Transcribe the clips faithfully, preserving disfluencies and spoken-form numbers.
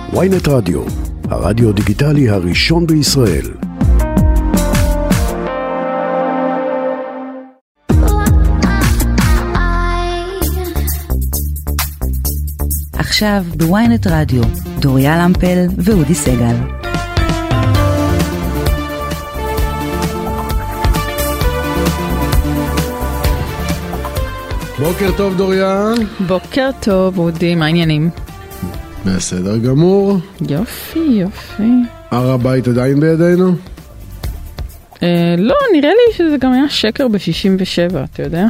וויינט רדיו, הרדיו דיגיטלי הראשון בישראל. עכשיו בוויינט רדיו, דוריה למפל ואודי סגל. בוקר טוב דוריה. בוקר טוב אודי, מה העניינים? בסדר גמור. יופי, יופי. הר הבית עדיין בידינו? אה, לא, נראה לי שזה גם היה שקר ב-שישים ושבע, אתה יודע?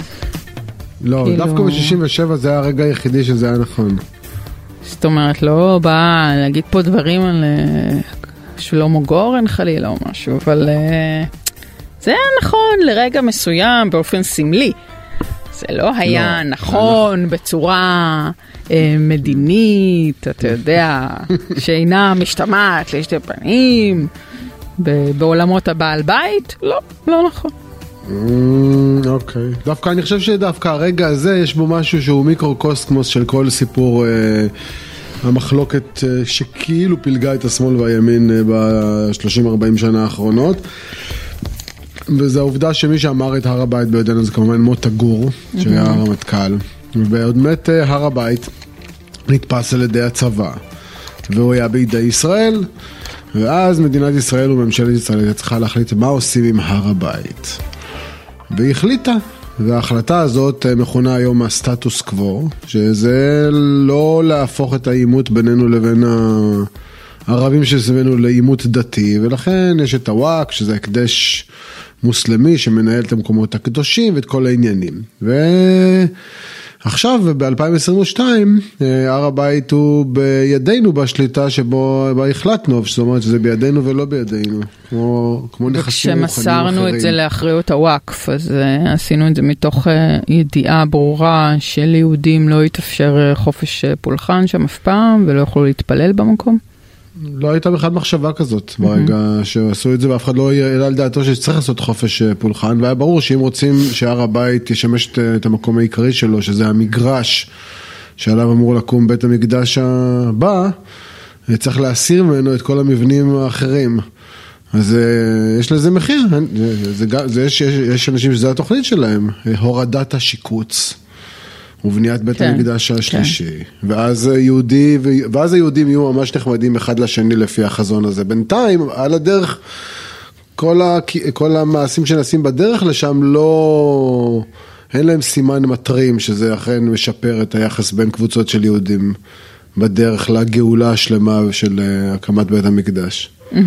לא, כאילו... דווקא ב-שישים ושבע זה היה הרגע היחידי שזה היה נכון. זאת אומרת, לא באה להגיד פה דברים על שלמה גורן חלילה או משהו, אבל זה היה נכון לרגע מסוים באופן סמלי. זה לא היה לא, נכון לא. בצורה אה, מדינית, אתה יודע, שאינה משתמעת לשתי פנים, ב- בעולמות הבעל בית, לא, לא נכון. אוקיי. דווקא אני חושב שדווקא הרגע הזה יש בו משהו שהוא מיקרוקוסמוס של כל סיפור אה, המחלוקת אה, שכאילו פילגה את השמאל והימין אה, ב-שלושים ארבעים שנה האחרונות. וזה העובדה שמי שאמר את הר הבית בידינו זה כמובן מוטה גור, שהיה הרמטכ"ל. ובאמת הר הבית נתפס על ידי הצבא, והוא היה בידי ישראל, ואז מדינת ישראל וממשלת ישראל צריכה להחליט מה עושים עם הר הבית. והיא החליטה, וההחלטה הזאת מכונה היום הסטטוס קוו, שזה לא להפוך את העימות בינינו לבין הערבים שסביבנו לעימות דתי, ולכן יש את הוואק, שזה הקדש מוסלמי שמנהל את המקומות הקדושים ואת כל העניינים. ועכשיו ב-אלפיים עשרים ושתיים הר הבית הוא בידינו בשליטה שבו החלטנו, זאת אומרת שזה בידינו ולא בידינו, כמו, כמו נכסים רוחניים אחרים. וכשמסרנו את זה לאחריות הוואקף, אז uh, עשינו את זה מתוך uh, ידיעה ברורה של יהודים לא יתאפשר חופש פולחן שם אף פעם ולא יוכלו להתפלל במקום. לא הייתה בכלל מחשבה כזאת ברגע שעשו את זה, ואף אחד לא העלה על דעתו שצריך לעשות חופש פולחן, והיה ברור שאם רוצים שהר הבית ישמש את המקום העיקרי שלו, שזה המגרש שעליו אמור לקום בית המקדש הבא, צריך להסיר ממנו את כל המבנים האחרים. אז יש לזה מחיר, זה, זה, יש, יש אנשים שזה התוכנית שלהם, הורדת השיקוץ. ובניית בית כן, המקדש השלישי, כן. ואז היהודי, ואז היהודים יהיו ממש נחמדים אחד לשני לפי החזון הזה. בינתיים, על הדרך, כל, ה, כל המעשים שנשים בדרך לשם לא, אין להם סימן מטרים, שזה אכן משפר את היחס בין קבוצות של יהודים, בדרך לגאולה השלמה של הקמת בית המקדש.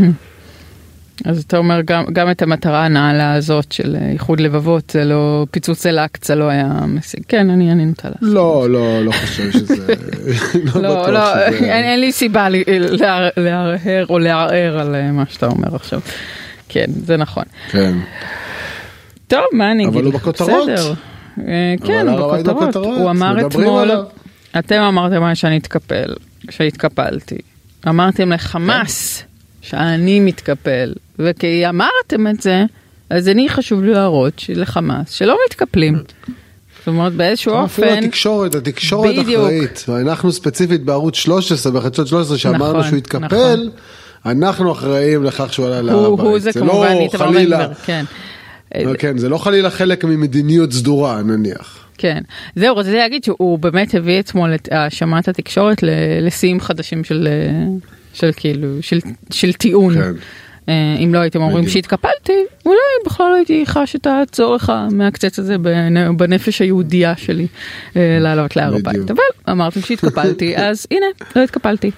אז אתה אומר, גם, גם את המטרה הנעלה הזאת של איחוד לבבות, זה לא, פיצוץ אל-אקצא לא היה משיג. כן, אני, אני נוטה לעשות. לא, לא, לא חושב שזה, לא, לא, לא, אין, אין לי סיבה להרהר או לערער על מה שאתה אומר עכשיו. כן, זה נכון. כן. טוב, מה אני אגיד? אבל הוא בכותרות. בסדר. כן, הוא בכותרות. הוא אמר אתמול, אתם אמרתם מה שאני אתקפל, שהתקפלתי. אמרתם לחמאס, שאני מתקפל, וכי אמרתם את זה, אז אני חשוב להראות לחמאס, שלא מתקפלים. זאת אומרת, באיזשהו אופן... אפילו התקשורת, התקשורת אחראית. אנחנו ספציפית בערוץ שלוש עשרה, בחדשות שלוש עשרה, שאמרנו שהוא התקפל, אנחנו אחראים לכך שהוא עלה להר הבית. הוא זה כמובן איתמר בן גביר, כן. כן, זה לא חלילה חלק ממדיניות סדורה, נניח. כן. זהו, רציתי להגיד שהוא באמת הביא אתמול את האשמת התקשורת לשיאים חדשים של... של כאילו, של, של טיעון. כן. אם לא הייתם אומרים שהתקפלתי, אולי בכלל לא הייתי חש את הצורך מהקצץ הזה בנפש היהודייה שלי לעלות להר הבית. אבל אמרתם שהתקפלתי, אז הנה, לא התקפלתי.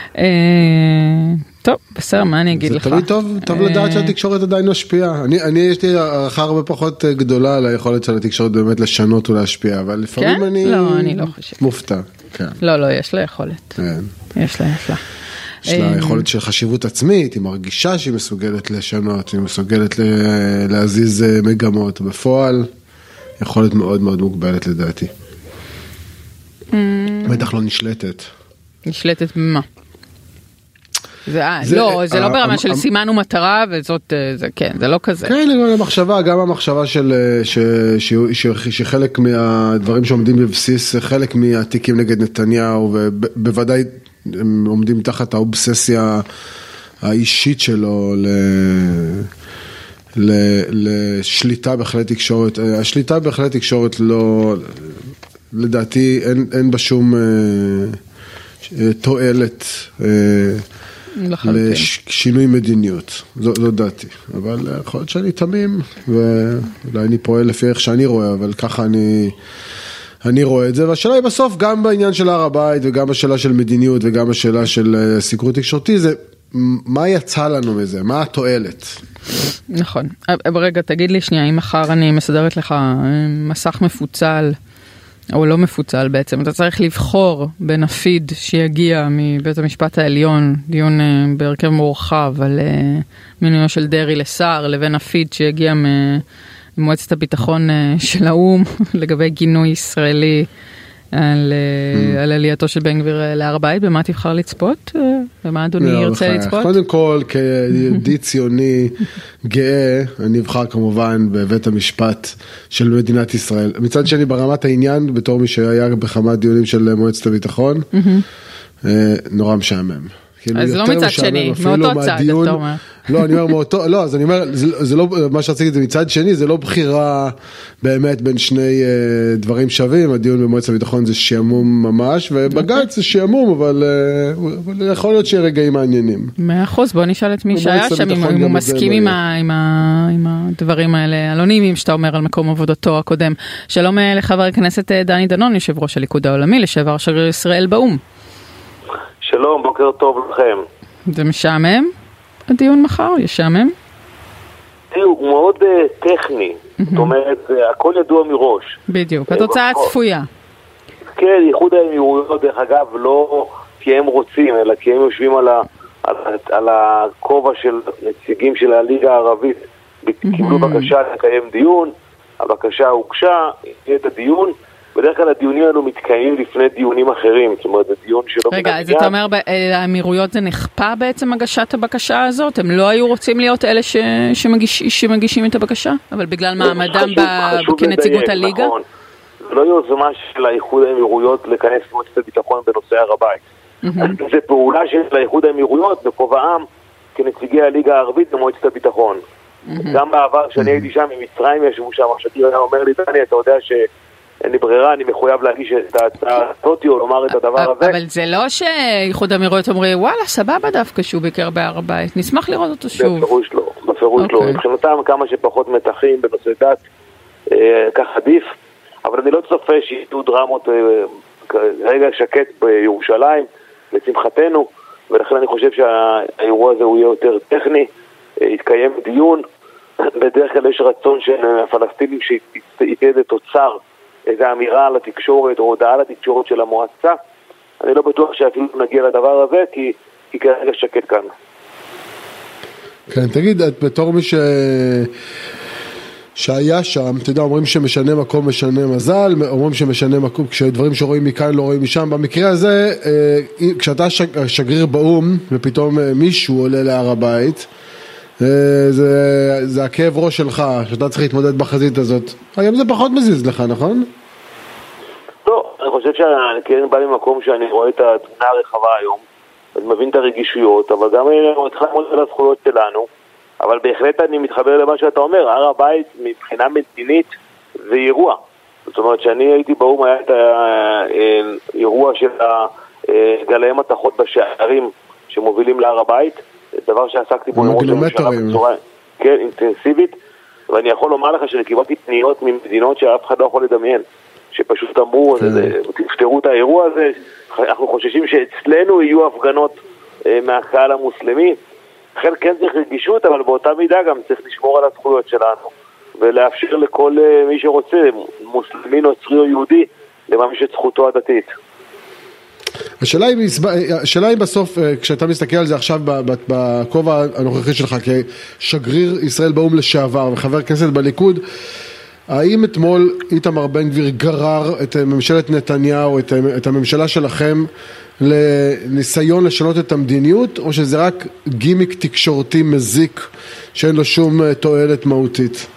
טוב, בסדר, מה אני אגיד לך? זה תמיד טוב, טוב לדעת שהתקשורת עדיין משפיעה. אני, אני יש לי הערכה הרבה פחות גדולה על היכולת של התקשורת באמת לשנות ולהשפיע, אבל לפעמים אני... לא, אני לא חושב. מופתע. כן. לא, לא, יש לה יכולת. כן. יש לה, יש לה. יש לה יכולת של חשיבות עצמית, היא מרגישה שהיא מסוגלת לשנות, היא מסוגלת להזיז מגמות. בפועל, יכולת מאוד מאוד מוגבלת לדעתי. בטח לא נשלטת. נשלטת במה? זה, זה, לא, זה לא ברמה של סימן ומטרה, וזאת, זה, כן, זה לא כזה. כן, המחשבה, גם המחשבה של, ש, ש, ש, שחלק מהדברים שעומדים בבסיס, חלק מהתיקים נגד נתניהו, ובוודאי הם עומדים תחת האובססיה האישית שלו ל... לשליטה בכלי תקשורת. השליטה בכלי תקשורת לא, לדעתי אין, אין בה שום אה, תועלת אה, לשינוי מדיניות, זו, זו דעתי. אבל יכול להיות שאני תמים, ואולי אני פועל לפי איך שאני רואה, אבל ככה אני, אני רואה את זה. והשאלה היא בסוף, גם בעניין של הר הבית, וגם בשאלה של מדיניות, וגם בשאלה של סיקור תקשורתי, זה מה יצא לנו מזה, מה התועלת? נכון. ברגע, תגיד לי שנייה, אם מחר אני מסדרת לך מסך מפוצל, או לא מפוצל בעצם, אתה צריך לבחור בין הפיד שיגיע מבית המשפט העליון, דיון בהרכב מורחב על מינויו של דרי לשר, לבין הפיד שיגיע ממועצת הביטחון של האום, לגבי גינוי ישראלי על, mm. על עלייתו של בן גביר להר הבית. במה תבחר לצפות? במה אדוני לא, ירצה בחייך. לצפות? קודם כל, כיהודי ציוני גאה, אני אבחר כמובן בבית המשפט של מדינת ישראל. מצד שני, ברמת העניין, בתור מי שהיה בכמה דיונים של מועצת הביטחון, mm-hmm. נורא משעמם. אז לא מצד שני, מאותו צד, אתה אומר. לא, אני אומר מאותו, לא, אז אני אומר, זה לא, מה שרציתי זה מצד שני, זה לא בחירה באמת בין שני דברים שווים, הדיון במועצת הביטחון זה שעמום ממש, ובג"ץ זה שעמום, אבל יכול להיות שיהיה רגעים מעניינים. מאה אחוז, בוא נשאל את מי שהיה שם, אם הוא מסכים עם הדברים האלה, הלאונימים שאתה אומר על מקום עבודתו הקודם. שלום לחבר הכנסת דני דנון, יושב ראש הליכוד העולמי, לשעבר שגריר ישראל באו"ם. שלום, בוקר טוב לכם. זה משעמם? הדיון מחר, ישעמם? תראו, הוא מאוד uh, טכני. זאת אומרת, uh, הכל ידוע מראש. בדיוק, התוצאה הצפויה. כן, איחוד האמירויות, דרך אגב, לא כי הם רוצים, אלא כי הם יושבים על, ה, על, על הכובע של נציגים של הליגה הערבית. קיבלו בקשה לקיים דיון, הבקשה הוגשה, יהיה את הדיון, בדרך כלל הדיונים האלו מתקיימים לפני דיונים אחרים, זאת אומרת, זה דיון שלא... רגע, אז אתה אומר, האמירויות זה נכפה בעצם הגשת הבקשה הזאת? הם לא היו רוצים להיות אלה ש... שמגיש... שמגישים את הבקשה? אבל בגלל מעמדם ב... כנציגות הליגה? נכון. זה לא יוזמה של האיחוד האמירויות לכנס מועצת הביטחון בנושא הר הבית. Mm-hmm. זה פעולה של האיחוד האמירויות בכובעם כנציגי הליגה הערבית במועצת הביטחון. Mm-hmm. גם בעבר, כשאני הייתי שם, ממצרים ישבו שם, השגריר היה אומר לי, דני, אתה יודע ש... אין לי ברירה, אני מחויב להגיש את ההצעה אותי או לומר את הדבר הזה. אבל זה לא שאיחוד האמירויות אומרים, וואלה, סבבה דווקא שהוא ביקר בהר הבית, נשמח לראות אותו שוב. בפירוש לא, בפירוש לא. מבחינתם כמה שפחות מתחים בנושא דת, כך עדיף, אבל אני לא צופה שיהיו דרמות רגע שקט בירושלים, לשמחתנו, ולכן אני חושב שהאירוע הזה הוא יהיה יותר טכני, יתקיים דיון, בדרך כלל יש רצון של הפלסטינים שיתהיה לתוצר איזו אמירה על התקשורת או הודעה על התקשורת של המועצה. אני לא בטוח שאפילו נגיע לדבר הזה, כי, כי כרגע שקט כאן. כן, תגיד, את בתור מי ש... שהיה שם, אתה יודע, אומרים שמשנה מקום משנה מזל, אומרים שמשנה מקום, כשדברים שרואים מכאן לא רואים משם. במקרה הזה, כשאתה שגריר באום, ופתאום מישהו עולה להר הבית, זה, זה הכאב ראש שלך, שאתה צריך להתמודד בחזית הזאת. היום זה פחות מזיז לך, נכון? לא, אני חושב שאני כן בא ממקום שאני רואה את התמונה הרחבה היום, אני מבין את הרגישויות, אבל גם אני צריך לעמוד על הזכויות שלנו, אבל בהחלט אני מתחבר למה שאתה אומר, הר הבית מבחינה מדינית זה אירוע. זאת אומרת, שאני הייתי באום, היה את האירוע של גלאי מתכות בשערים שמובילים להר הבית, דבר שעסקתי בו למרות הממשלה בצורה כן, אינטנסיבית, ואני יכול לומר לך שקיבלתי פניות ממדינות שאף אחד לא יכול לדמיין, שפשוט אמרו, תפתרו את האירוע הזה, אנחנו חוששים שאצלנו יהיו הפגנות מהקהל המוסלמי, לכן כן צריך רגישות, אבל באותה מידה גם צריך לשמור על הזכויות שלנו, ולאפשר לכל מי שרוצה, מוסלמי, נוצרי או יהודי, לממש את זכותו הדתית. השאלה היא, השאלה היא בסוף, כשאתה מסתכל על זה עכשיו בכובע הנוכחי שלך כשגריר ישראל באום לשעבר וחבר כנסת בליכוד, האם אתמול איתמר בן גביר גרר את ממשלת נתניהו, את, את הממשלה שלכם, לניסיון לשנות את המדיניות, או שזה רק גימיק תקשורתי מזיק שאין לו שום תועלת מהותית?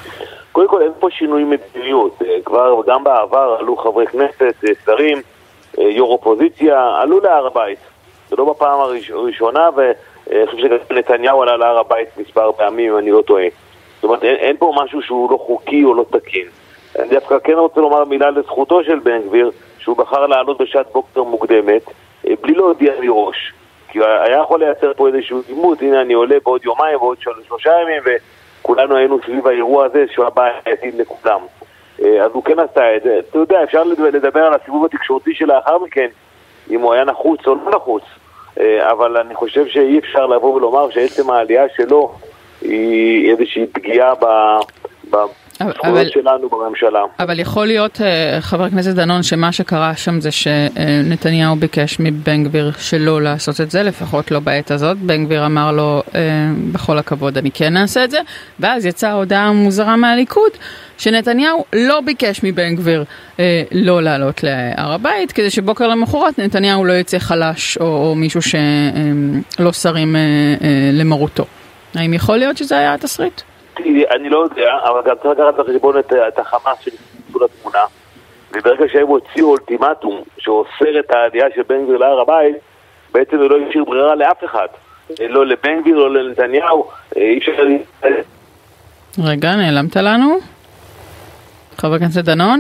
קודם כל אין פה שינוי מדיניות, כבר גם בעבר עלו חברי כנסת, שרים, יו"ר אופוזיציה, עלו להר הבית. זה לא בפעם הראשונה, ואני חושב שגם נתניהו עלה להר הבית מספר פעמים, אם אני לא טועה. זאת אומרת, אין, אין פה משהו שהוא לא חוקי או לא תקין. אני דווקא כן רוצה לומר מילה לזכותו של בן גביר, שהוא בחר לעלות בשעת בוקר מוקדמת, בלי להודיע מראש. כי היה יכול לייצר פה איזשהו עימות, הנה אני עולה בעוד יומיים, בעוד שלושה ימים, וכולנו היינו סביב האירוע הזה, שהוא הבא יתאים לכולם. אז הוא כן עשה את זה. אתה יודע, אפשר לדבר על הסיבוב התקשורתי שלאחר מכן, אם הוא היה נחוץ או לא נחוץ. אבל אני חושב שאי אפשר לבוא ולומר שעצם העלייה שלו היא איזושהי פגיעה בזכויות שלנו בממשלה. אבל יכול להיות, חבר הכנסת דנון, שמה שקרה שם זה שנתניהו ביקש מבן גביר שלא לעשות את זה, לפחות לא בעת הזאת. בן גביר אמר לו, בכל הכבוד אני כן אעשה את זה, ואז יצאה הודעה מוזרה מהליכוד, שנתניהו לא ביקש מבן גביר לא לעלות להר הבית, כדי שבוקר למחרת נתניהו לא יצא חלש או מישהו שלא שרים למרותו. האם יכול להיות שזה היה התסריט? אני לא יודע, אבל גם צריך לקחת בחשבון את החמאס שנכנסו לתמונה, וברגע שהם הוציאו אולטימטום שאוסר את העלייה של בן גביר להר הבית, בעצם זה לא ישאיר ברירה לאף אחד, לא לבן גביר, לא לנתניהו. אי אפשר... רגע, נעלמת לנו? חבר הכנסת דנון?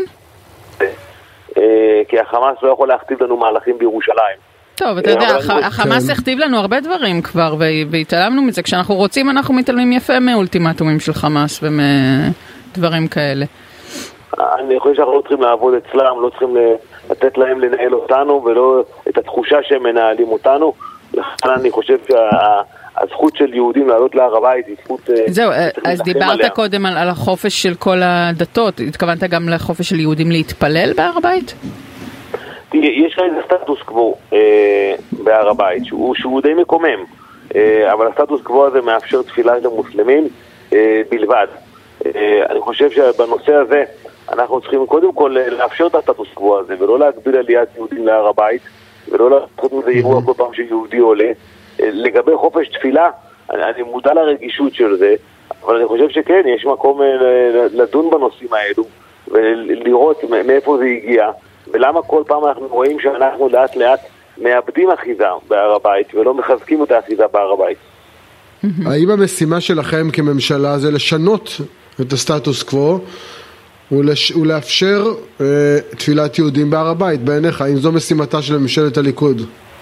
כי החמאס לא יכול להכתיב לנו מהלכים בירושלים. טוב, אתה יודע, החמאס הכתיב לנו הרבה דברים כבר, והתעלמנו מזה. כשאנחנו רוצים, אנחנו מתעלמים יפה מאולטימטומים של חמאס ומדברים כאלה. אני חושב שאנחנו לא צריכים לעבוד אצלם, לא צריכים לתת להם לנהל אותנו, ולא את התחושה שהם מנהלים אותנו. לכן אני חושב שהזכות של יהודים לעלות להר הבית היא זכות... זהו, אז דיברת קודם על החופש של כל הדתות. התכוונת גם לחופש של יהודים להתפלל בהר הבית? יש איזה סטטוס קוו אה, בהר הבית, שהוא, שהוא די מקומם, אה, אבל הסטטוס קוו הזה מאפשר תפילה למוסלמים אה, בלבד. אה, אני חושב שבנושא הזה אנחנו צריכים קודם כל לאפשר את הסטטוס קוו הזה, ולא להגביל עליית יהודים להר הבית, ולא לעשות מזה אירוע כל פעם שיהודי עולה. אה, לגבי חופש תפילה, אני, אני מודע לרגישות של זה, אבל אני חושב שכן, יש מקום אה, לדון בנושאים האלו, ולראות מאיפה זה הגיע, ולמה כל פעם אנחנו רואים שאנחנו לאט לאט מאבדים אחיזה בהר הבית ולא מחזקים את האחיזה בהר הבית. האם המשימה שלכם כממשלה זה לשנות את הסטטוס קוו ולאפשר תפילת יהודים בהר הבית בעיניך? האם זו משימתה של ממשלת הליכוד?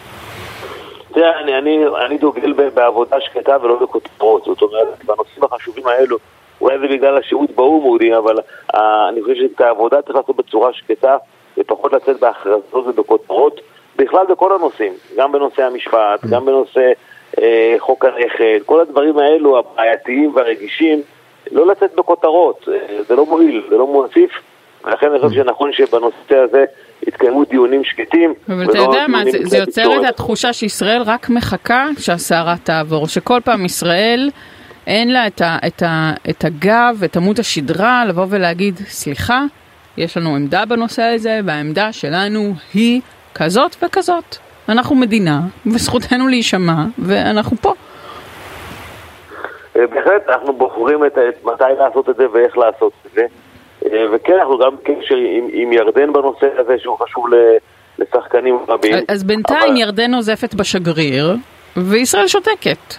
תראה, אני, אני, אני דוגל בעבודה שקטה ולא בכותרות. זאת אומרת, בנושאים החשובים האלו, אולי זה בגלל השירות באום מודי, אבל אני חושב שאת העבודה צריך לעשות בצורה שקטה, ופחות לצאת בהכרזות ובכותרות, בכלל בכל הנושאים, גם בנושא המשפט, גם בנושא אה, חוק הנכד, כל הדברים האלו, הבעייתיים והרגישים, לא לצאת בכותרות, זה לא מועיל, זה לא מוסיף, ולכן אני חושב שנכון שבנושא הזה יתקיימו דיונים שקטים. אבל אתה יודע מה, זה, זה יוצר את התחושה שישראל רק מחכה שהסערה תעבור, שכל פעם ישראל אין לה את, ה, את, ה, את הגב, את עמוד השדרה, לבוא ולהגיד, סליחה, יש לנו עמדה בנושא הזה, והעמדה שלנו היא כזאת וכזאת. אנחנו מדינה, וזכותנו להישמע, ואנחנו פה. בהחלט, אנחנו בוחרים את, את מתי לעשות את זה ואיך לעשות את זה. וכן, אנחנו גם בקשר עם, עם ירדן בנושא הזה, שהוא חשוב לשחקנים רבים. אז בינתיים אבל... ירדן נוזפת בשגריר, וישראל שותקת.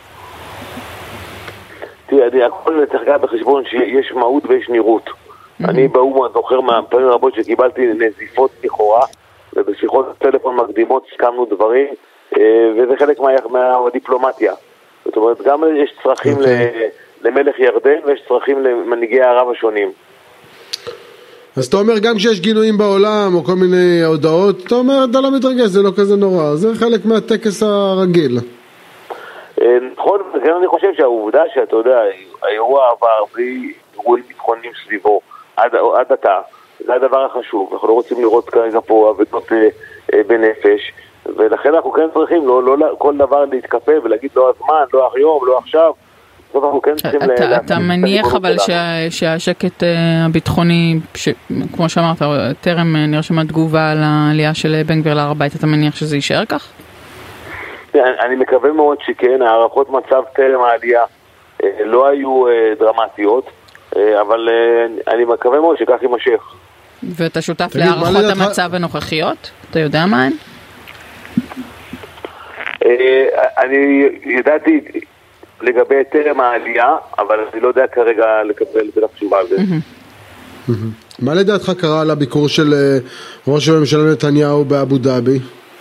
תראה, הכל צריך לקחת בחשבון שיש מהות ויש נראות. אני באו"ם זוכר מהפעמים רבות שקיבלתי נזיפות לכאורה, ובשיחות טלפון מקדימות סכמנו דברים, וזה חלק מהדיפלומטיה. זאת אומרת, גם יש צרכים למלך ירדן ויש צרכים למנהיגי הערב השונים. אז אתה אומר גם כשיש גינויים בעולם או כל מיני הודעות, אתה אומר, אתה לא מתרגש, זה לא כזה נורא, זה חלק מהטקס הרגיל. נכון, וכן אני חושב שהעובדה שאתה יודע, האירוע עבר בלי אירועים ביטחוניים סביבו, עד, עד עתה, זה הדבר החשוב. אנחנו לא רוצים לראות כרגע פה עבודות אה, אה, בנפש, ולכן אנחנו כן צריכים לא, לא, לא כל דבר להתקפל ולהגיד לא הזמן, לא היום, לא עכשיו. זאת אנחנו כן צריכים אתה, לה, אתה מניח אבל שה, שהשקט אה, הביטחוני, ש, כמו שאמרת, טרם נרשמה תגובה על העלייה של בן גביר להר הבית, אתה מניח שזה יישאר כך? אני, אני מקווה מאוד שכן, הערכות מצב טרם העלייה אה, לא היו אה, דרמטיות, אבל אני מקווה מאוד שכך יימשך. ואתה שותף להערכות המצב הנוכחיות? אתה יודע מה הן? אני ידעתי לגבי טרם העלייה, אבל אני לא יודע כרגע לקבל את התשובה על זה. מה לדעתך קרה על הביקור של ראש הממשלה נתניהו באבו דאבי?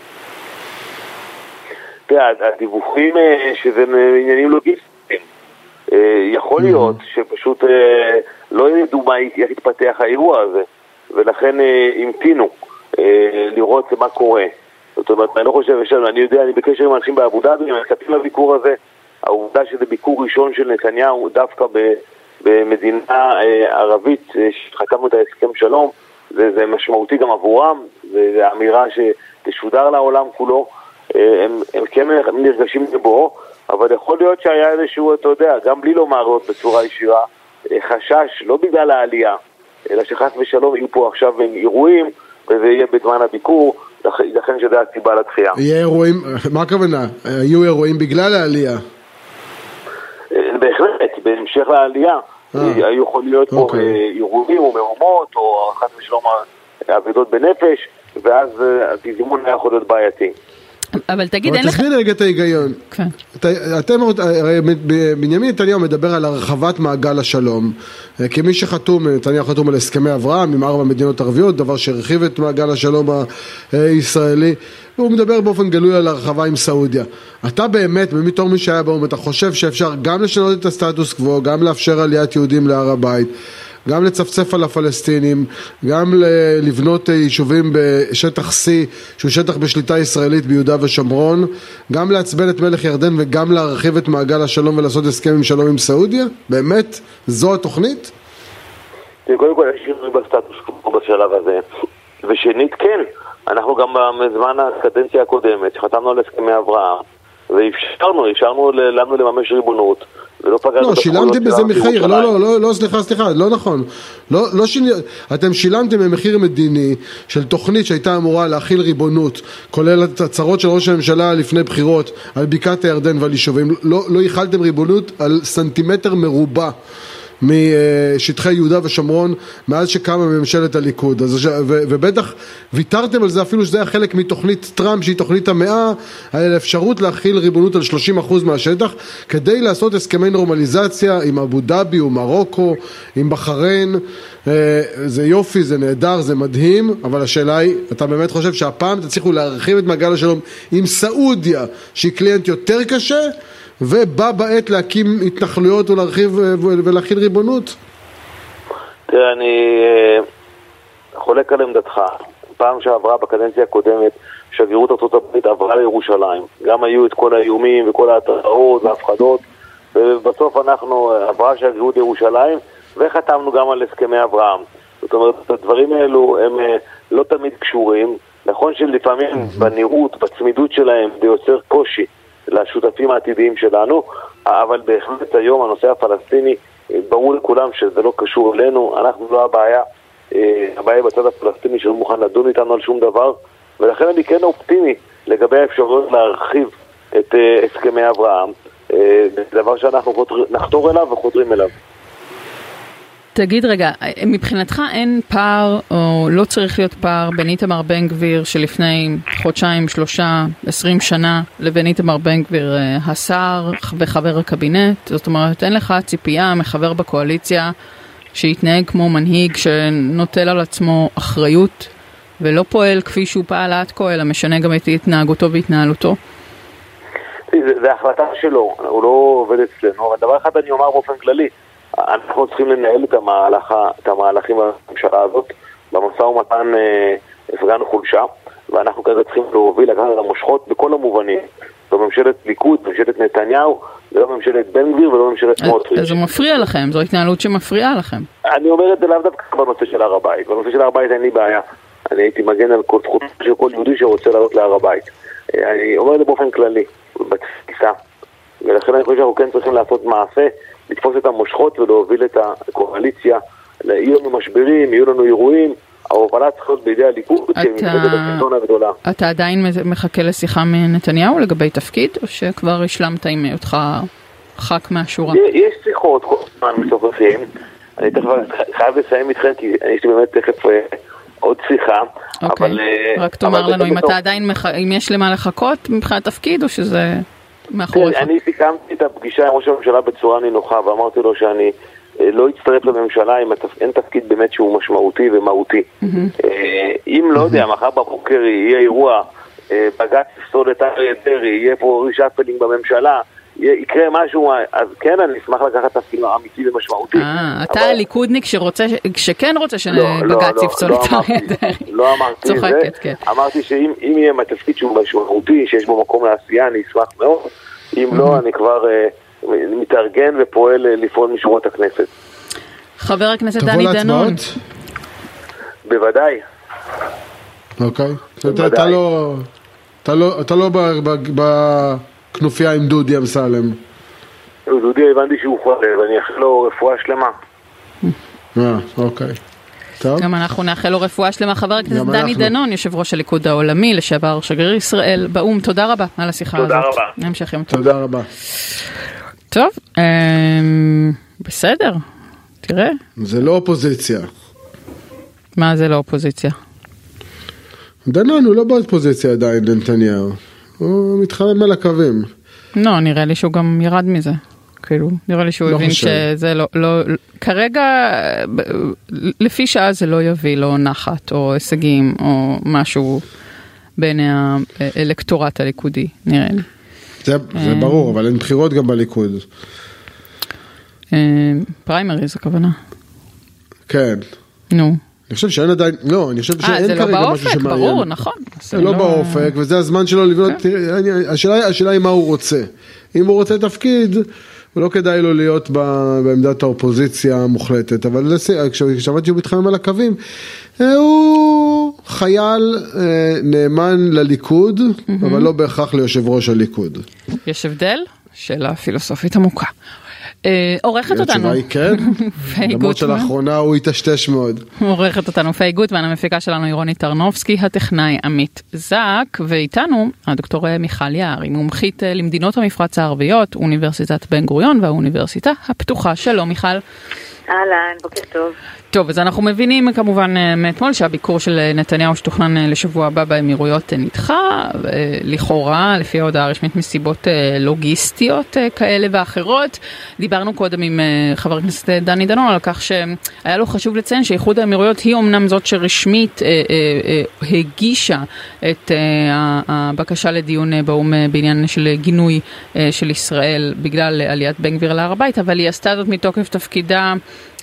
הדיווחים שזה עניינים לוגיסטיים. יכול להיות שפשוט לא ידעו מה יתפתח האירוע הזה, ולכן המתינו לראות מה קורה. זאת אומרת, אני לא חושב, אני יודע, אני בקשר עם אנשים באבו דאבי, אני מצפים לביקור הזה. העובדה שזה ביקור ראשון של נתניהו דווקא במדינה ערבית שחתמנו את ההסכם שלום, זה, זה משמעותי גם עבורם, זה אמירה שתשודר לעולם כולו, הם, הם כן נרגשים בו, אבל יכול להיות שהיה איזשהו, אתה יודע, גם בלי לומר זאת בצורה ישירה, חשש, לא בגלל העלייה, אלא שחס ושלום יהיו פה עכשיו אירועים, וזה יהיה בזמן הביקור, לכן שזה הסיבה לתחייה. יהיה אירועים, מה הכוונה? יהיו אירועים בגלל העלייה? בהחלט, בהמשך לעלייה, היו יכול להיות פה אירועים או מהומות, או חס ושלום עבודות בנפש, ואז התזמון היה יכול להיות בעייתי. אבל תגיד, אין לך... תסביר רגע את ההיגיון. אתם, בנימין נתניהו מדבר על הרחבת מעגל השלום. כמי שחתום, נתניהו חתום על הסכמי אברהם עם ארבע מדינות ערביות, דבר שהרחיב את מעגל השלום הישראלי, והוא מדבר באופן גלוי על הרחבה עם סעודיה. אתה באמת, בתור מי שהיה באום, אתה חושב שאפשר גם לשנות את הסטטוס קוו, גם לאפשר עליית יהודים להר הבית, גם לצפצף על הפלסטינים, גם לבנות יישובים בשטח C, שהוא שטח בשליטה ישראלית ביהודה ושומרון, גם לעצבן את מלך ירדן וגם להרחיב את מעגל השלום ולעשות הסכם עם שלום עם סעודיה? באמת? זו התוכנית? קודם כל, יש שינוי בסטטוס קוו בשלב הזה. ושנית, כן, אנחנו גם בזמן הקדנציה הקודמת, שחתמנו על הסכמי אברהם, ואפשרנו, אפשרנו לנו לממש ריבונות, ולא פגענו... לא, שילמתם בזה מחיר, לא, לא, לא, לא, סליחה, סליחה, לא נכון. לא, לא שיל... אתם שילמתם במחיר מדיני של תוכנית שהייתה אמורה להכיל ריבונות, כולל הצהרות של ראש הממשלה לפני בחירות, על בקעת הירדן ועל יישובים, לא, לא הכלתם ריבונות על סנטימטר מרובע משטחי יהודה ושומרון מאז שקמה ממשלת הליכוד. אז, ו, ובטח ויתרתם על זה אפילו שזה היה חלק מתוכנית טראמפ שהיא תוכנית המאה, על האפשרות להכיל ריבונות על שלושים אחוז מהשטח כדי לעשות הסכמי נורמליזציה עם אבו דאבי ומרוקו, עם בחריין. זה יופי, זה נהדר, זה מדהים, אבל השאלה היא, אתה באמת חושב שהפעם תצליחו להרחיב את מעגל השלום עם סעודיה שהיא קליינט יותר קשה ובא בעת להקים התנחלויות ולהרחיב ולהכיל ריבונות? תראה, אני חולק על עמדתך. פעם שעברה בקדנציה הקודמת, שגרירות ארצות הברית עברה לירושלים. גם היו את כל האיומים וכל ההתראות וההפחדות, ובסוף אנחנו עברה שגרירות לירושלים, וחתמנו גם על הסכמי אברהם. זאת אומרת, הדברים האלו הם לא תמיד קשורים. נכון שלפעמים בנראות, בצמידות שלהם, זה יוצר קושי לשותפים העתידיים שלנו, אבל בהחלט היום הנושא הפלסטיני, ברור לכולם שזה לא קשור אלינו, אנחנו לא הבעיה, הבעיה בצד הפלסטיני שלא מוכן לדון איתנו על שום דבר, ולכן אני כן אופטימי לגבי האפשרויות להרחיב את הסכמי אברהם, דבר שאנחנו נחתור אליו וחותרים אליו. תגיד רגע, מבחינתך אין פער, או לא צריך להיות פער, בין איתמר בן גביר שלפני חודשיים, שלושה, עשרים שנה, לבין איתמר בן גביר השר וחבר הקבינט? זאת אומרת, אין לך ציפייה מחבר בקואליציה שיתנהג כמו מנהיג שנוטל על עצמו אחריות, ולא פועל כפי שהוא פעל עד כה, אלא משנה גם את התנהגותו והתנהלותו? זה, זה החלטה שלו, הוא לא עובד אצלנו, אבל דבר אחד אני אומר באופן כללי, אנחנו צריכים לנהל את, המהלך, את המהלכים בממשלה הזאת, במשא ומתן הפגנו חולשה, ואנחנו כזה צריכים להוביל, לקחת את המושכות בכל המובנים. זו ממשלת ליכוד, ממשלת נתניהו, ולא ממשלת בן גביר ולא ממשלת סמוטריץ'. אז זה מפריע לכם, זו התנהלות שמפריעה לכם. אני אומר את זה לאו דווקא בנושא של הר הבית. בנושא של הר הבית אין לי בעיה. אני הייתי מגן על כל זכות של כל יהודי שרוצה לעלות להר הבית. אני אומר את זה באופן כללי, בתפיסה. ולכן אני חושב שאנחנו כן צריכים לעשות מעשה, לתפוס את המושכות ולהוביל את הקואליציה. יהיו לנו משברים, יהיו לנו אירועים, ההובלה צריכה להיות בידי הליכוד, שמתמדת בסרטון הגדולה. אתה עדיין מחכה לשיחה מנתניהו לגבי תפקיד, או שכבר השלמת עם אותך חק מהשורה? יש שיחות כל הזמן מסופפים. אני תכף חייב לסיים איתכם, כי יש לי באמת תכף עוד שיחה. אוקיי, רק תאמר לנו אם אתה עדיין, אם יש למה לחכות מבחינת תפקיד או שזה מאחוריך. אני סיכמתי את הפגישה עם ראש הממשלה בצורה נינוחה ואמרתי לו שאני לא יצטרף לממשלה אם אין תפקיד באמת שהוא משמעותי ומהותי. אם לא יודע, מחר בבוקר יהיה אירוע, בג"ץ יפסול את אריה דרעי, יהיה פה רישאפלינג בממשלה, יקרה משהו, אז כן, אני אשמח לקחת תפקיד אמיתי ומשמעותי. אה, אתה הליכודניק שכן רוצה שבג"ץ יפסול את אריה דרעי. לא אמרתי את זה, אמרתי שאם יהיה תפקיד שהוא משמעותי, שיש בו מקום לעשייה, אני אשמח מאוד, אם לא, אני כבר מתארגן ופועל לפעול משורות הכנסת. חבר הכנסת דני דנון. בוודאי. אוקיי. אתה לא בכנופיה עם דודי אמסלם. דודי הבנתי שהוא חולה ואני אאחל לו רפואה שלמה. אה, אוקיי. גם אנחנו נאחל לו רפואה שלמה. חבר הכנסת דני דנון, יושב ראש הליכוד העולמי, לשעבר שגריר ישראל באו"ם, תודה רבה על השיחה הזאת. תודה רבה. נמשיך יום טוב. תודה רבה. טוב, בסדר, תראה. זה לא אופוזיציה. מה זה לא אופוזיציה? דנון הוא לא באופוזיציה עדיין לנתניהו. הוא מתחמם על הקווים. לא, נראה לי שהוא גם ירד מזה. כאילו, נראה לי שהוא הבין שזה לא, לא, כרגע, לפי שעה זה לא יביא לו נחת או הישגים או משהו בעיני האלקטורט הליכודי, נראה לי. זה, זה ברור, אבל אין בחירות גם בליכוד. פריימריז, הכוונה. כן. נו. אני חושב שאין עדיין, לא, אני חושב שאין כרגע משהו שמעניין. ברור, נכון. זה לא באופק, וזה הזמן שלו לבנות, השאלה היא מה הוא רוצה. אם הוא רוצה תפקיד, ולא כדאי לו להיות בעמדת האופוזיציה המוחלטת, אבל כששמעתי הוא מתחמם על הקווים, הוא חייל נאמן לליכוד, אבל לא בהכרח ליושב ראש הליכוד. יש הבדל? שאלה פילוסופית עמוקה. עורכת אותנו. התשובה היא כן, למרות שלאחרונה הוא יתשתש מאוד. עורכת אותנו פיי גוטמן, המפיקה שלנו היא רוני טרנובסקי, הטכנאי עמית זק, ואיתנו הדוקטור מיכל יער, היא מומחית למדינות המפרץ הערביות, אוניברסיטת בן גוריון והאוניברסיטה הפתוחה. שלום מיכל. אהלן, בוקר טוב. טוב, אז אנחנו מבינים כמובן מאתמול שהביקור של נתניהו שתוכנן לשבוע הבא באמירויות נדחה, לכאורה, לפי ההודעה הרשמית מסיבות לוגיסטיות כאלה ואחרות. דיברנו קודם עם חבר הכנסת דני דנון על כך שהיה לו חשוב לציין שאיחוד האמירויות היא אומנם זאת שרשמית הגישה את הבקשה לדיון באו"ם בעניין של גינוי של ישראל בגלל עליית בן גביר להר הבית, אבל היא עשתה זאת מתוקף תפקידה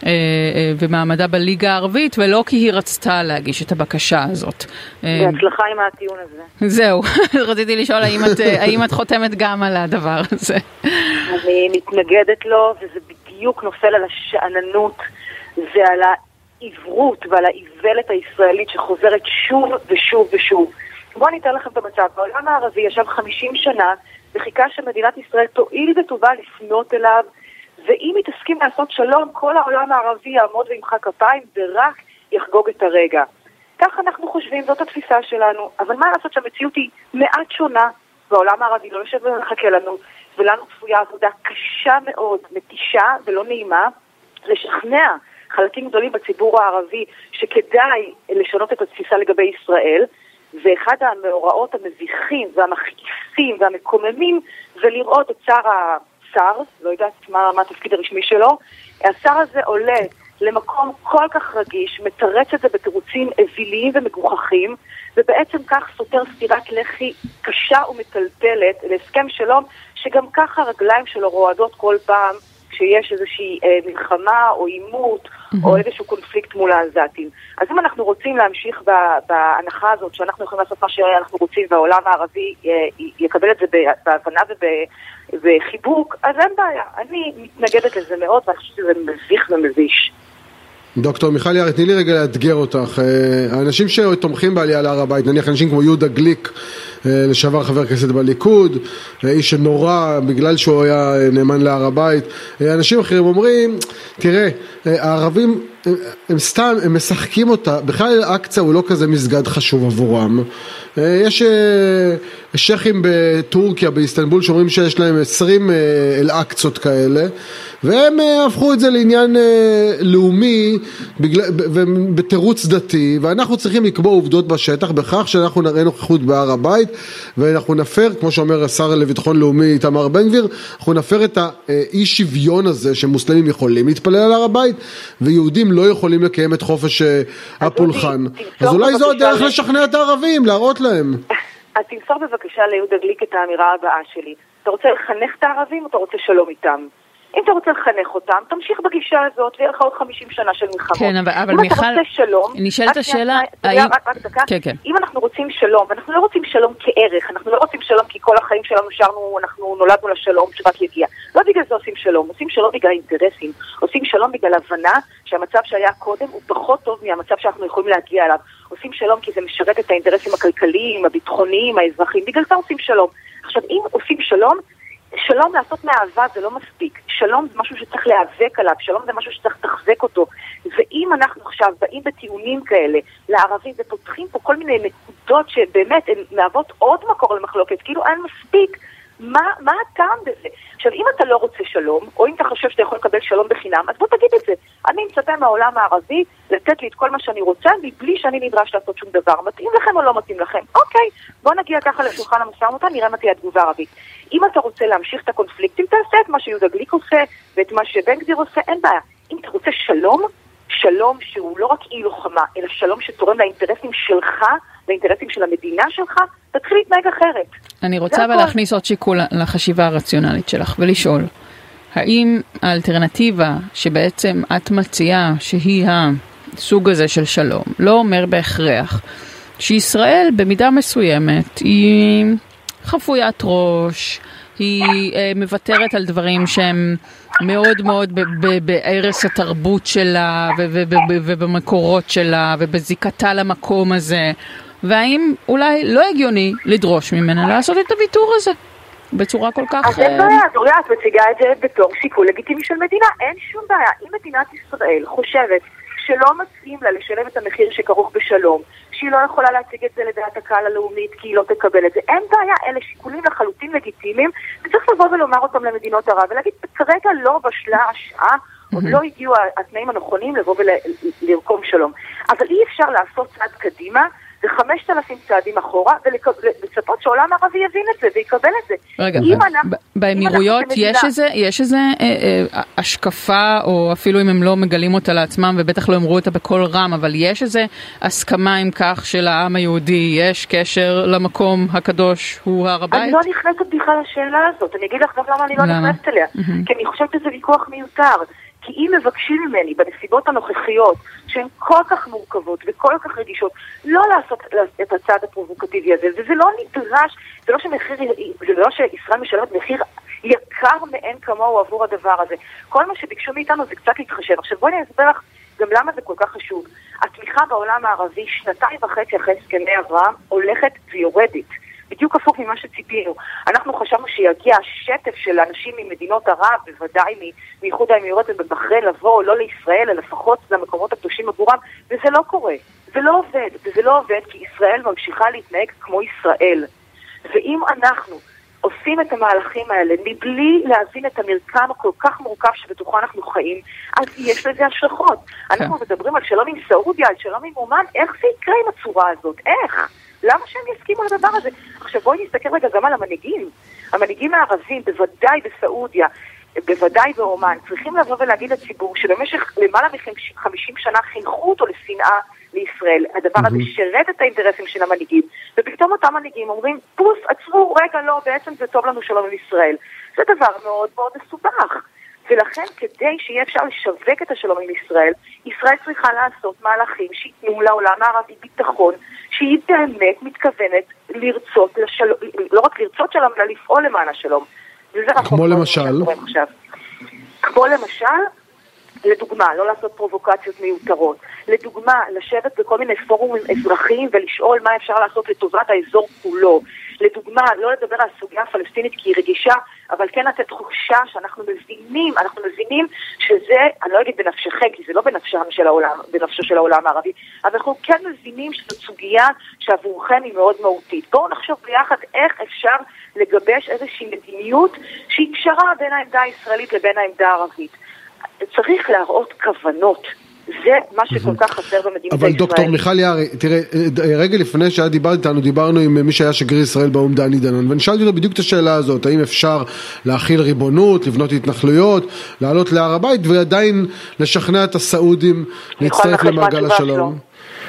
ומעמדה בליגה הערבית, ולא כי היא רצתה להגיש את הבקשה הזאת. בהצלחה עם הטיעון הזה. זהו, רציתי לשאול האם את, האם את חותמת גם על הדבר הזה. אני מתנגדת לו, וזה בדיוק נופל על השעננות, ועל העברות ועל העיוולת הישראלית שחוזרת שוב ושוב ושוב. בואו אני אתן לכם את המצב. העולם הערבי ישב חמישים שנה, וחיכה שמדינת ישראל תועיל וטובה לפנות אליו, ואם מתעסקים לעשות שלום, כל העולם הערבי יעמוד וימחא כפיים ורק יחגוג את הרגע. כך אנחנו חושבים, זאת התפיסה שלנו, אבל מה לעשות שהמציאות היא מעט שונה, והעולם הערבי לא יושב ומחכה לנו, ולנו צפויה עבודה קשה מאוד, מתישה ולא נעימה, לשכנע חלקים גדולים בציבור הערבי שכדאי לשנות את התפיסה לגבי ישראל, ואחד המאורעות המביכים והמכעיסים והמקוממים זה לראות את שר ה... שר, לא יודעת מה, מה התפקיד הרשמי שלו, השר הזה עולה למקום כל כך רגיש, מתרץ את זה בתירוצים אוויליים ומגוחכים, ובעצם כך סותר סתירת לחי קשה ומטלטלת להסכם שלום, שגם ככה הרגליים שלו רועדות כל פעם כשיש איזושהי אה, מלחמה או עימות mm-hmm. או איזשהו קונפליקט מול העזתים. אז אם אנחנו רוצים להמשיך בהנחה הזאת שאנחנו יכולים לעשות מה שאנחנו רוצים והעולם הערבי אה, יקבל את זה בהבנה ובחיבוק, אז אין בעיה. אני מתנגדת לזה מאוד ואני חושבת שזה מביך ומביש. דוקטור מיכל יער, תני לי רגע לאתגר אותך. האנשים שתומכים בעלייה להר הבית, נניח אנשים כמו יהודה גליק, לשעבר חבר כנסת בליכוד, איש שנורא בגלל שהוא היה נאמן להר הבית, אנשים אחרים אומרים, תראה, הערבים הם סתם, הם משחקים אותה, בכלל אקצה הוא לא כזה מסגד חשוב עבורם. יש שייכים בטורקיה, באיסטנבול, שאומרים שיש להם עשרים אל-אקצות כאלה, והם הפכו את זה לעניין לאומי ובתירוץ דתי, ואנחנו צריכים לקבוע עובדות בשטח בכך שאנחנו נראה נוכחות בהר הבית, ואנחנו נפר, כמו שאומר השר לביטחון לאומי איתמר בן גביר, אנחנו נפר את האי שוויון הזה שמוסלמים יכולים להתפלל על הר הבית, ויהודים לא יכולים לקיים את חופש הפולחן. אז אולי זו הדרך לשכנע את הערבים, להראות להם. אז תמסור בבקשה ליהודה גליק את האמירה הבאה שלי. אתה רוצה לחנך את הערבים או אתה רוצה שלום איתם? אם אתה רוצה לחנך אותם, תמשיך בגישה הזאת, ויהיה לך עוד חמישים שנה של מלחמות. כן, אבל, אבל אם מיכל, אתה רוצה שלום, נשאלת השאלה, האם... רק, רק דקה, כן, כן. אם אנחנו רוצים שלום, ואנחנו לא רוצים שלום כערך, אנחנו לא רוצים שלום כי כל החיים שלנו שרנו, אנחנו נולדנו לשלום שרק יגיע. לא בגלל זה עושים שלום, עושים שלום בגלל אינטרסים, עושים שלום בגלל הבנה שהמצב שהיה קודם הוא פחות טוב מהמצב שאנחנו יכולים להגיע אליו. עושים שלום כי זה משרת את האינטרסים הכלכליים, הביטחוניים, האזרחיים, בגלל זה עושים שלום. עכשיו, אם עושים שלום, שלום לעשות מאהבה זה לא מספיק. שלום זה משהו שצריך להיאבק עליו, שלום זה משהו שצריך לתחזק אותו. ואם אנחנו עכשיו באים בטיעונים כאלה לערבים ופותחים פה כל מיני נקודות שבאמת הן מהוות עוד מקור למחלוקת, כאילו אין מספיק, מה, מה הטעם בזה? עכשיו, אם אתה לא רוצה שלום, או אם אתה חושב שאתה יכול לקבל שלום בחינם, אז בוא תגיד את זה. אני מצפה מהעולם הערבי לתת לי את כל מה שאני רוצה, מבלי שאני נדרש לעשות שום דבר. מתאים לכם או לא מתאים לכם? אוקיי, בוא נגיע ככה לשולחן המשא ומתן, נראה מה תהיה התגובה הערבית. אם אתה רוצה להמשיך את הקונפליקטים, תעשה את מה שיהודה גליק עושה, ואת מה שבן גביר עושה, אין בעיה. אם אתה רוצה שלום, שלום שהוא לא רק אי לוחמה, אלא שלום שתורם לאינטרסים שלך, לאינטרסים של המדינה שלך, תתחיל להתנהג אחרת. אני רוצה אבל להכניס עוד שיקול לחשיבה הרציונלית שלך, ולשאול, האם האלטרנטיבה שבעצם את מציעה שהיא הסוג הזה של שלום, לא אומר בהכרח שישראל במידה מסוימת היא חפוית ראש, היא מוותרת על דברים שהם מאוד מאוד בערש התרבות שלה ובמקורות שלה ובזיקתה למקום הזה, והאם אולי לא הגיוני לדרוש ממנה לעשות את הוויתור הזה בצורה כל כך... אז אין בעיה, דוריה, את מציגה את זה בתור שיקול לגיטימי של מדינה, אין שום בעיה. אם מדינת ישראל חושבת שלא מתאים לה לשלם את המחיר שכרוך בשלום, שהיא לא יכולה להציג את זה לדעת הקהל הלאומית כי היא לא תקבל את זה, אין בעיה, אלה שיקולים לחלוטין לגיטימיים, וצריך לבוא ולומר אותם למדינות ערב, ולהגיד, כרגע לא בשלה השעה, עוד לא הגיעו התנאים הנכונים לבוא ולרקום שלום. אבל אי אפשר לעשות צעד קדימה, זה חמשת אלפים צעדים אחורה, ולצפות שהעולם הערבי יבין את זה ויקבל את זה. רגע, באמירויות יש איזה השקפה, או אפילו אם הם לא מגלים אותה לעצמם, ובטח לא אמרו אותה בכל רם, אבל יש איזה הסכמה עם כך של העם היהודי, יש קשר למקום הקדוש, הוא הר הבית? אני לא נכנסת בכלל לשאלה הזאת, אני אגיד לך גם למה אני לא נכנסת אליה, כי אני חושבת שזה ויכוח מיותר. כי אם מבקשים ממני בנסיבות הנוכחיות שהן כל כך מורכבות וכל כך רגישות לא לעשות את הצעד הפרובוקטיבי הזה, וזה לא נדרש, זה לא שמחיר, זה לא שישראל משלמת מחיר יקר מאין כמוהו עבור הדבר הזה. כל מה שביקשו מאיתנו זה קצת להתחשב. עכשיו בואי אני אסבר לך גם למה זה כל כך חשוב. התמיכה בעולם הערבי שנתיים וחצי אחרי הסכמי אברהם הולכת ויורדת. בדיוק הפוך ממה שציפינו. אנחנו חשבנו שיגיע השטף של אנשים ממדינות ערב, בוודאי מאיחוד האמירויות ובבחריין, לבוא לא לישראל, אלא לפחות למקומות הקדושים עבורם, וזה לא קורה. זה לא עובד, וזה לא עובד כי ישראל ממשיכה להתנהג כמו ישראל. ואם אנחנו עושים את המהלכים האלה מבלי להבין את המרקם הכל כך מורכב שבתוכו אנחנו חיים, אז יש לזה השלכות. אנחנו מדברים על שלום עם סעודיה, על שלום עם אומן, איך זה יקרה עם הצורה הזאת? איך? למה שהם יסכימו על הדבר הזה? עכשיו בואי נסתכל רגע גם על המנהיגים. המנהיגים הערבים, בוודאי בסעודיה, בוודאי באומן, צריכים לבוא ולהגיד לציבור שבמשך למעלה מ-חמישים שנה חינכו אותו לשנאה לישראל. הדבר הזה שרת את האינטרסים של המנהיגים. ופתאום אותם מנהיגים אומרים, פוס, עצרו, רגע, לא, בעצם זה טוב לנו שלום עם ישראל. זה דבר מאוד מאוד מסובך. ולכן כדי שיהיה אפשר לשווק את השלום עם ישראל, ישראל צריכה לעשות מהלכים שיתנו לעולם הערבי ביטחון, שהיא באמת מתכוונת לרצות לשלום, לא רק לרצות שלום, אלא לפעול למען השלום. כמו למשל? כמו למשל, לדוגמה, לא לעשות פרובוקציות מיותרות. לדוגמה, לשבת בכל מיני פורומים אזרחיים ולשאול מה אפשר לעשות לטובת האזור כולו. לדוגמה, לא לדבר על הסוגיה הפלסטינית כי היא רגישה, אבל כן לתת תחושה שאנחנו מבינים, אנחנו מבינים שזה, אני לא אגיד בנפשכם, כי זה לא בנפשם של העולם, בנפשו של העולם הערבי, אבל אנחנו כן מבינים שזו סוגיה שעבורכם היא מאוד מהותית. בואו נחשוב ביחד איך אפשר לגבש איזושהי מדיניות שהיא קשרה בין העמדה הישראלית לבין העמדה הערבית. צריך להראות כוונות. זה מה שכל כך חסר במדינת ישראל. אבל דוקטור מיכל יערי, תראה, רגע לפני שהיה דיברת איתנו, דיברנו עם מי שהיה שגריר ישראל באו"ם דני דנון, ואני שאלתי אותו בדיוק את השאלה הזאת, האם אפשר להכיל ריבונות, לבנות התנחלויות, לעלות להר הבית, ועדיין לשכנע את הסעודים להצטרף למעגל השלום.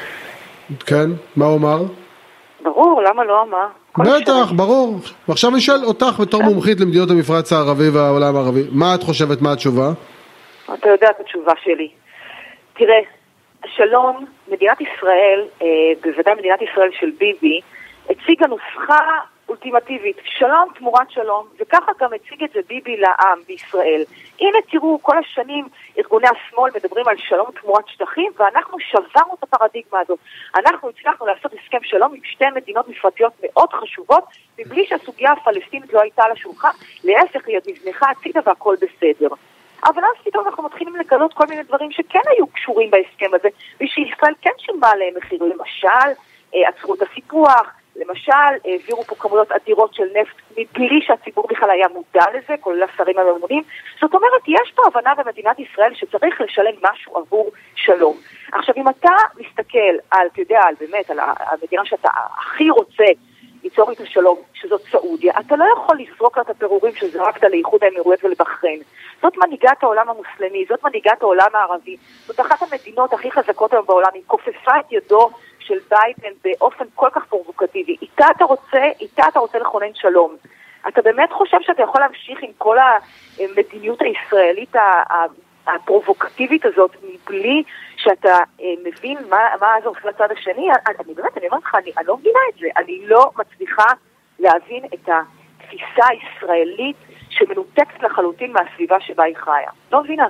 כן, מה הוא אמר? ברור, למה לא אמר? בטח, ברור. ועכשיו אני שואל אותך בתור מומחית למדינות המפרץ הערבי והעולם הערבי, מה את חושבת, מה התשובה? אתה יודע את התשובה שלי. תראה, השלום, מדינת ישראל, אה, בוודאי מדינת ישראל של ביבי, הציגה נוסחה אולטימטיבית, שלום תמורת שלום, וככה גם הציג את זה ביבי לעם בישראל. הנה תראו, כל השנים ארגוני השמאל מדברים על שלום תמורת שטחים, ואנחנו שברנו את הפרדיגמה הזאת. אנחנו הצלחנו לעשות הסכם שלום עם שתי מדינות מפרטיות מאוד חשובות, מבלי שהסוגיה הפלסטינית לא הייתה על השולחן, להפך היא נזנחה הצידה והכל בסדר. אבל אז פתאום אנחנו מתחילים לגלות כל מיני דברים שכן היו קשורים בהסכם הזה, ושישראל כן שילמה עליהם מחיר. למשל, עצרו את הסיפוח, למשל, העבירו פה כמויות אדירות של נפט מבלי שהציבור בכלל היה מודע לזה, כולל השרים הממונים. זאת אומרת, יש פה הבנה במדינת ישראל שצריך לשלם משהו עבור שלום. עכשיו, אם אתה מסתכל על, אתה יודע, על באמת, על המדינה שאתה הכי רוצה ליצור את השלום, שזאת סעודיה, אתה לא יכול לזרוק לה את הפירורים שזרקת לאיחוד האמירויות ולבחריין. זאת מנהיגת העולם המוסלמי, זאת מנהיגת העולם הערבי, זאת אחת המדינות הכי חזקות היום בעולם, היא כופפה את ידו של ביידן באופן כל כך פרובוקטיבי. איתה אתה רוצה, איתה אתה רוצה לכונן שלום. אתה באמת חושב שאתה יכול להמשיך עם כל המדיניות הישראלית הפרובוקטיבית הזאת, מבלי שאתה מבין מה, מה זה עושה לצד השני? אני, אני באמת, אני אומרת לך, אני, אני לא מבינה את זה. אני לא מצליחה להבין את התפיסה הישראלית שמנותקת לחלוטין מהסביבה שבה היא חיה. לא מבינה.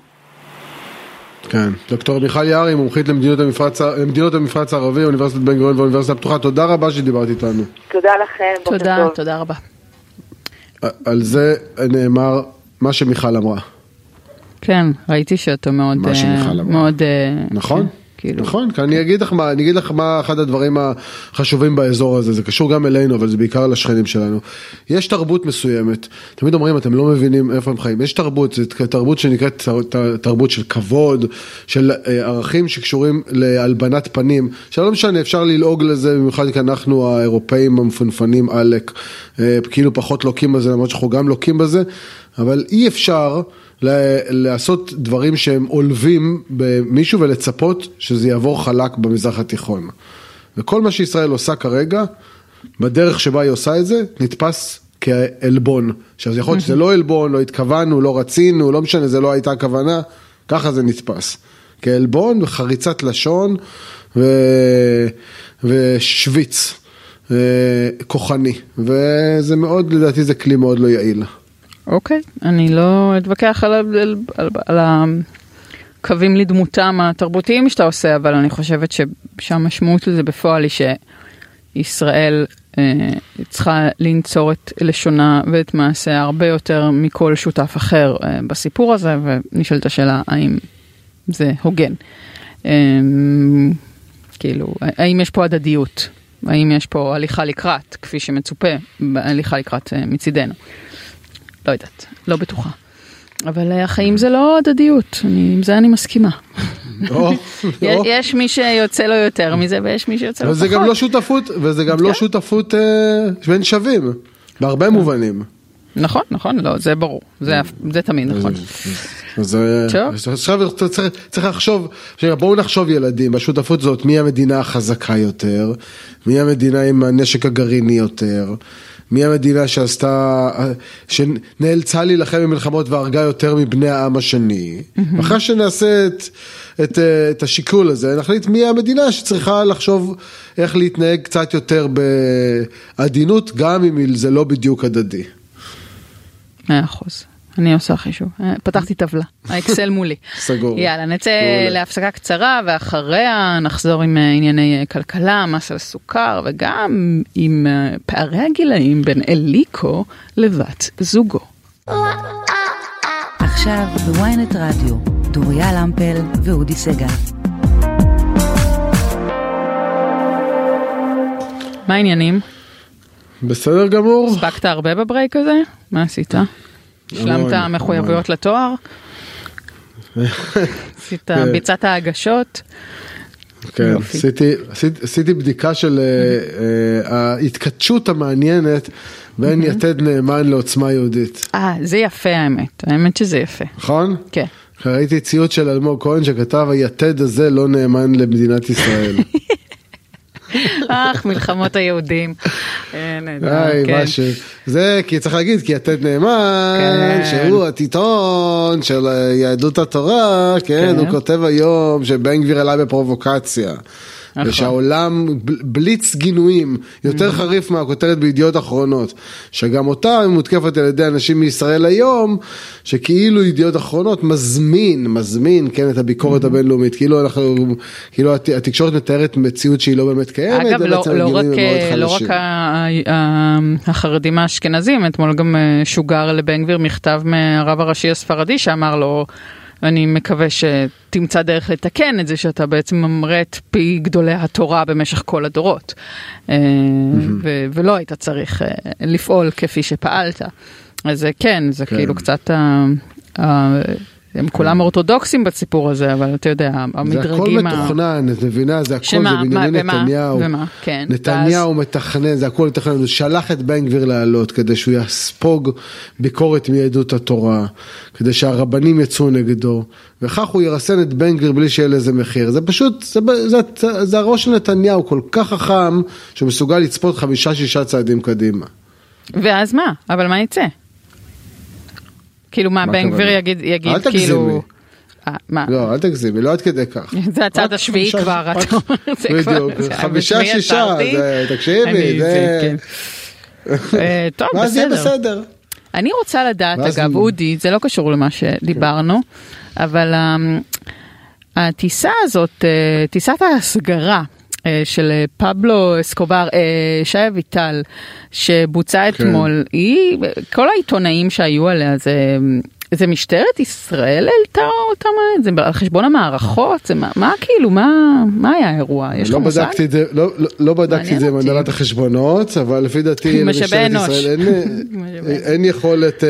כן, דוקטור מיכל יערי, מומחית למדינות המפרץ, למדינות המפרץ הערבי, אוניברסיטת בן גוריון ואוניברסיטה הפתוחה. תודה רבה שדיברת איתנו. תודה לכם. תודה, תודה רבה. על זה נאמר מה שמיכל אמרה. כן, ראיתי שאתה מאוד, מה שמיכל אמרה. מאוד, נכון? כן, כאילו. נכון, כי אני אגיד לך מה, אני אגיד לך מה אחד הדברים החשובים באזור הזה, זה קשור גם אלינו, אבל זה בעיקר לשכנים שלנו. יש תרבות מסוימת, תמיד אומרים, אתם לא מבינים איפה הם חיים, יש תרבות, זה תרבות שנקראת תרבות של כבוד, של ערכים שקשורים להלבנת פנים, שלא משנה, אפשר ללעוג לזה, במיוחד כי אנחנו האירופאים המפונפנים עלק, כאילו פחות לוקים בזה, למרות שאנחנו גם לוקים בזה, אבל אי אפשר לעשות דברים שהם עולבים במישהו ולצפות שזה יעבור חלק במזרח התיכון. וכל מה שישראל עושה כרגע, בדרך שבה היא עושה את זה, נתפס כאלבון. עכשיו זה יכול להיות שזה לא אלבון, לא התכוונו, לא רצינו, לא משנה, זה לא הייתה הכוונה, ככה זה נתפס. כאלבון וחריצת לשון ו... ושוויץ, כוחני. וזה מאוד, לדעתי זה כלי מאוד לא יעיל. אוקיי, אני לא אתווכח על, על, על, על הקווים לדמותם התרבותיים שאתה עושה, אבל אני חושבת שהמשמעות לזה בפועל היא שישראל אה, צריכה לנצור את לשונה ואת מעשה הרבה יותר מכל שותף אחר אה, בסיפור הזה, ונשאלת השאלה האם זה הוגן. אה, כאילו, האם יש פה הדדיות? האם יש פה הליכה לקראת, כפי שמצופה, הליכה לקראת אה, מצידנו? לא יודעת, לא בטוחה. אבל החיים זה לא הדדיות, עם זה אני מסכימה. יש מי שיוצא לו יותר מזה, ויש מי שיוצא לו פחות. וזה גם לא שותפות, וזה גם לא שותפות בין שווים, בהרבה מובנים. נכון, נכון, לא, זה ברור, זה תמיד נכון. אז עכשיו צריך לחשוב, בואו נחשוב ילדים, בשותפות זאת, מי המדינה החזקה יותר, מי המדינה עם הנשק הגרעיני יותר, מי המדינה שעשתה, שנאלצה להילחם במלחמות והרגה יותר מבני העם השני. אחרי שנעשה את, את, את השיקול הזה, נחליט מי המדינה שצריכה לחשוב איך להתנהג קצת יותר בעדינות, גם אם זה לא בדיוק הדדי. מאה אחוז. אני עושה חישוב. פתחתי טבלה. האקסל מולי. סגור. יאללה, נצא להפסקה קצרה, ואחריה נחזור עם ענייני כלכלה, מס על סוכר, וגם עם פערי הגילאים בין אליקו לבת זוגו. עכשיו בוויינט רדיו, דוריה למפל ואודי סגל. מה העניינים? בסדר גמור. הספקת הרבה בברייק הזה? מה עשית? השלמת מחויבויות לתואר? עשית ביצת ההגשות? כן, עשיתי בדיקה של ההתכתשות המעניינת בין יתד נאמן לעוצמה יהודית. אה, זה יפה האמת, האמת שזה יפה. נכון? כן. ראיתי ציוט של אלמוג כהן שכתב, היתד הזה לא נאמן למדינת ישראל. אך, מלחמות היהודים. איי, משהו. זה, כי צריך להגיד, כי יתד נאמן, שהוא הטיטון של יהדות התורה, כן, הוא כותב היום שבן גביר עלה בפרובוקציה. ושהעולם בליץ גינויים יותר חריף מהכותרת בידיעות אחרונות, שגם אותה מותקפת על ידי אנשים מישראל היום, שכאילו ידיעות אחרונות מזמין, מזמין, כן, את הביקורת הבינלאומית, כאילו אנחנו, כאילו התקשורת מתארת מציאות שהיא לא באמת קיימת. אגב, לא רק החרדים האשכנזים, אתמול גם שוגר לבן גביר מכתב מהרב הראשי הספרדי שאמר לו, אני מקווה שתמצא דרך לתקן את זה, שאתה בעצם ממראת פי גדולי התורה במשך כל הדורות. ולא היית צריך לפעול כפי שפעלת. אז כן, זה כאילו קצת... הם כולם אורתודוקסים בסיפור הזה, אבל אתה יודע, המדרגים... זה הכל מתוכנן, את מבינה, זה הכל, זה בנימין נתניהו. ומה? כן. נתניהו מתכנן, זה הכל מתכנן, הוא שלח את בן גביר לעלות, כדי שהוא יספוג ביקורת מיהדות התורה, כדי שהרבנים יצאו נגדו, וכך הוא ירסן את בן גביר בלי שיהיה לזה מחיר. זה פשוט, זה, זה, זה, זה הראש של נתניהו, כל כך חכם, שהוא מסוגל לצפות חמישה, שישה צעדים קדימה. ואז מה? אבל מה יצא? כאילו מה, בן גביר יגיד, יגיד כאילו... לא, אל תגזימי, לא עד כדי כך. זה הצד השביעי כבר, אתה אומר, זה כבר... בדיוק, חמישה, שישה, תקשיבי, זה... טוב, מה זה בסדר? אני רוצה לדעת, אגב, אודי, זה לא קשור למה שדיברנו, אבל הטיסה הזאת, טיסת ההסגרה, של פבלו אסקובר, שי אביטל, שבוצע אתמול, היא, כל העיתונאים שהיו עליה, זה, זה משטרת ישראל העלתה אותם, זה על חשבון המערכות, זה מה, מה כאילו, מה, מה היה האירוע? יש לא לך מושג? בדקתי את זה, לא, לא, לא בדקתי את זה עם הנהלת החשבונות, אבל לפי דעתי, למשטרת ישראל אין, אין יכולת,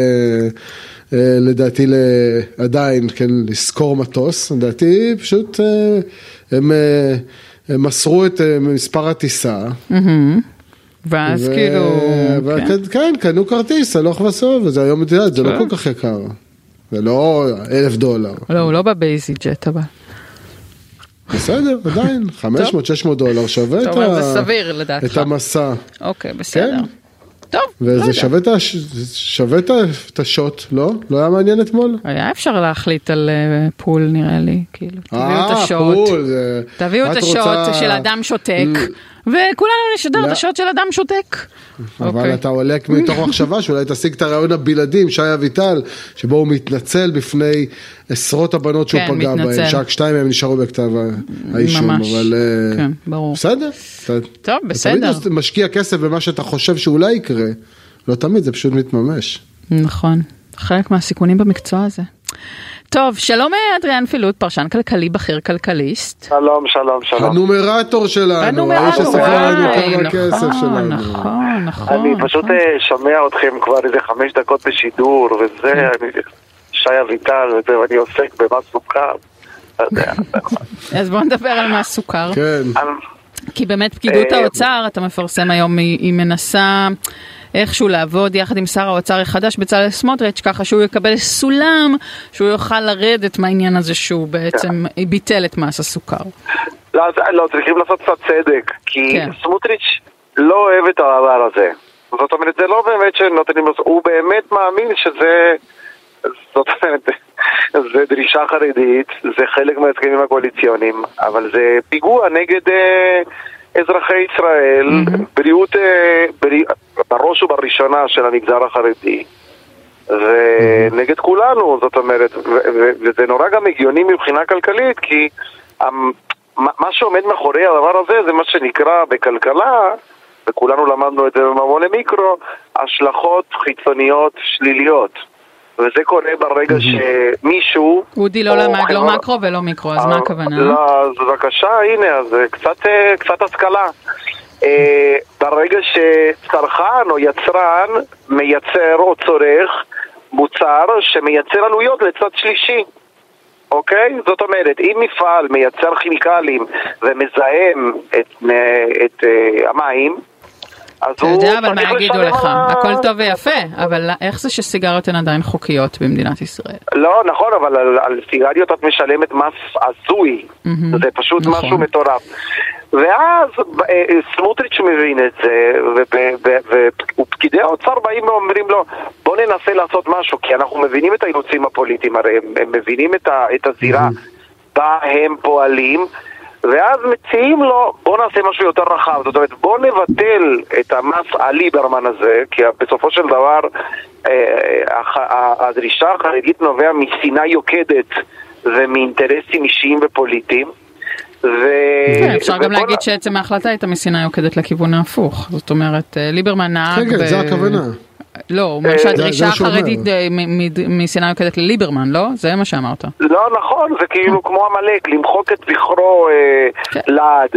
לדעתי, עדיין, כן, לזכור מטוס, לדעתי, פשוט, הם... הם מסרו את מספר הטיסה. ואז כאילו... כן, קנו כרטיס, הלוך וסוף, וזה היום מדינת, זה לא כל כך יקר. זה לא אלף דולר. לא, הוא לא בבייסי ג'ט, אבל. בסדר, עדיין, חמש מאות שש מאות דולר שווה את המסע. אוקיי, בסדר. טוב, וזה שווה את השוט, לא? לא היה מעניין אתמול? היה אפשר להחליט על פול, נראה לי, כאילו. תביאו את השוט. תביאו את השוט של אדם שותק, וכולנו נשדר את השוט של אדם שותק. אבל אתה עולה מתוך מחשבה שאולי תשיג את הרעיון הבלעדי עם שי אביטל, שבו הוא מתנצל בפני עשרות הבנות שהוא פגע בהן, שרק שתיים מהם נשארו בכתב האישום. ממש, כן, ברור. בסדר? טוב, בסדר. אתה תמיד משקיע כסף במה שאתה חושב שאולי יקרה, לא תמיד, זה פשוט מתממש. נכון, חלק מהסיכונים במקצוע הזה. טוב, שלום אדריאן פילוט, פרשן כלכלי בכיר כלכליסט. שלום, שלום, שלום. הנומרטור שלנו, האיש שספר לנו כמה כסף שלנו. נכון, נכון. אני פשוט שומע אתכם כבר איזה חמש דקות בשידור, וזה, שי אביטל, ואני עוסק במס סוכר. אז בואו נדבר על מס סוכר. כן. כי באמת פקידות האוצר, אתה מפרסם היום, היא מנסה... איכשהו לעבוד יחד עם שר האוצר החדש בצלאל סמוטריץ', ככה שהוא יקבל סולם, שהוא יוכל לרדת מהעניין הזה שהוא בעצם ביטל את מס הסוכר. לא, לא, צריכים לעשות קצת צדק, כי סמוטריץ' לא אוהב את הדבר הזה. זאת אומרת, זה לא באמת שנותנים לו, הוא באמת מאמין שזה, זאת אומרת, זה דרישה חרדית, זה חלק מההסכמים הקואליציוניים, אבל זה פיגוע נגד... אזרחי ישראל, mm-hmm. בריאות, ברי... בראש ובראשונה של המגזר החרדי, ונגד mm-hmm. כולנו, זאת אומרת, ו- ו- וזה נורא גם הגיוני מבחינה כלכלית, כי המ... מה שעומד מאחורי הדבר הזה, זה מה שנקרא בכלכלה, וכולנו למדנו את זה בממון למיקרו, השלכות חיצוניות שליליות. וזה קורה ברגע שמישהו... אודי לא למד לא מקרו ולא מיקרו, אז מה הכוונה? לא, אז בבקשה, הנה, אז קצת השכלה. ברגע שצרכן או יצרן מייצר או צורך מוצר שמייצר עלויות לצד שלישי, אוקיי? זאת אומרת, אם מפעל מייצר כימיקלים ומזהם את, את uh, המים, אז אתה יודע, אבל מה יגידו לך? הכל טוב ויפה, אבל איך זה שסיגריות הן עדיין חוקיות במדינת ישראל? לא, נכון, אבל על, על סיגריות את משלמת מס עזוי, זה פשוט משהו מטורף. ואז סמוטריץ' מבין את זה, ופקידי האוצר באים ואומרים לו, בוא ננסה לעשות משהו, כי אנחנו מבינים את האילוצים הפוליטיים, הרי הם מבינים את הזירה בה הם פועלים, ואז מציעים לו, בוא נעשה משהו יותר רחב, זאת אומרת, בוא נבטל את המס הליברמן הזה, כי בסופו של דבר הדרישה החרדית נובע משנאה יוקדת ומאינטרסים אישיים ופוליטיים. אפשר גם להגיד שעצם ההחלטה הייתה משנאה יוקדת לכיוון ההפוך, זאת אומרת, ליברמן נהג כן, זה הכוונה. לא, הוא אומר שהדרישה החרדית משנאה יוקדת לליברמן, לא? זה מה שאמרת. לא, נכון, זה כאילו כמו המלאק, למחוק את זכרו לעד.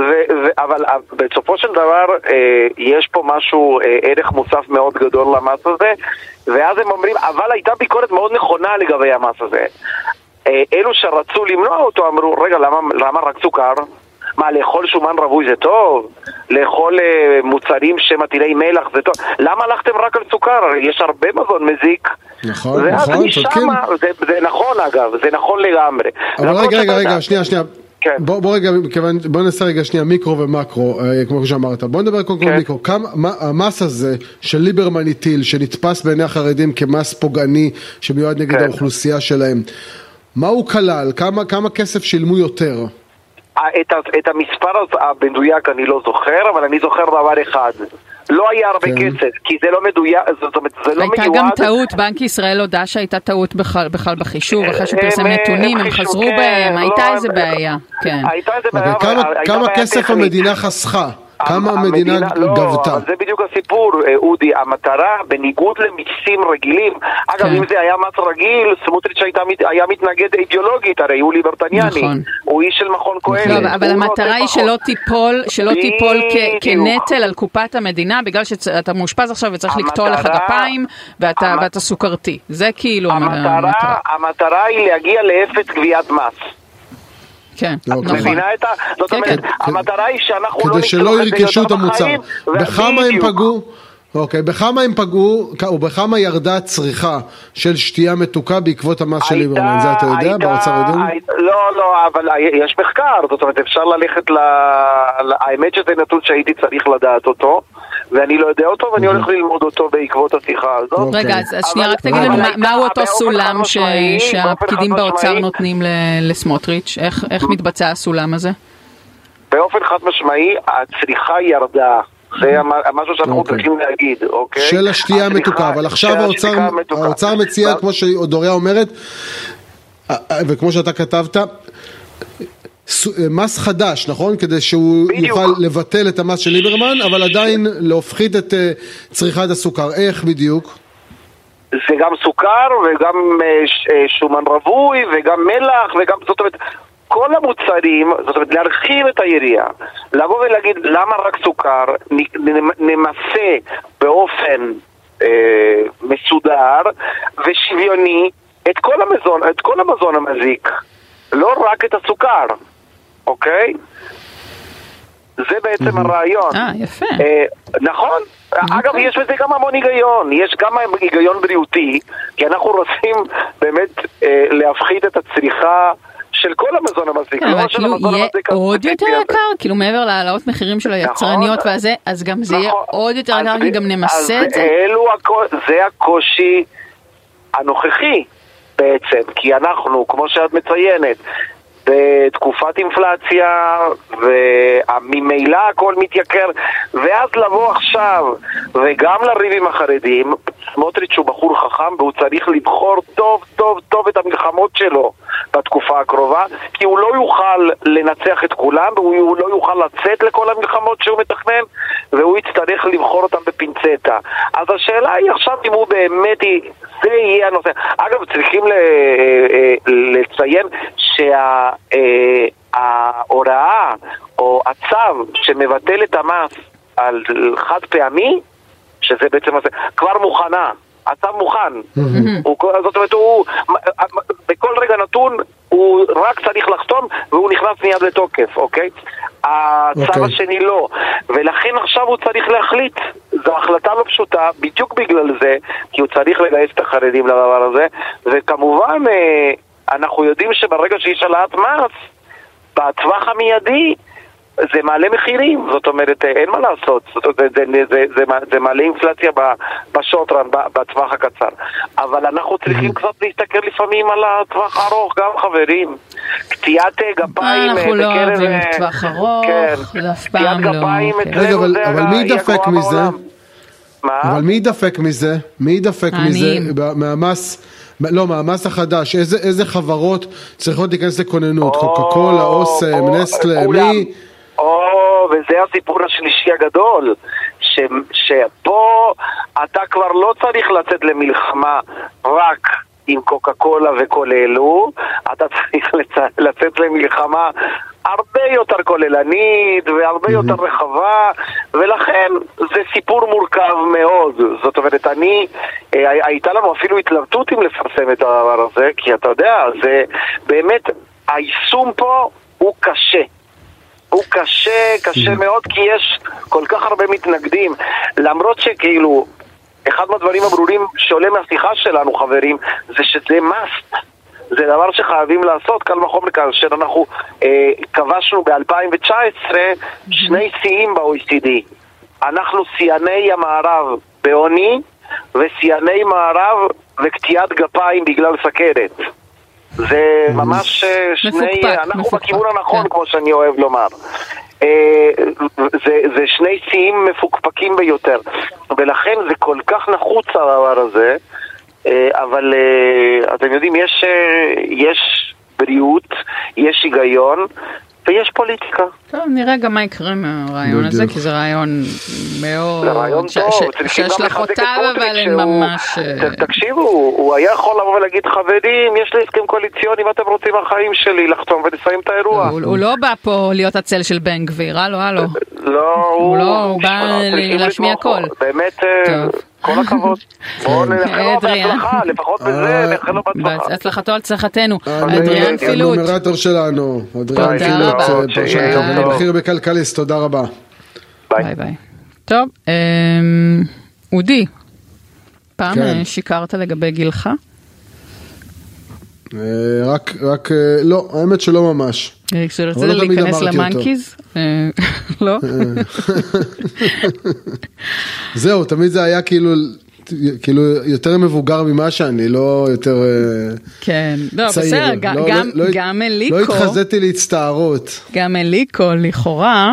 אבל בסופו של דבר יש פה משהו, ערך מוסף מאוד גדול למס הזה, ואז הם אומרים, אבל הייתה ביקורת מאוד נכונה לגבי המס הזה. אלו שרצו למנוע אותו אמרו, רגע, למה, למה רק סוכר? מה, לאכול שומן רווי זה טוב? לאכול uh, מוצרים שמטילי מלח זה טוב? למה הלכתם רק על סוכר? יש הרבה מזון מזיק. נכון, נכון, צודקים. זה, זה נכון אגב, זה נכון לגמרי. אבל רגע, רגע, רגע, שנייה, שנייה. כן. בוא, בוא רגע, בוא נעשה רגע שנייה מיקרו ומקרו, כמו שאמרת. בוא נדבר קודם כל כן. מיקרו. כמה, המס הזה של ליברמן הטיל, שנתפס בעיני החרדים כמס פוגעני, שמיועד נגד כן. האוכלוסייה שלהם, מה הוא כלל? כמה, כמה כסף שילמו יותר? את, את המספר המדויק אני לא זוכר, אבל אני זוכר דבר אחד. לא היה הרבה כן. כסף, כי זה לא מדויק, זאת אומרת, זה לא מיועד. הייתה גם טעות, בנק ישראל הודע שהייתה טעות בכלל, בכלל בחישוב, אחרי שפרסם נתונים, הם חזרו כן, בהם, לא, הייתה איזה בעיה. כן. הייתה איזה בעיה. Okay, כמה, כמה כסף טכנית. המדינה חסכה? כמה המדינה, המדינה גבתה? לא, זה בדיוק הסיפור, אודי. המטרה, בניגוד למיסים רגילים, אגב, כן. אם זה היה מס רגיל, סמוטריץ' היה מתנגד אידיאולוגית, הרי הוא ליברטניאני. נכון. הוא איש של מכון כהן. לא, אבל המטרה היא שלא תיפול, שלא תיפול כ- כנטל על קופת המדינה, בגלל שאתה מאושפז עכשיו וצריך לקטוע לך גפיים, ואתה, המ... ואתה סוכרתי. זה כאילו המטרה. המטרה, המטרה היא להגיע לאפס גביית מס. כן, נכון. זאת אומרת, המטרה היא שאנחנו לא כדי שלא ירכשו את המוצר. בכמה הם פגעו, אוקיי, בכמה הם פגעו, ובכמה ירדה הצריכה של שתייה מתוקה בעקבות המס של ליברמן, זה אתה יודע, באוצר יודעים? לא, לא, אבל יש מחקר, זאת אומרת, אפשר ללכת ל... האמת שזה נתון שהייתי צריך לדעת אותו, ואני לא יודע אותו, ואני הולך ללמוד אותו בעקבות השיחה הזאת. רגע, אז שנייה, רק תגיד לנו, מהו אותו סולם שהפקידים באוצר נותנים לסמוטריץ'? איך מתבצע הסולם הזה? באופן חד משמעי, הצריכה ירדה. זה משהו שאנחנו צריכים להגיד, אוקיי? של השתייה המתוקה, אבל עכשיו האוצר מציע, כמו שדוריה אומרת, וכמו שאתה כתבת, מס חדש, נכון? כדי שהוא יוכל לבטל את המס של ליברמן, אבל עדיין להפחית את צריכת הסוכר. איך בדיוק? זה גם סוכר וגם שומן רווי וגם מלח וגם, זאת אומרת, כל המוצרים, זאת אומרת, להרחיב את היריעה, לבוא ולהגיד למה רק סוכר, נמסה באופן אה, מסודר ושוויוני את כל המזון, את כל המזון המזיק, לא רק את הסוכר, אוקיי? זה בעצם הרעיון. אה, יפה. אה, נכון. אגב, יש בזה גם המון היגיון, יש גם היגיון בריאותי, כי אנחנו רוצים באמת אה, להפחית את הצריכה של כל המזון המזיק. אבל כאילו יהיה עוד יותר יקר, כאילו מעבר להעלאות מחירים של היצרניות והזה, אז גם זה יהיה עוד יותר יקר, כי גם נמסה את זה. זה הקושי הנוכחי בעצם, כי אנחנו, כמו שאת מציינת, בתקופת אינפלציה וממילא הכל מתייקר, ואז לבוא עכשיו וגם לריב עם החרדים. סמוטריץ' הוא בחור חכם והוא צריך לבחור טוב טוב טוב את המלחמות שלו בתקופה הקרובה, כי הוא לא יוכל לנצח את כולם והוא לא יוכל לצאת לכל המלחמות שהוא מתכנן, והוא יצטרך לבחור אותם בפינצטה. אז השאלה היא עכשיו אם הוא באמת, זה יהיה הנושא. אגב, צריכים לציין שההוראה או הצו שמבטל את המס על חד פעמי, שזה בעצם כבר מוכנה, הצו מוכן. הוא, זאת אומרת, הוא, בכל רגע נתון הוא רק צריך לחתום והוא נכנס מיד לתוקף, אוקיי? הצו השני לא, ולכן עכשיו הוא צריך להחליט. זו החלטה לא פשוטה, בדיוק בגלל זה, כי הוא צריך לגייס את החרדים לדבר הזה, וכמובן אנחנו יודעים שברגע שיש העלאת מס, בטווח המיידי זה מעלה מחירים, זאת אומרת, אין מה לעשות, זה, זה, זה, זה, זה מעלה אינפלציה בשוטרן, בטווח הקצר. אבל אנחנו צריכים קצת להסתכל לפעמים על הטווח הארוך, גם חברים. קטיעת גפיים אנחנו לא אוהבים טווח ארוך, זה אף פעם לא. רגע, אבל מי ידפק מזה? אבל מי ידפק מזה? מי ידפק מזה? מהמס... לא, מהמס החדש, איזה, איזה חברות צריכות להיכנס לכוננות? קוקה קולה, אוסם, נסטלה, מי? או, וזה הסיפור השלישי הגדול, ש, שפה אתה כבר לא צריך לצאת למלחמה רק עם קוקה קולה וכל אלו, אתה צריך לצאת למלחמה הרבה יותר כוללנית והרבה יותר רחבה, ולכן זה סיפור מורכב מאוד. זאת אומרת, אני, הייתה לנו אפילו התלבטות אם לפרסם את הדבר הזה, כי אתה יודע, זה באמת, היישום פה הוא קשה. הוא קשה, קשה מאוד, כי יש כל כך הרבה מתנגדים, למרות שכאילו, אחד מהדברים הברורים שעולה מהשיחה שלנו, חברים, זה שזה must. זה דבר שחייבים לעשות, קל וחומר כאשר אנחנו אה, כבשנו ב-אלפיים תשע עשרה שני שיאים ב-או אי סי די. אנחנו שיאני המערב בעוני, ושיאני מערב וקטיעת גפיים בגלל סכרת. זה ממש שני, מפוקפק, אנחנו מפוקפק, בכיוון הנכון, כן. כמו שאני אוהב לומר. אה, זה, זה שני שיאים מפוקפקים ביותר, ולכן זה כל כך נחוץ הדבר הזה. אבל אתם יודעים, יש, יש בריאות, יש היגיון ויש פוליטיקה. טוב, נראה גם מה יקרה מהרעיון הזה, כי זה רעיון מאוד... זה רעיון טוב, שיש לחותיו, אבל הם ממש... תקשיבו, הוא היה יכול לבוא ולהגיד, חברים, יש לי הסכם קואליציוני ואתם רוצים החיים שלי לחתום ולסיים את האירוע. הוא לא בא פה להיות הצל של בן גביר, הלו, הלו. לא, הוא בא להשמיע קול. באמת... כל הכבוד. בואו נלך לו בהצלחה, לפחות בזה, נלך לו בהצלחה. הצלחתו על צלחתנו. אדריאן פילוט. הנומרטור שלנו. אדריאן פילוט, פרשן כלכלי בכיר בכלכליסט, תודה רבה. ביי ביי. טוב, אודי, פעם שיקרת לגבי גילך? רק, רק, לא, האמת שלא ממש. כשרצית להיכנס למנקיז? לא? זהו, תמיד זה היה כאילו, כאילו יותר מבוגר ממה שאני, לא יותר כן, לא, בסדר, גם אליקו. לא התחזיתי להצטערות. גם אליקו, לכאורה,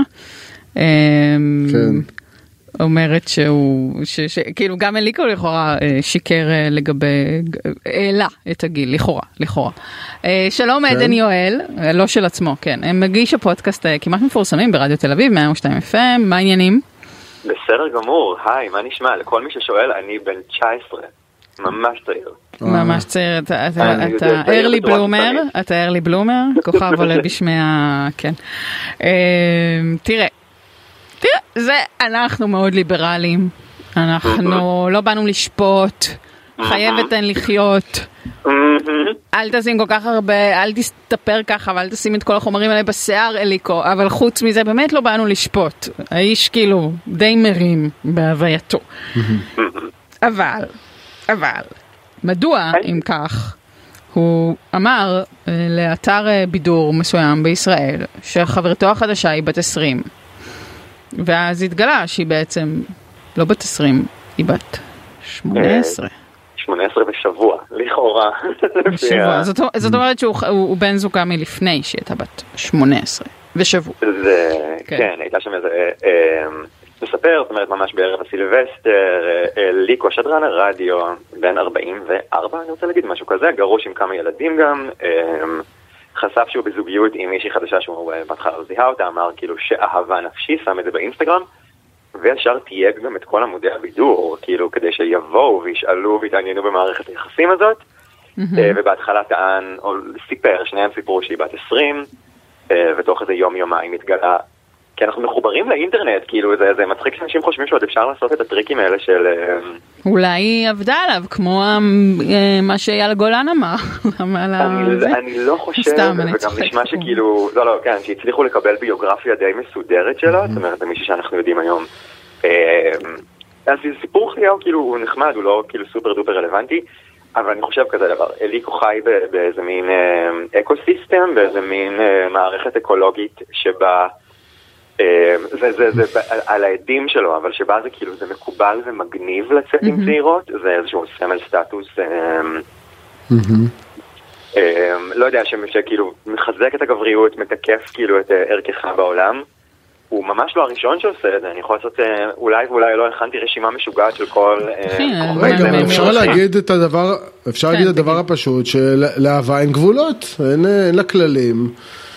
אומרת שהוא, כאילו גם אליקו לכאורה שיקר לגבי, העלה את הגיל, לכאורה, לכאורה. שלום עדן יואל, לא של עצמו, כן. הם מגיש הפודקאסט כמעט מפורסמים ברדיו תל אביב, מאה ושתיים אף אם, מה העניינים? בסדר גמור, היי, מה נשמע? לכל מי ששואל, אני בן תשע עשרה, ממש צעיר. ממש צעיר, אתה early bloomer, אתה early bloomer, כוכב עולה בשמי ה... כן. תראה, תראה, זה, אנחנו מאוד ליברליים, אנחנו לא באנו לשפוט, חייבת אין לחיות, אל תשים כל כך הרבה, אל תסתפר ככה, ואל תשים את כל החומרים האלה בשיער אליקו, אבל חוץ מזה באמת לא באנו לשפוט, האיש כאילו די מרים בהווייתו. אבל, אבל, מדוע אם כך, הוא אמר לאתר בידור מסוים בישראל, שחברתו החדשה היא בת עשרים, ואז התגלה שהיא בעצם לא בת עשרים, היא בת שמונה עשרה. שמונה עשרה בשבוע, לכאורה. בשבוע, זאת אומרת שהוא בן זוגה מלפני שהיא הייתה בת שמונה עשרה בשבוע. כן, הייתה שם איזה מספר, זאת אומרת ממש בערב הסילבסטר, ליקו שדרן הרדיו, בן ארבעים וארבע, אני רוצה להגיד משהו כזה, גרוש עם כמה ילדים גם, חשף שהוא בזוגיות עם מישהי חדשה שהוא בהתחלה זיהה אותה, אמר כאילו שאהבה נפשי, שם את זה באינסטגרם, וישר תייג גם את כל עמודי הבידור, כאילו כדי שיבואו וישאלו ויתעניינו במערכת היחסים הזאת, ובהתחלה טען, או סיפר, שניהם סיפרו שהיא בת עשרים, ותוך איזה יום יומיים התגלה כי אנחנו מחוברים לאינטרנט, כאילו זה, זה מצחיק שאנשים חושבים שעוד אפשר לעשות את הטריקים האלה של... אולי היא עבדה עליו, כמו מה שאייל גולן אמר. אני, אני לא חושב, וגם נשמע שכאילו, לא, לא, כן, שהצליחו לקבל ביוגרפיה די מסודרת שלו, זאת אומרת, זה מישהו שאנחנו יודעים היום. אז סיפור חייו כאילו הוא נחמד, הוא לא כאילו סופר דופר רלוונטי, אבל אני חושב כזה דבר, אליקו חי באיזה מין אקוסיסטם, באיזה מין מערכת אקולוגית שבה, זה, זה, זה על העדים שלו, אבל שבה זה כאילו, זה מקובל ומגניב לצאת עם צעירות, זה איזשהו סמל סטטוס, לא יודע, שכאילו מחזק את הגבריות, מתקף כאילו את ערכך בעולם, הוא ממש לא הראשון שעושה את זה, אני יכול לעשות, אולי ואולי לא הכנתי רשימה משוגעת של כל... רגע, אפשר להגיד את הדבר, אפשר להגיד את הדבר הפשוט, שלאהבה אין גבולות, אין לה כללים,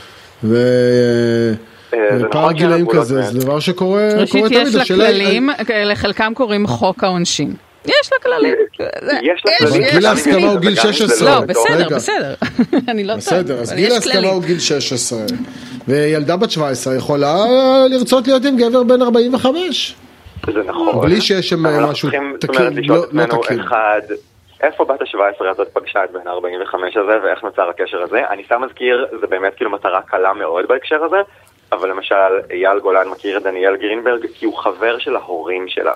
ופער גילאים כזה, זה דבר שקורה תמיד. ראשית, יש לה כללים, לחלקם קוראים חוק העונשין. יש לה כללים. יש לה כללים. גיל ההסכמה הוא גיל שש עשרה. לא, בסדר, בסדר. אני לא טוב. בסדר, אז גיל ההסכמה הוא גיל שש עשרה. וילדה בת שבע עשרה יכולה לרצות להיות עם גבר בן ארבעים וחמש. זה נכון. בלי שיש שם משהו לא תקין. איפה בת ה-שבע עשרה הזאת פגשה את בן ארבעים וחמש הזה, ואיך נוצר הקשר הזה? אני סתם מזכיר, זה באמת כאילו מטרה קלה מאוד בהקשר הזה, אבל למשל, אייל גולן מכיר את דניאל גרינברג, כי הוא חבר של ההורים שלה.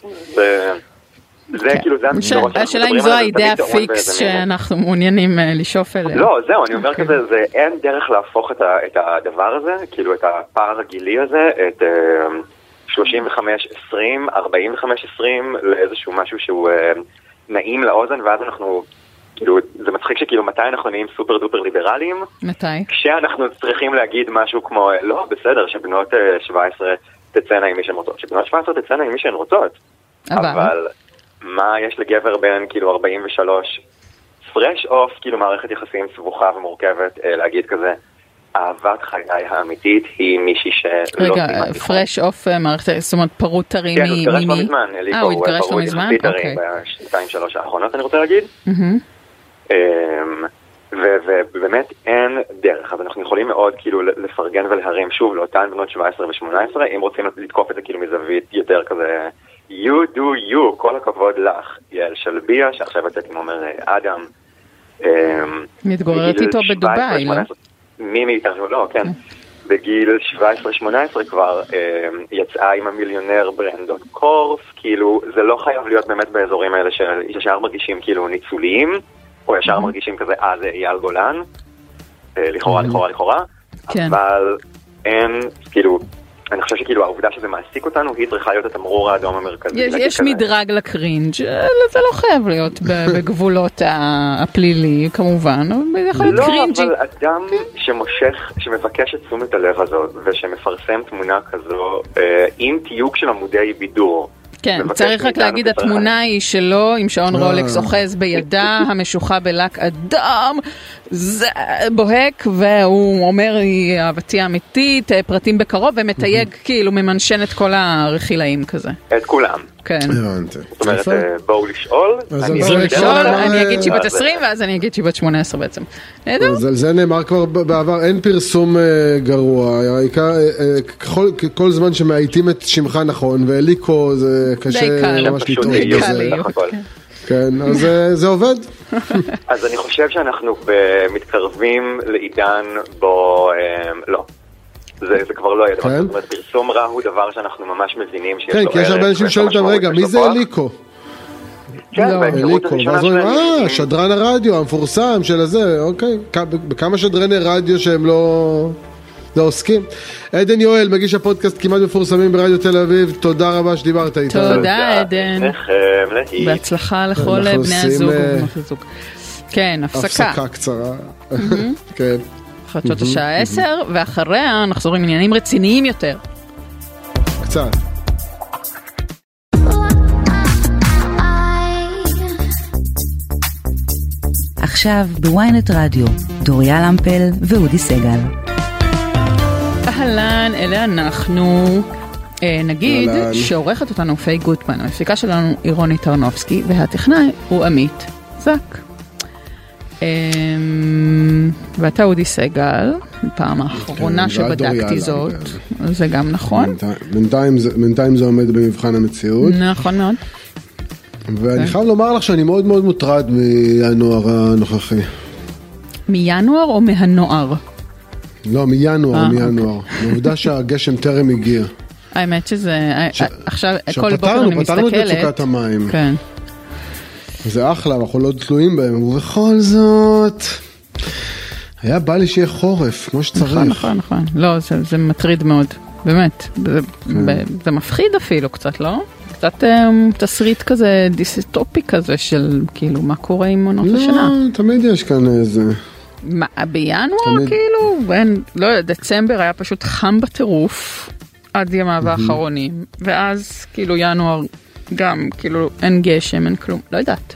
זה כאילו, זה המקצועות. השאלה אם זו האידאה פיקס שאנחנו מעוניינים לשאוף אליה. לא, זהו, אני אומר כזה, אין דרך להפוך את הדבר הזה, כאילו את הפער הגילי הזה, את שלושים וחמש עשרים, ארבעים וחמש עשרים, לאיזשהו משהו שהוא נעים לאוזן, ואז אנחנו, כאילו, זה מצחיק שכאילו מתי אנחנו נהיים סופר דופר ליברליים? מתי? כשאנחנו צריכים להגיד משהו כמו, לא, בסדר, שבנות שבע עשרה תצאנה עם מי שהן רוצות, שבנות שבע עשרה תצאנה עם מי שהן רוצות. אבל מה יש לגבר בין כאילו ארבעים ושלוש פרש אוף, כאילו מערכת יחסים סבוכה ומורכבת, להגיד כזה, אהבת חיי האמיתית היא מישהי שלא... רגע, פרש אוף מערכת, זאת אומרת פרוט טרי ממי? כן, הוא התגרש לא מזמן, אה, הוא התגרש לא מזמן? אוקיי. בשנתיים שלוש האחרונות אני רוצה להגיד. ובאמת אין דרך, אז אנחנו יכולים מאוד כאילו לפרגן ולהרים שוב לאותן בנות שבע עשרה ושמונה עשרה, אם רוצים לתקוף את זה כאילו מזווית יותר כזה... You do you, כל הכבוד לך, יעל שלביה, שעכשיו יצאת עם אומר אדם. מתגוררת איתו בדוביי, לא? מי מאיתנו, לא, כן. בגיל שבע עשרה שמונה עשרה כבר יצאה עם המיליונר ברנדון קורף, כאילו זה לא חייב להיות באמת באזורים האלה שישר מרגישים כאילו ניצוליים, או ישר מרגישים כזה, אה זה אייל גולן, לכאורה, לכאורה, לכאורה, אבל אין, כאילו... אני חושב שכאילו העובדה שזה מעסיק אותנו היא צריכה להיות התמרור האדום המרכזי. יש, יש מדרג לקרינג', זה לא חייב להיות בגבולות הפלילי כמובן, אבל זה יכול להיות קרינג'י. לא, אבל אדם שמושך, שמבקש את תשומת הלב הזו ושמפרסם תמונה כזו עם תיוג של עמודי בידור. כן, צריך רק להגיד, התמונה היא שלו עם שעון רולקס אוחז בידה, המשוחה בלק אדם, זה בוהק, והוא אומר, היא אהבתי האמיתית, פרטים בקרוב, ומתייג כאילו ממנשן את כל הרכילאים כזה. את כולם. כן. זאת אומרת, בואו לשאול. אני אגיד שהיא בת עשרים, ואז אני אגיד שהיא בת שמונה עשרה בעצם. זה נאמר כבר בעבר, אין פרסום גרוע, כל זמן שמעיתים את שמך נכון, ואליקו זה קשה ממש לטעות בזה. כן, אז זה עובד. אז אני חושב שאנחנו מתקרבים לעידן בו, לא. זה כבר לא יהיה דבר, זאת אומרת, פרסום רע הוא דבר שאנחנו ממש מבינים שיש לו ערך. כן, כי יש הרבה אנשים שואלים אותם, רגע, מי זה אליקו? כן, אליקו, ואז אומרים, אה, שדרן הרדיו המפורסם של הזה, אוקיי, בכמה שדרני רדיו שהם לא... זה עוסקים. עדן יואל, מגיש הפודקאסט כמעט מפורסמים ברדיו תל אביב, תודה רבה שדיברת איתנו. תודה עדן. בהצלחה לכל בני הזוג. כן, הפסקה. הפסקה קצרה. כן. חדשות השעה עשר, ואחריה נחזור עם עניינים רציניים יותר. קצת. עכשיו בוויינט רדיו, דוריה למפל ואודי סגל. אהלן, אלה אנחנו. נגיד שעורכת אותנו פיי גוטמן, המפיקה שלנו אירוני טרנובסקי, והטכנאי הוא עמית זק. ואתה אודי סגל, פעם האחרונה שבדקתי זאת, זה גם נכון. בינתיים זה עומד במבחן המציאות. נכון מאוד. ואני חייב לומר לך שאני מאוד מאוד מוטרד מינואר הנוכחי. מינואר או מהנוער? לא, מינואר, מינואר. העובדה שהגשם טרם הגיע. האמת שזה, עכשיו כל בוקר אני מסתכלת. פתרנו את מצוקת המים. כן. זה אחלה, אנחנו לא תלויים בהם, ובכל זאת, היה בא לי שיהיה חורף, כמו שצריך. נכון, נכון, נכון. לא, זה, זה מטריד מאוד, באמת. זה, כן. זה מפחיד אפילו קצת, לא? קצת תסריט כזה, דיסטופי כזה של, כאילו, מה קורה עם עונות השנה? לא, תמיד יש כאן איזה... מה, בינואר, תמיד... כאילו, בין, לא יודע, דצמבר היה פשוט חם בטירוף, עד ימיו האחרונים, ואז, כאילו, ינואר... גם, כאילו, אין גשם, אין כלום, לא יודעת.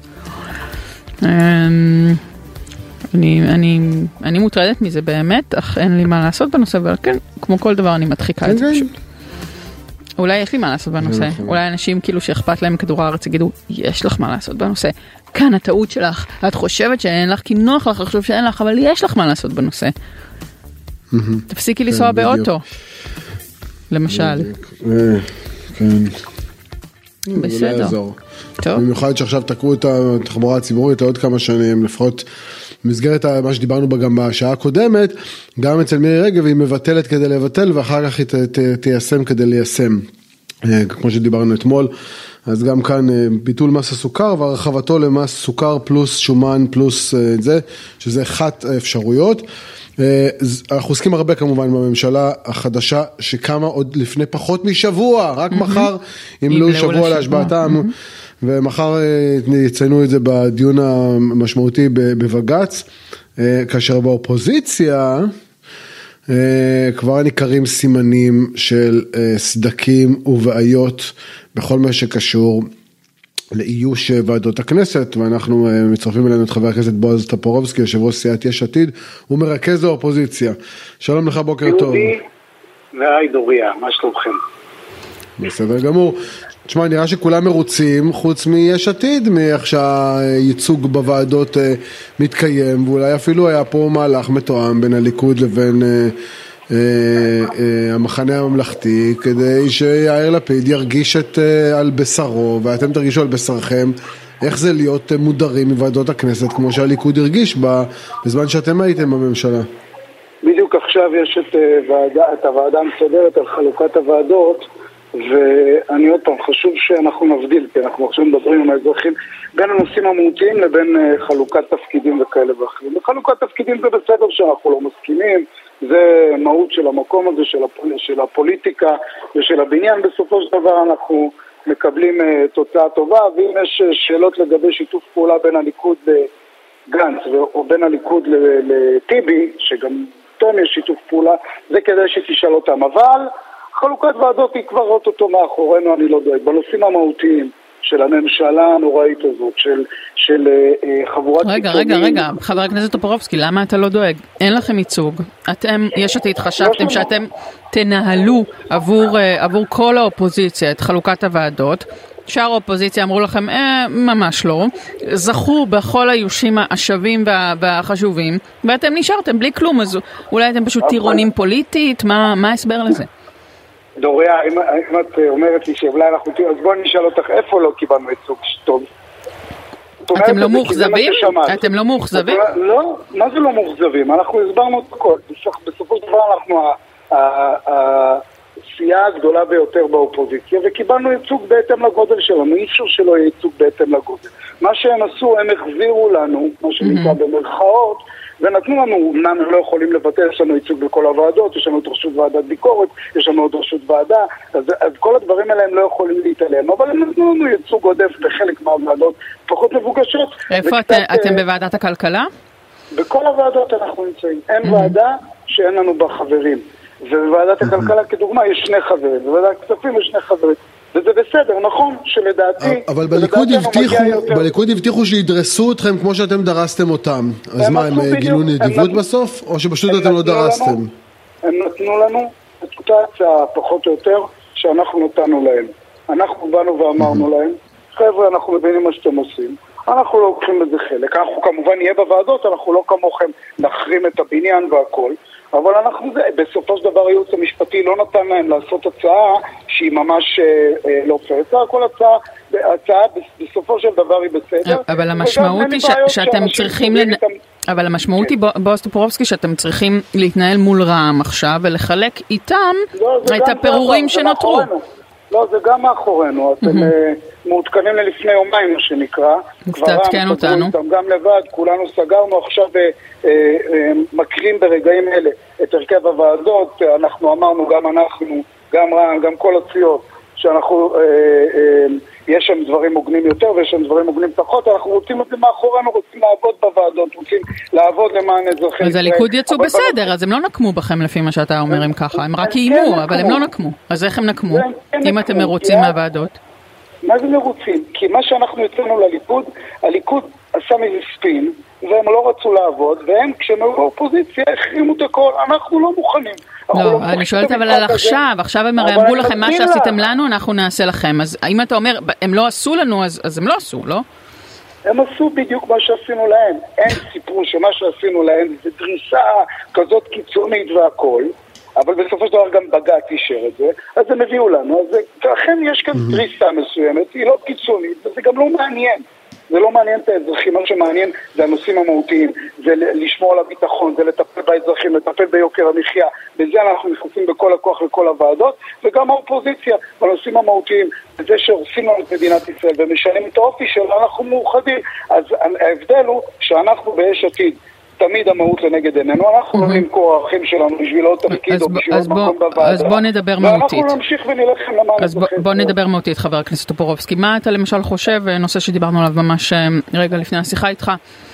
אני, אני, אני מוטרדת מזה באמת, אך אין לי מה לעשות בנושא, אבל כן, כמו כל דבר, אני מדחיקה את זה פשוט. אולי יש לי מה לעשות בנושא, אולי אנשים כאילו שאכפת להם כדור הארץ יגידו, יש לך מה לעשות בנושא, כאן הטעות שלך, את חושבת שאין לך, כי נוח לך לחשוב שאין לך, אבל יש לך מה לעשות בנושא. תפסיקי לנסוע באוטו, למשל. כן. בסדר. טוב. במיוחד שעכשיו תקעו את התחבורה הציבורית לעוד כמה שנים, לפחות במסגרת מה שדיברנו בה גם בשעה הקודמת, גם אצל מירי רגב היא מבטלת כדי לבטל, ואחר כך היא תיישם כדי ליישם. כמו שדיברנו אתמול, אז גם כאן ביטול מס הסוכר, והרחבתו למס סוכר פלוס שומן פלוס זה, שזה אחת האפשרויות. אנחנו עוסקים הרבה כמובן בממשלה החדשה שקמה עוד לפני פחות משבוע, רק מחר ימלאו שבוע להשבעתם, ומחר יציינו את זה בדיון המשמעותי בבג"ץ, כאשר באופוזיציה כבר ניכרים סימנים של סדקים ובעיות בכל מה שקשור לאיוש ועדות הכנסת, ואנחנו מצרפים אלינו את חבר הכנסת בועז טופורובסקי, יושב ראש סיעת יש עתיד, הוא מרכז האופוזיציה. שלום לך, בוקר טוב. יהודי והי דוריה, מה שלומכם? בסדר גמור. תשמע, נראה שכולם מרוצים, חוץ מיש עתיד, מאיך שהייצוג בוועדות מתקיים, ואולי אפילו היה פה מהלך מתואם בין הליכוד לבין המחנה הממלכתי, כדי שיאיר לפיד ירגיש את על בשרו, ואתם תרגישו על בשרכם, איך זה להיות מודרים מוועדות הכנסת, כמו שהליכוד הרגיש בזמן שאתם הייתם בממשלה. בדיוק עכשיו יש את, ועדה, את הוועדה המסודרת על חלוקת הוועדות, ואני עוד פעם, חשוב שאנחנו נבדיל, כי אנחנו עכשיו מדברים עם האזרחים, בין הנושאים המהותיים לבין חלוקת תפקידים וכאלה ואחרים. בחלוקת תפקידים זה בסדר שאנחנו לא מסכימים, זה מהות של המקום הזה, של, הפול, של הפוליטיקה ושל הבניין. בסופו של דבר אנחנו מקבלים uh, תוצאה טובה, ואם יש שאלות לגבי שיתוף פעולה בין הליכוד לגנץ, או בין הליכוד לטיבי, שגם טוב יש שיתוף פעולה, זה כדאי שתשאל אותם. אבל חלוקת ועדות היא כבר אותו מאחורינו, אני לא דואג. בנושאים המהותיים של הממשלה הנוראית הזאת, של, של uh, חבורת... רגע, רגע, רגע, חבר הכנסת טופורובסקי, למה אתה לא דואג? אין לכם ייצוג. אתם, יש עתיד, חשבתם שאתם תנהלו עבור, uh, עבור כל האופוזיציה את חלוקת הוועדות. שאר האופוזיציה אמרו לכם, אה, ממש לא. זכו בכל האיושים השווים וה, והחשובים, ואתם נשארתם בלי כלום, אז אולי אתם פשוט טירונים פוליטית? מה, מה ההסבר לזה? דוריה, אם, אם את אומרת לי שאולי אנחנו תראו, אז בואי נשאל אותך איפה לא קיבלנו ייצוג טוב. אתם לא מאוכזבים? אתם לא מאוכזבים? לא, מה זה לא מאוכזבים? אנחנו הסברנו את הכל. בסופו של דבר אנחנו הסיעה הגדולה ביותר באופוזיציה, וקיבלנו ייצוג בהתאם לגודל שלנו. אי אפשר שלא יהיה ייצוג בהתאם לגודל. מה שהם עשו, הם החזירו לנו, מה שנקרא במרכאות, ונתנו לנו, אמנם הם לא יכולים לבטל, יש לנו ייצוג בכל הוועדות, יש לנו את רשות ועדת ביקורת, יש לנו עוד רשות ועדה, אז, אז כל הדברים האלה הם לא יכולים להתעלם, אבל הם נתנו לנו ייצוג עודף בחלק מהוועדות פחות מבוקשות. איפה וקצת, את, אתם בוועדת הכלכלה? בכל הוועדות אנחנו נמצאים, אין mm-hmm. ועדה שאין לנו בה חברים, ובוועדת mm-hmm. הכלכלה כדוגמה יש שני חברים, בוועדת הכספים יש שני חברים. וזה בסדר, נכון, שלדעתי... אבל בליכוד הבטיחו, בליכוד הבטיחו שידרסו אתכם כמו שאתם דרסתם אותם. אז מה, הם גילו נדיבות בסוף? או שפשוט אתם לא דרסתם? הם נתנו לנו את אותה הצעה, פחות או יותר, שאנחנו נתנו להם. אנחנו באנו ואמרנו להם, חבר'ה, אנחנו מבינים מה שאתם עושים, אנחנו לא לוקחים בזה חלק, אנחנו כמובן נהיה בוועדות, אנחנו לא כמוכם נחרים את הבניין והכל, אבל אנחנו זה, בסופו של דבר הייעוץ המשפטי לא נתן להם לעשות הצעה שהיא ממש אה, אה, לא פרצה, כל הצעה, הצעה בסופו של דבר היא בסדר. אבל המשמעות היא ש- שאתם צריכים, לנ... אבל המשמעות היא, בועז טופורובסקי, שאתם צריכים להתנהל מול רע"מ עכשיו ולחלק איתם לא, את הפירורים שנותרו. לא, זה גם מאחורינו, אתם מעודכנים ללפני יומיים, מה שנקרא. תעדכן אותנו. גם לבד, כולנו סגרנו עכשיו, מקרים ברגעים אלה את הרכב הוועדות, אנחנו אמרנו, גם אנחנו, גם רע"מ, גם כל הסיעות, שאנחנו, יש שם דברים מוגנים יותר ויש שם דברים מוגנים פחות, אנחנו רוצים את זה מאחורינו, רוצים לעבוד בוועדות, רוצים לעבוד למען אזרחים. אז הליכוד יצאו בסדר, אז הם לא נקמו בכם לפי מה שאתה אומר הם ככה, הם רק איימו, אבל הם לא נקמו. אז איך הם נקמו, אם אתם מרוצים מהוועדות? מה זה מרוצים? כי מה שאנחנו יצאנו לליכוד, הליכוד עשה מזה ספין, והם לא רצו לעבוד, והם כשהם היו באופוזיציה החרימו את הכל, אנחנו לא מוכנים. לא, אני שואלת אבל על עכשיו, עכשיו הם הרי אמרו לכם מה שעשיתם לנו, אנחנו נעשה לכם. אז אם אתה אומר, הם לא עשו לנו, אז הם לא עשו, לא? הם עשו בדיוק מה שעשינו להם. הם סיפרו שמה שעשינו להם זה דריסה כזאת קיצונית והכל, אבל בסופו של דבר גם בג"ץ אישר את זה, אז הם הביאו לנו. אז לכן יש כאן דריסה מסוימת, היא לא קיצונית, וזה גם לא מעניין. זה לא מעניין את האזרחים, מה שמעניין זה הנושאים המהותיים, זה לשמור על הביטחון, זה לטפל באזרחים, לטפל ביוקר המחיה, בזה אנחנו נכנסים בכל הכוח לכל הוועדות, וגם האופוזיציה, בנושאים המהותיים, בזה שעושים לנו את מדינת ישראל ומשנים את האופי שלה, אנחנו מאוחדים. אז ההבדל הוא שאנחנו ביש עתיד, תמיד המהות לנגד עינינו, אנחנו לא נמכור הערכים שלנו בשביל עוד תפקיד או בשביל עוד מקום בוועדה. אז בוא נדבר מהותית. ואנחנו נמשיך ונלחם למען אז בוא נדבר מהותית, חבר הכנסת טופורובסקי. מה אתה למשל חושב, נושא שדיברנו עליו ממש רגע לפני השיחה איתך,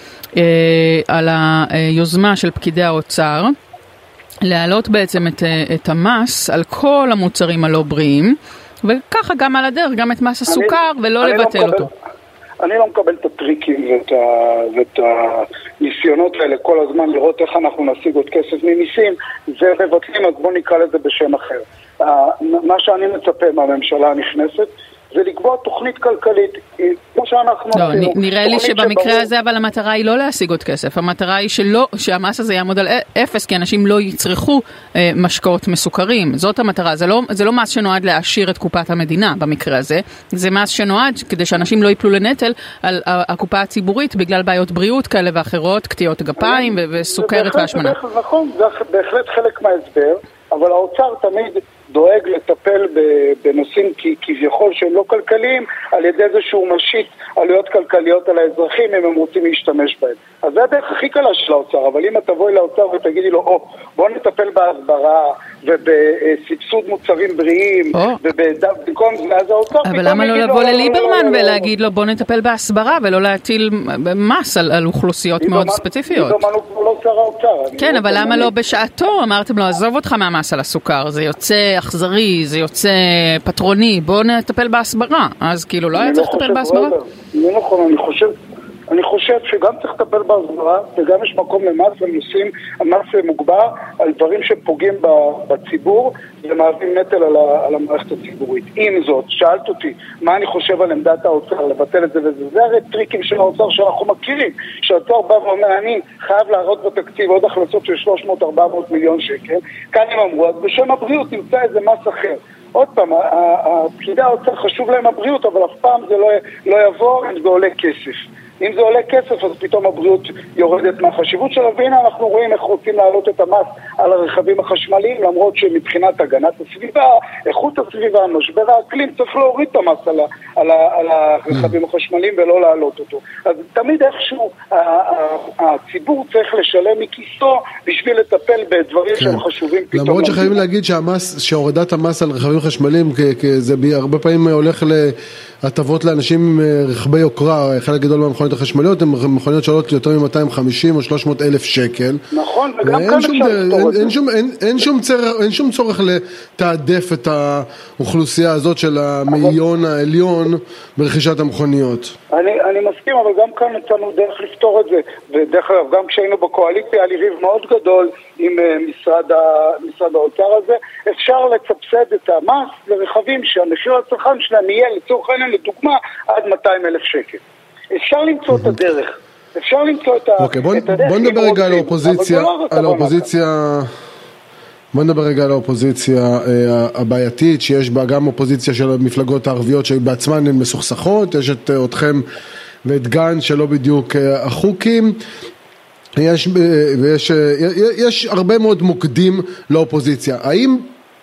על היוזמה של פקידי האוצר, להעלות בעצם את המס על כל המוצרים הלא בריאים, וככה גם על הדרך, גם את מס הסוכר, ולא לבטל אותו. אני לא מקבל את הטריקים ואת, ה, ואת הניסיונות האלה כל הזמן לראות איך אנחנו נשיג עוד כסף ממיסים, זה מבטלים, אז בוא נקרא לזה בשם אחר. מה שאני מצפה מהממשלה הנכנסת זה לקבוע תוכנית כלכלית, כמו שאנחנו לא, עשינו. נראה לי שבמקרה הזה, אבל המטרה היא לא להשיג עוד כסף. המטרה היא שלא, שהמס הזה יעמוד על אפס, כי אנשים לא יצרכו אה, משקאות מסוכרים. זאת המטרה. זה לא, זה לא מס שנועד להעשיר את קופת המדינה במקרה הזה. זה מס שנועד כדי שאנשים לא ייפלו לנטל על הקופה הציבורית בגלל בעיות בריאות כאלה ואחרות, קטיעות גפיים וסוכרת והשמנה. נכון, זה בהחלט חלק מההסבר, אבל האוצר תמיד דואג לטפל בנושאים כביכול שהם לא כלכליים על ידי זה שהוא משית עלויות כלכליות על האזרחים אם הם רוצים להשתמש בהם. אז זה הדרך הכי קלה של האוצר, אבל אם אתה בואי לאוצר ותגידי לו, או, בוא נטפל בהסברה ובסבסוד מוצרים בריאים ובמקום זה, אז האוצר... אבל למה לא לבוא לליברמן ולהגיד לו, בוא נטפל בהסברה ולא להטיל מס על אוכלוסיות מאוד ספציפיות? ליברמן הוא לא שר האוצר. כן, אבל למה לא בשעתו? אמרתם לו, עזוב אותך מהמס על הסוכר, זה יוצא אכזרי, זה יוצא פטרוני, בוא נטפל בהסברה. אז כאילו לא היה צריך לטפל בהסברה? לא נכון, אני חושב... אני חושב שגם צריך לטפל בהסברה, וגם יש מקום למס לנושאים, המס מוגבר על דברים שפוגעים בציבור, ומהווים נטל על, ה, על המערכת הציבורית. עם זאת, שאלת אותי, מה אני חושב על עמדת האוצר, לבטל את זה וזה, זה הרי טריקים של האוצר שאנחנו מכירים, שהאוצר בא ואומר, אני חייב להראות בתקציב עוד הכנסות של שלוש מאות ארבע מאות מיליון שקל, כאן הם אמרו, אז בשם הבריאות נמצא איזה מס אחר. עוד פעם, הפקידי האוצר חשוב להם הבריאות, אבל אף פעם זה לא, לא יבוא אם זה עולה כסף. אם זה עולה כסף, אז פתאום הבריאות יורדת מהחשיבות שלה, והנה אנחנו רואים איך רוצים להעלות את המס על הרכבים החשמליים, למרות שמבחינת הגנת הסביבה, איכות הסביבה, משבר האקלים, צריך להוריד את המס על, על, על הרכבים החשמליים ולא להעלות אותו. אז תמיד איכשהו הציבור צריך לשלם מכיסו בשביל לטפל בדברים שהם חשובים פתאום. למרות שחייבים להגיד שהמס, שהורדת המס על רכבים חשמליים, זה הרבה פעמים הולך להטבות לאנשים עם רכבי יוקרה, חלק גדול מהמכוניות החשמליות, הן מכוניות שעולות יותר מ-מאתיים וחמישים או שלוש מאות אלף שקל. נכון, וגם כאן אפשר לפתור את זה. אין שום צורך לתעדף את האוכלוסייה הזאת של המיליון העליון ברכישת המכוניות. אני, אני מסכים, אבל גם כאן נתנו דרך לפתור את זה, ודרך אגב, גם כשהיינו בקואליציה, היה לי ריב מאוד גדול עם uh, משרד, ה, משרד האוצר הזה, אפשר לצפסד את המס לרכבים שהמחיר הצרכן שלהם יהיה לצורך העניין לדוגמה עד מאתיים אלף שקל. אפשר למצוא את הדרך, אפשר למצוא את, okay, בוא, את הדרך. בוא נדבר רגע על האופוזיציה, על האופוזיציה... בוא נדבר רגע על האופוזיציה אה, הבעייתית, שיש בה גם אופוזיציה של המפלגות הערביות שבעצמן הן מסוכסכות, יש את אה, אתכם ואת גן שלא בדיוק אה, החוקים, יש, אה, ויש, אה, יש הרבה מאוד מוקדים לאופוזיציה. האם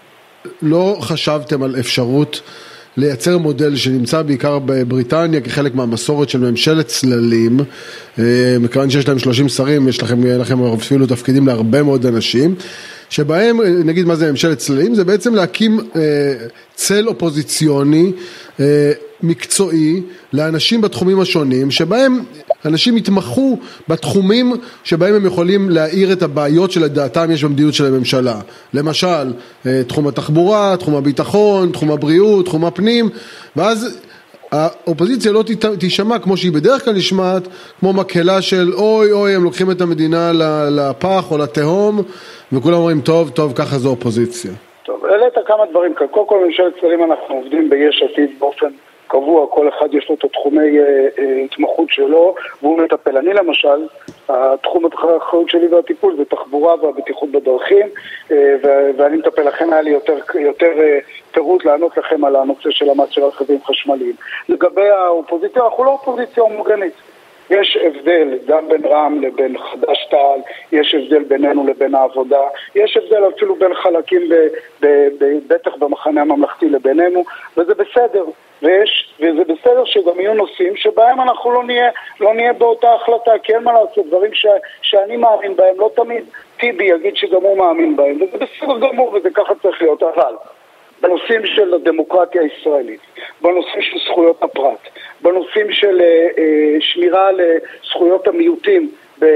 לא חשבתם על אפשרות לייצר מודל שנמצא בעיקר בבריטניה כחלק מהמסורת של ממשלת צללים, מכיוון שיש להם שלושים שרים, יש לכם, לכם אפילו תפקידים להרבה מאוד אנשים, שבהם, נגיד מה זה ממשלת צללים, זה בעצם להקים אה, צל אופוזיציוני אה, מקצועי לאנשים בתחומים השונים, שבהם אנשים יתמחו בתחומים שבהם הם יכולים להאיר את הבעיות שלדעתם יש במדיניות של הממשלה. למשל, אה, תחום התחבורה, תחום הביטחון, תחום הבריאות, תחום הפנים, ואז האופוזיציה לא תשמע כמו שהיא בדרך כלל נשמעת, כמו מקהלה של אוי אוי הם לוקחים את המדינה לפח או לתהום, וכולם אומרים טוב טוב ככה זו אופוזיציה. טוב, העלית כמה דברים כאן. קודם כל ממשלת צללים אנחנו עובדים ביש עתיד באופן קבוע, כל אחד יש לו את התחומי אה, אה, התמחות שלו והוא מטפל. אני למשל, התחום האחריות שלי והטיפול זה תחבורה והבטיחות בדרכים, אה, ו- ואני מטפל, לכן היה לי יותר, יותר אה, פירוט לענות לכם על הנושא של המס של רכבים חשמליים. לגבי האופוזיציה, אנחנו לא אופוזיציה הומוגנית. יש הבדל גם בין רע"מ לבין חד"ש תע"ל, יש הבדל בינינו לבין העבודה, יש הבדל אפילו בין חלקים ב- ב- ב- בטח במחנה הממלכתי לבינינו, וזה בסדר. ויש, וזה בסדר שגם יהיו נושאים שבהם אנחנו לא נהיה, לא נהיה באותה החלטה, כי אין מה לעשות, דברים ש, שאני מאמין בהם, לא תמיד טיבי יגיד שגם הוא מאמין בהם, וזה בסדר גמור, וזה ככה צריך להיות. אבל בנושאים של הדמוקרטיה הישראלית, בנושאים של זכויות הפרט, בנושאים של אה, אה, שמירה על זכויות המיעוטים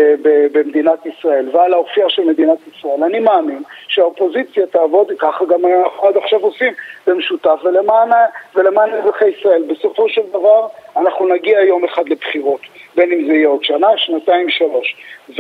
במדינת ישראל ועל האופייה של מדינת ישראל, אני מאמין שהאופוזיציה תעבוד, ככה גם אנחנו עד עכשיו עושים, במשותף ולמען, ולמען אזרחי ישראל. בסופו של דבר אנחנו נגיע יום אחד לבחירות, בין אם זה יהיה עוד שנה, שנתיים, שלוש,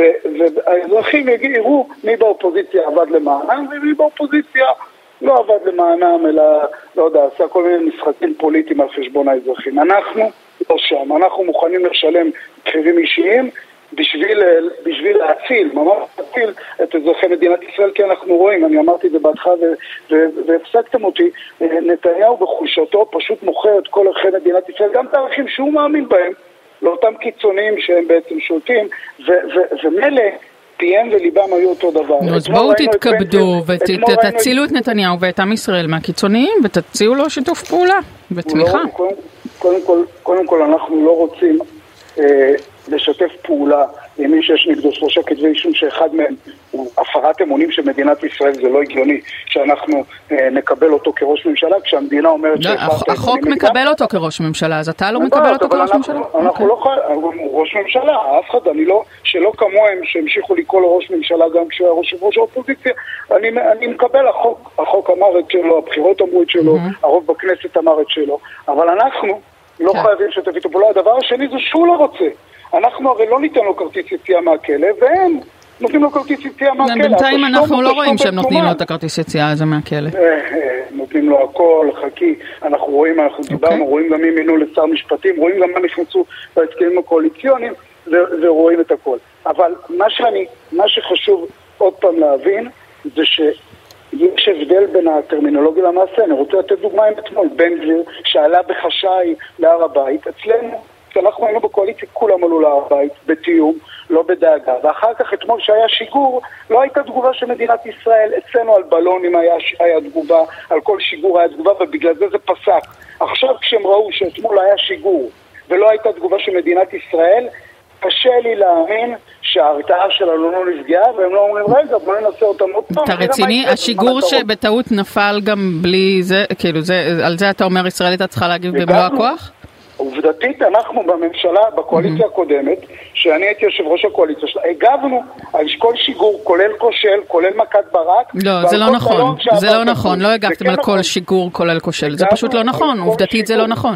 והאזרחים יראו מי באופוזיציה עבד למענם ומי באופוזיציה לא עבד למענם, אלא, לא יודע, עשה כל מיני משחקים פוליטיים על חשבון האזרחים. אנחנו לא שם, אנחנו מוכנים לשלם מחירים אישיים בשביל, בשביל להציל, ממש להציל את אזרחי מדינת ישראל, כי אנחנו רואים, אני אמרתי את זה בהתחלה והפסקתם אותי, נתניהו בחושתו פשוט מוכר את כל ערכי מדינת ישראל, גם את הערכים שהוא מאמין בהם, לאותם קיצוניים שהם בעצם שולטים, ומלא פיהם וליבם היו אותו דבר. אז בואו תתכבדו ותצילו את נתניהו ואת עם ישראל מהקיצוניים, ותציעו לו שיתוף פעולה ותמיכה. קודם כל אנחנו לא רוצים לשתף פעולה עם מי שיש נגדו שלושה כתבי אישום שאחד מהם הוא הפרת אמונים של מדינת ישראל. זה לא הגיוני שאנחנו אה, נקבל אותו כראש ממשלה כשהמדינה אומרת לא, החוק מקבל אותו כראש ממשלה, אז אתה לא מקבל אותו כראש ממשלה? אנחנו לא חייבים, ראש ממשלה, אף אחד, אני לא, שלא כמוהם שהמשיכו לקרוא לו ראש ממשלה גם כשהוא היה ראש ראש האופוזיציה, אני, אני מקבל, החוק, החוק אמר את שלו, הבחירות אמרו את שלו, הרוב בכנסת אמר את שלו, אבל אנחנו לא חייבים שתביא את הפעולה. הדבר השני זה שהוא לא רוצה. אנחנו הרי לא ניתן לו כרטיס יציאה מהכלא, והם נותנים לו כרטיס יציאה מהכלא. בינתיים אנחנו לא רואים שהם נותנים לו את הכרטיס יציאה הזה מהכלא. נותנים לו הכל, חכי. אנחנו רואים, אנחנו דיברנו, רואים גם מי מינו לשר משפטים, רואים גם מה נכנסו בהסכמים הקואליציוניים, ורואים את הכל. אבל מה שאני, מה שחשוב עוד פעם להבין, זה שיש הבדל בין הטרמינולוגיה למעשה. אני רוצה לתת דוגמה עם אתמול, בן גביר שעלה בחשאי להר הבית, אצלנו כשאנחנו היינו בקואליציה כולם עלו להר הבית בתיאום, לא בדאגה, ואחר כך אתמול שהיה שיגור לא הייתה תגובה של מדינת ישראל, אצלנו על בלונים היה, היה תגובה, על כל שיגור היה תגובה, ובגלל זה זה פסק. עכשיו כשהם ראו שאתמול היה שיגור ולא הייתה תגובה של מדינת ישראל, קשה לי להאמין שההרתעה שלנו לא נפגעה, והם לא אומרים רגע בוא ננסה אותם עוד פעם. אתה רציני? השיגור שבטעות נפל גם בלי זה, כאילו זה, על זה אתה אומר ישראל הייתה צריכה להגיב במלוא הכוח? עובדתית אנחנו בממשלה, בקואליציה הקודמת, שאני הייתי יושב ראש הקואליציה שלה, הגבנו על כל שיגור, כולל כושל, כולל מכת ברק. לא, זה לא נכון, זה לא נכון, לא הגבתם על כל שיגור, כולל כושל, זה פשוט לא נכון, עובדתית זה לא נכון.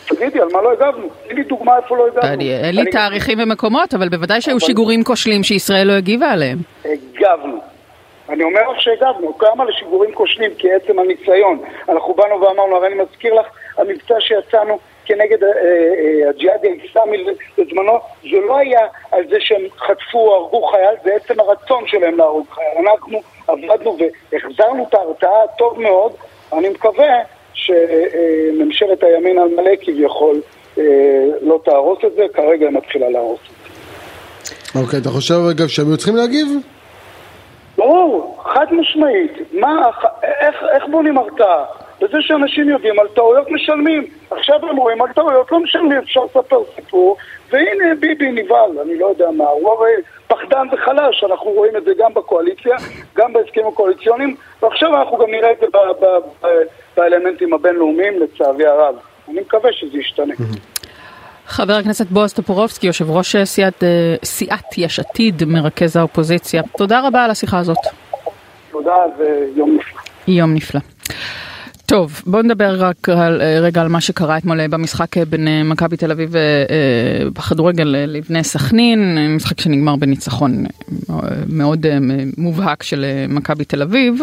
תגידי, על מה לא הגבנו? אין לי דוגמה איפה לא הגבנו. אין לי תאריכים ומקומות, אבל בוודאי שהיו שיגורים כושלים שישראל לא הגיבה עליהם. הגבנו. אני אומר לך שהגבנו, כמה לשיגורים כושלים, כי עצם הניסיון. אנחנו באנו ואמרנו, אבל אני מזכיר לך, המבצע שיצאנו כנגד הג'יהאד האסלאמי בזמנו, זה לא היה על זה שהם חטפו או הרגו חייל, זה עצם הרצון שלהם להרוג חייל. אנחנו עבדנו והחזרנו את ההרתעה טוב מאוד. אני מקווה שממשלת הימין על מלא כביכול לא תהרוס את זה, כרגע היא מתחילה להרוס את זה. אוקיי, אתה חושב אגב שהם צריכים להגיב? ברור, חד משמעית. מה, איך, איך בונים הרתעה? בזה שאנשים יודעים על טעויות משלמים. עכשיו הם רואים על טעויות לא משלמים, אפשר לספר סיפור, והנה ביבי נבעל, אני לא יודע מה, הוא הרי פחדן וחלש, אנחנו רואים את זה גם בקואליציה, גם בהסכמים הקואליציוניים, ועכשיו אנחנו גם נראה את זה ב- ב- ב- באלמנטים הבינלאומיים, לצערי הרב. אני מקווה שזה ישתנה. חבר הכנסת בועז טופורובסקי, יושב ראש סיעת, סיעת יש עתיד, מרכז האופוזיציה. תודה רבה על השיחה הזאת. תודה ויום נפלא. יום נפלא. טוב, בואו נדבר רק על, רגע על מה שקרה אתמול במשחק בין מכבי תל אביב בכדורגל לבני סכנין, משחק שנגמר בניצחון מאוד מובהק של מכבי תל אביב,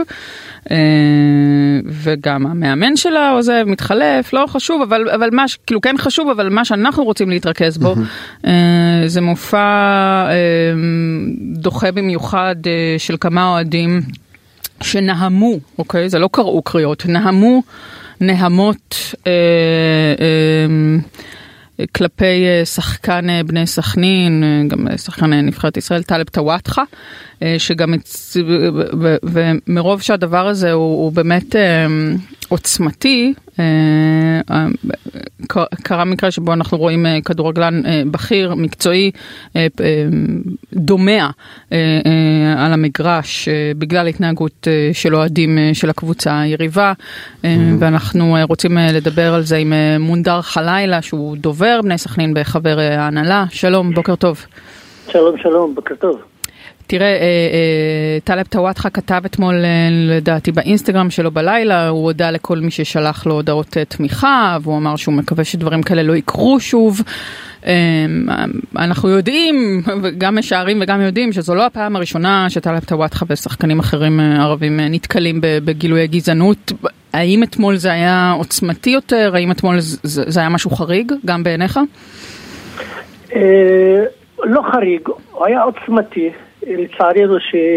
וגם המאמן שלה עוזב, מתחלף, לא חשוב, אבל, אבל מה, כאילו כן חשוב, אבל מה שאנחנו רוצים להתרכז בו, זה מופע דוחה במיוחד של כמה אוהדים, שנהמו, אוקיי? זה לא קראו קריאות, נהמו נהמות אה, אה, כלפי שחקן בני סכנין, גם שחקן נבחרת ישראל, טלב טוואטחה, אה, שגם, ו, ומרוב שהדבר הזה הוא, הוא באמת אה, עוצמתי, אה, אה, קרה מקרה שבו אנחנו רואים אה, כדורגלן אה, בכיר, מקצועי, אה, אה, דומע אה, אה, על המגרש אה, בגלל התנהגות אה, של אוהדים אה, של הקבוצה היריבה, אה, mm-hmm. ואנחנו אה, רוצים אה, לדבר על זה עם אה, מונדר חלילה, שהוא דובר בני סכנין בחבר אה, ההנהלה. שלום, בוקר טוב. שלום, שלום, בוקר טוב. תראה, טלב טוואטחה כתב אתמול, לדעתי, באינסטגרם שלו בלילה, הוא הודע לכל מי ששלח לו הודעות תמיכה, והוא אמר שהוא מקווה שדברים כאלה לא יקרו שוב. אנחנו יודעים, גם משערים וגם יודעים, שזו לא הפעם הראשונה שטלב טוואטחה ושחקנים אחרים ערבים נתקלים בגילוי גזענות. האם אתמול זה היה עוצמתי יותר? האם אתמול זה היה משהו חריג, גם בעיניך? לא חריג, הוא היה עוצמתי. לצערנו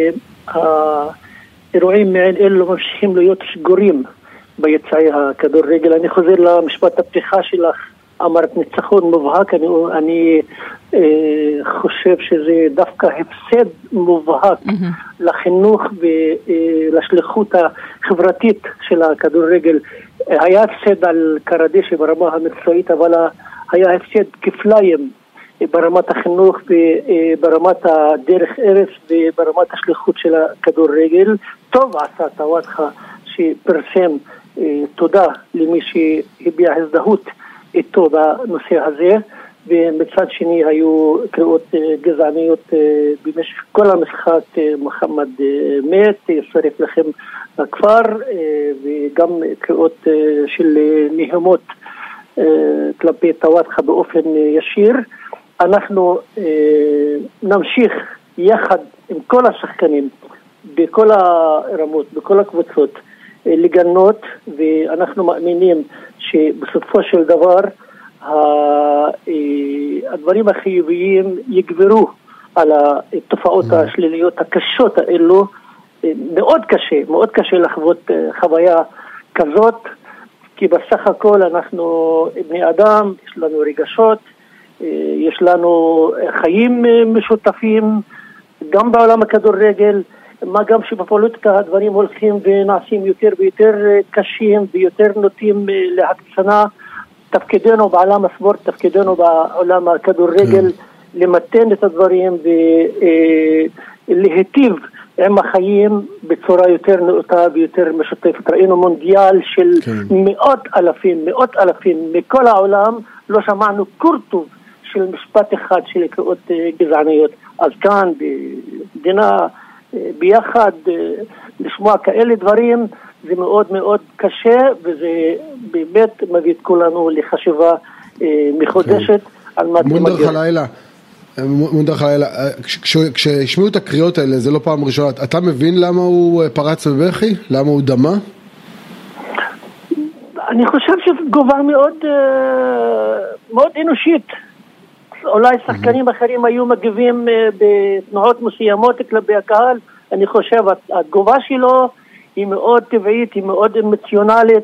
שהאירועים מעין אלו ממשיכים להיות שגורים ביצעי הכדורגל. אני חוזר למשפט הפתיחה שלך, אמרת ניצחון מובהק. אני, אני אה, חושב שזה דווקא הפסד מובהק mm-hmm. לחינוך ולשליחות החברתית של הכדורגל. היה הפסד על קרדשי ברמה המקצועית, אבל היה הפסד כפליים ברמת החינוך וברמת הדרך ארץ וברמת השליחות של הכדורגל. טוב עשה טוואטחה שפרסם, תודה למי שהביע הזדהות איתו בנושא הזה, ומצד שני היו קריאות גזעניות במשך כל המשחק, מוחמד מת, ישרף לכם הכפר, וגם קריאות של נהמות כלפי טוואטחה באופן ישיר. אנחנו אה, נמשיך יחד עם כל השחקנים, בכל הרמות, בכל הקבוצות, אה, לגנות, ואנחנו מאמינים שבסופו של דבר, ה, אה, הדברים החיוביים יגברו על התופעות mm. השליליות הקשות האלו. אה, מאוד קשה, מאוד קשה לחוות אה, חוויה כזאת, כי בסך הכל אנחנו בני אדם, יש לנו רגשות, יש לנו חיים משותפים, גם בעולם הכדורגל, מה גם שבפוליטיקה הדברים הולכים ונעשים יותר ויותר קשים ויותר נוטים להקצנה. תפקידנו בעולם הספורט, תפקידנו בעולם הכדורגל, למתן את הדברים ולהיטיב עם החיים בצורה יותר נאותה ויותר משותפת. ראינו מונדיאל של מאות אלפים, מאות אלפים מכל העולם, לא שמענו קורטוב של משפט אחד של קריאות גזעניות. אז כאן במדינה ביחד לשמוע כאלה דברים זה מאוד מאוד קשה, וזה באמת מביא את כולנו לחשיבה מחודשת על מנת למגר. מונדר חלילה, מונדר חלילה, כשהשמיעו את הקריאות האלה, זה לא פעם ראשונה, אתה מבין למה הוא פרץ בבכי? למה הוא דמה? אני חושב שזו תגובה מאוד, מאוד אנושית. אולי שחקנים אחרים היו מגיבים בתנועות מסוימות כלפי הקהל. אני חושב, התגובה שלו היא מאוד טבעית, היא מאוד אמוציונלית,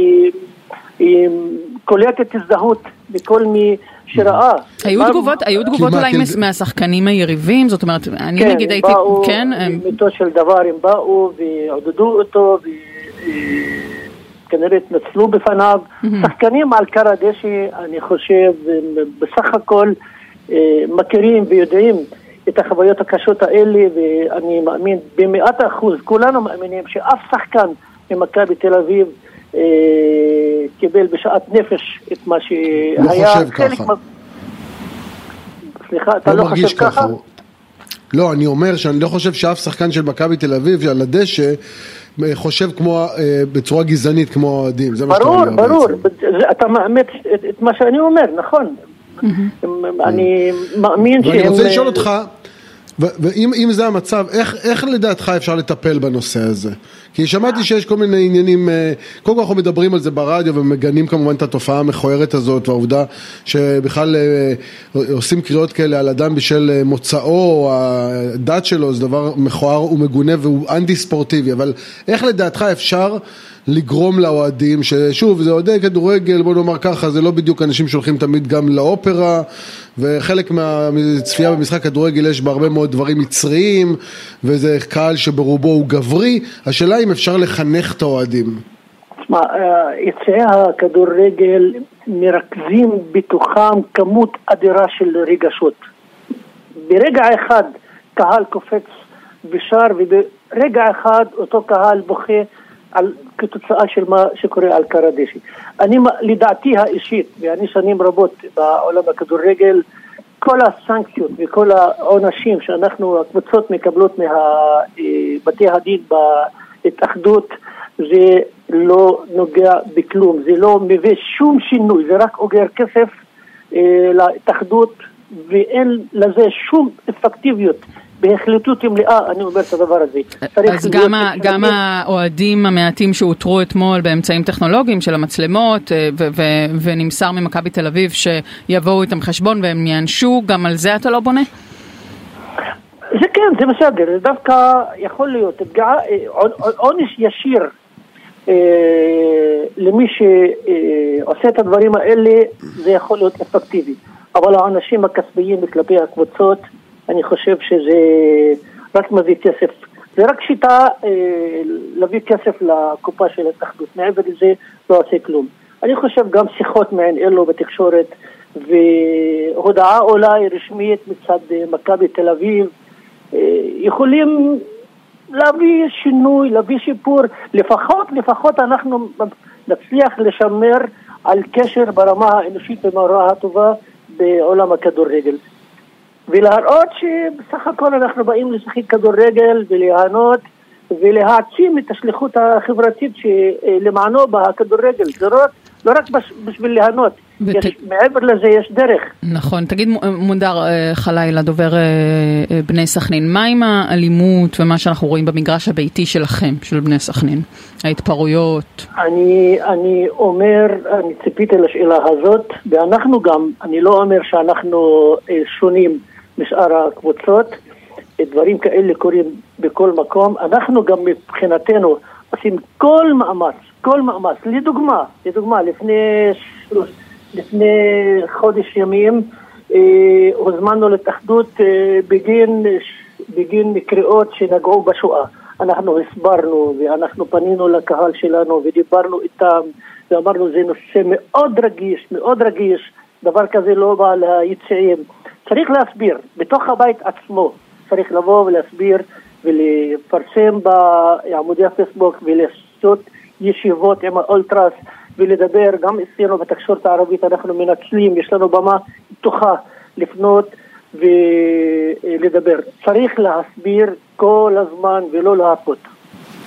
והיא קולטת הזדהות בכל מי שראה. היו תגובות, היו תגובות אולי מהשחקנים היריבים, זאת אומרת, אני נגיד הייתי, כן? באו, של דבר הם באו ועודדו אותו, וכנראה התנצלו בפניו. שחקנים על קר הדשא, אני חושב, בסך הכל מכירים ויודעים את החוויות הקשות האלה, ואני מאמין במאת האחוז, כולנו מאמינים שאף שחקן ממכבי תל אביב אה, קיבל בשעת נפש את מה שהיה. לא חושב ככה. מה... סליחה, אתה לא, לא חושב ככה? ככה? לא, אני אומר שאני לא חושב שאף שחקן של מכבי תל אביב על הדשא חושב כמו, אה, בצורה גזענית כמו האוהדים. זה ברור, מה שאתה אומר ברור. בעצם. אתה מאמץ את, את מה שאני אומר, נכון. אני מאמין שהם... ואני רוצה לשאול אותך, ואם זה המצב, איך לדעתך אפשר לטפל בנושא הזה? כי שמעתי שיש כל מיני עניינים, קודם כל אנחנו מדברים על זה ברדיו ומגנים כמובן את התופעה המכוערת הזאת, והעובדה שבכלל עושים קריאות כאלה על אדם בשל מוצאו או הדת שלו, זה דבר מכוער ומגונה והוא אנטי ספורטיבי, אבל איך לדעתך אפשר לגרום לאוהדים, ששוב זה אוהדי כדורגל, בוא נאמר ככה, זה לא בדיוק אנשים שהולכים תמיד גם לאופרה, וחלק מהצפייה במשחק כדורגל יש בהרבה מאוד דברים יצריים, וזה קהל שברובו הוא גברי. השאלה אם אפשר לחנך את האוהדים. תשמע, יצאי הכדורגל מרכזים בתוכם כמות אדירה של רגשות. ברגע אחד קהל קופץ ושר, וברגע אחד אותו קהל בוכה על כתוצאה של מה שקורה על קר הדשא. אני, לדעתי האישית, ואני שנים רבות בעולם הכדורגל, כל הסנקציות וכל העונשים שאנחנו, הקבוצות מקבלות מבתי הדין בהתאחדות, זה לא נוגע בכלום, זה לא מביא שום שינוי, זה רק אוגר כסף אה, להתאחדות, ואין לזה שום אפקטיביות. בהחלטות מלאה, אני אומר את הדבר הזה. אז גם, ה, גם האוהדים המעטים שהותרו אתמול באמצעים טכנולוגיים של המצלמות, ו- ו- ונמסר ממכבי תל אביב שיבואו איתם חשבון והם יענשו, גם על זה אתה לא בונה? זה כן, זה בסדר. זה דווקא יכול להיות פגיעה, עונש ישיר אה, למי שעושה את הדברים האלה, זה יכול להיות אפקטיבי. אבל האנשים הכספיים כלפי הקבוצות, אני חושב שזה רק מביא כסף. זה רק שיטה אה, להביא כסף לקופה של התאחדות. מעבר לזה לא עושה כלום. אני חושב גם שיחות מעין אלו בתקשורת, והודעה אולי רשמית מצד מכבי תל אביב, אה, יכולים להביא שינוי, להביא שיפור. לפחות, לפחות אנחנו נצליח לשמר על קשר ברמה האנושית ומראה הטובה בעולם הכדורגל. ולהראות שבסך הכל אנחנו באים לשחק כדורגל וליהנות ולהעצים את השליחות החברתית שלמענו בכדורגל. זה לא, לא רק בשביל ליהנות, ות... יש, מעבר לזה יש דרך. נכון, תגיד מונדר חלילה, דובר בני סכנין, מה עם האלימות ומה שאנחנו רואים במגרש הביתי שלכם, של בני סכנין? ההתפרעויות? אני, אני אומר, אני ציפיתי לשאלה הזאת, ואנחנו גם, אני לא אומר שאנחנו שונים משאר הקבוצות, דברים כאלה קורים בכל מקום. אנחנו גם מבחינתנו עושים כל מאמץ, כל מאמץ. לדוגמה, לדוגמה, לפני, לפני חודש ימים אה, הוזמנו להתאחדות אה, בגין, בגין קריאות שנגעו בשואה. אנחנו הסברנו ואנחנו פנינו לקהל שלנו ודיברנו איתם ואמרנו זה נושא מאוד רגיש, מאוד רגיש, דבר כזה לא בא ליציעים. צריך להסביר, בתוך הבית עצמו צריך לבוא ולהסביר ולפרסם בעמודי הפייסבוק ולעשות ישיבות עם האולטרס ולדבר. גם אצלנו בתקשורת הערבית אנחנו מנצלים, יש לנו במה פתוחה לפנות ולדבר. צריך להסביר כל הזמן ולא להפות.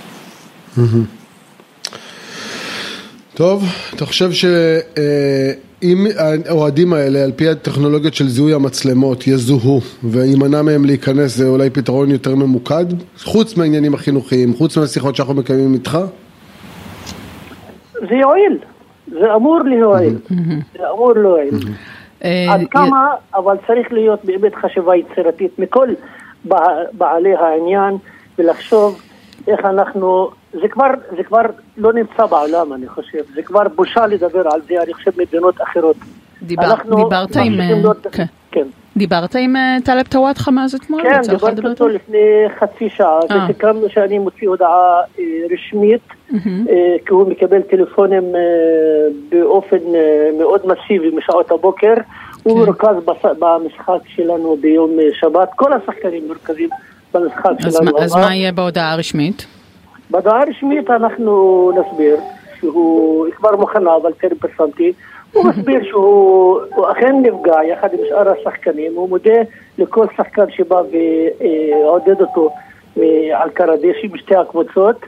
טוב, אתה חושב ש... אם האוהדים האלה, על פי הטכנולוגיות של זיהוי המצלמות, יזוהו וימנע מהם להיכנס, זה אולי פתרון יותר ממוקד, חוץ מהעניינים החינוכיים, חוץ מהשיחות שאנחנו מקיימים איתך? זה יועיל, זה אמור להועיל, זה אמור להועיל. עד כמה, אבל צריך להיות באמת חשיבה יצירתית מכל בעלי העניין, ולחשוב איך אנחנו, זה כבר, זה כבר לא נמצא בעולם, אני חושב, זה כבר בושה לדבר על זה, אני חושב מדינות אחרות. דיבר, דיברת עם, להיות, כן. כן. דיברת עם טלב טוואטחה מאז אתמול? כן, דיברתי אותו לפני חצי שעה, וסיכמנו שאני מוציא הודעה אה, רשמית, אה, כי הוא מקבל טלפונים אה, באופן אה, מאוד מסיבי משעות הבוקר, הוא מרוכז במשחק שלנו ביום שבת, כל השחקנים מרכזים במשחק שלנו. אז מה יהיה בהודעה הרשמית? בהודעה הרשמית אנחנו נסביר שהוא כבר מוכנה, אבל כן פרסמתי, הוא מסביר שהוא אכן נפגע יחד עם שאר השחקנים, הוא מודה לכל שחקן שבא ועודד אותו על קרדשי בשתי הקבוצות,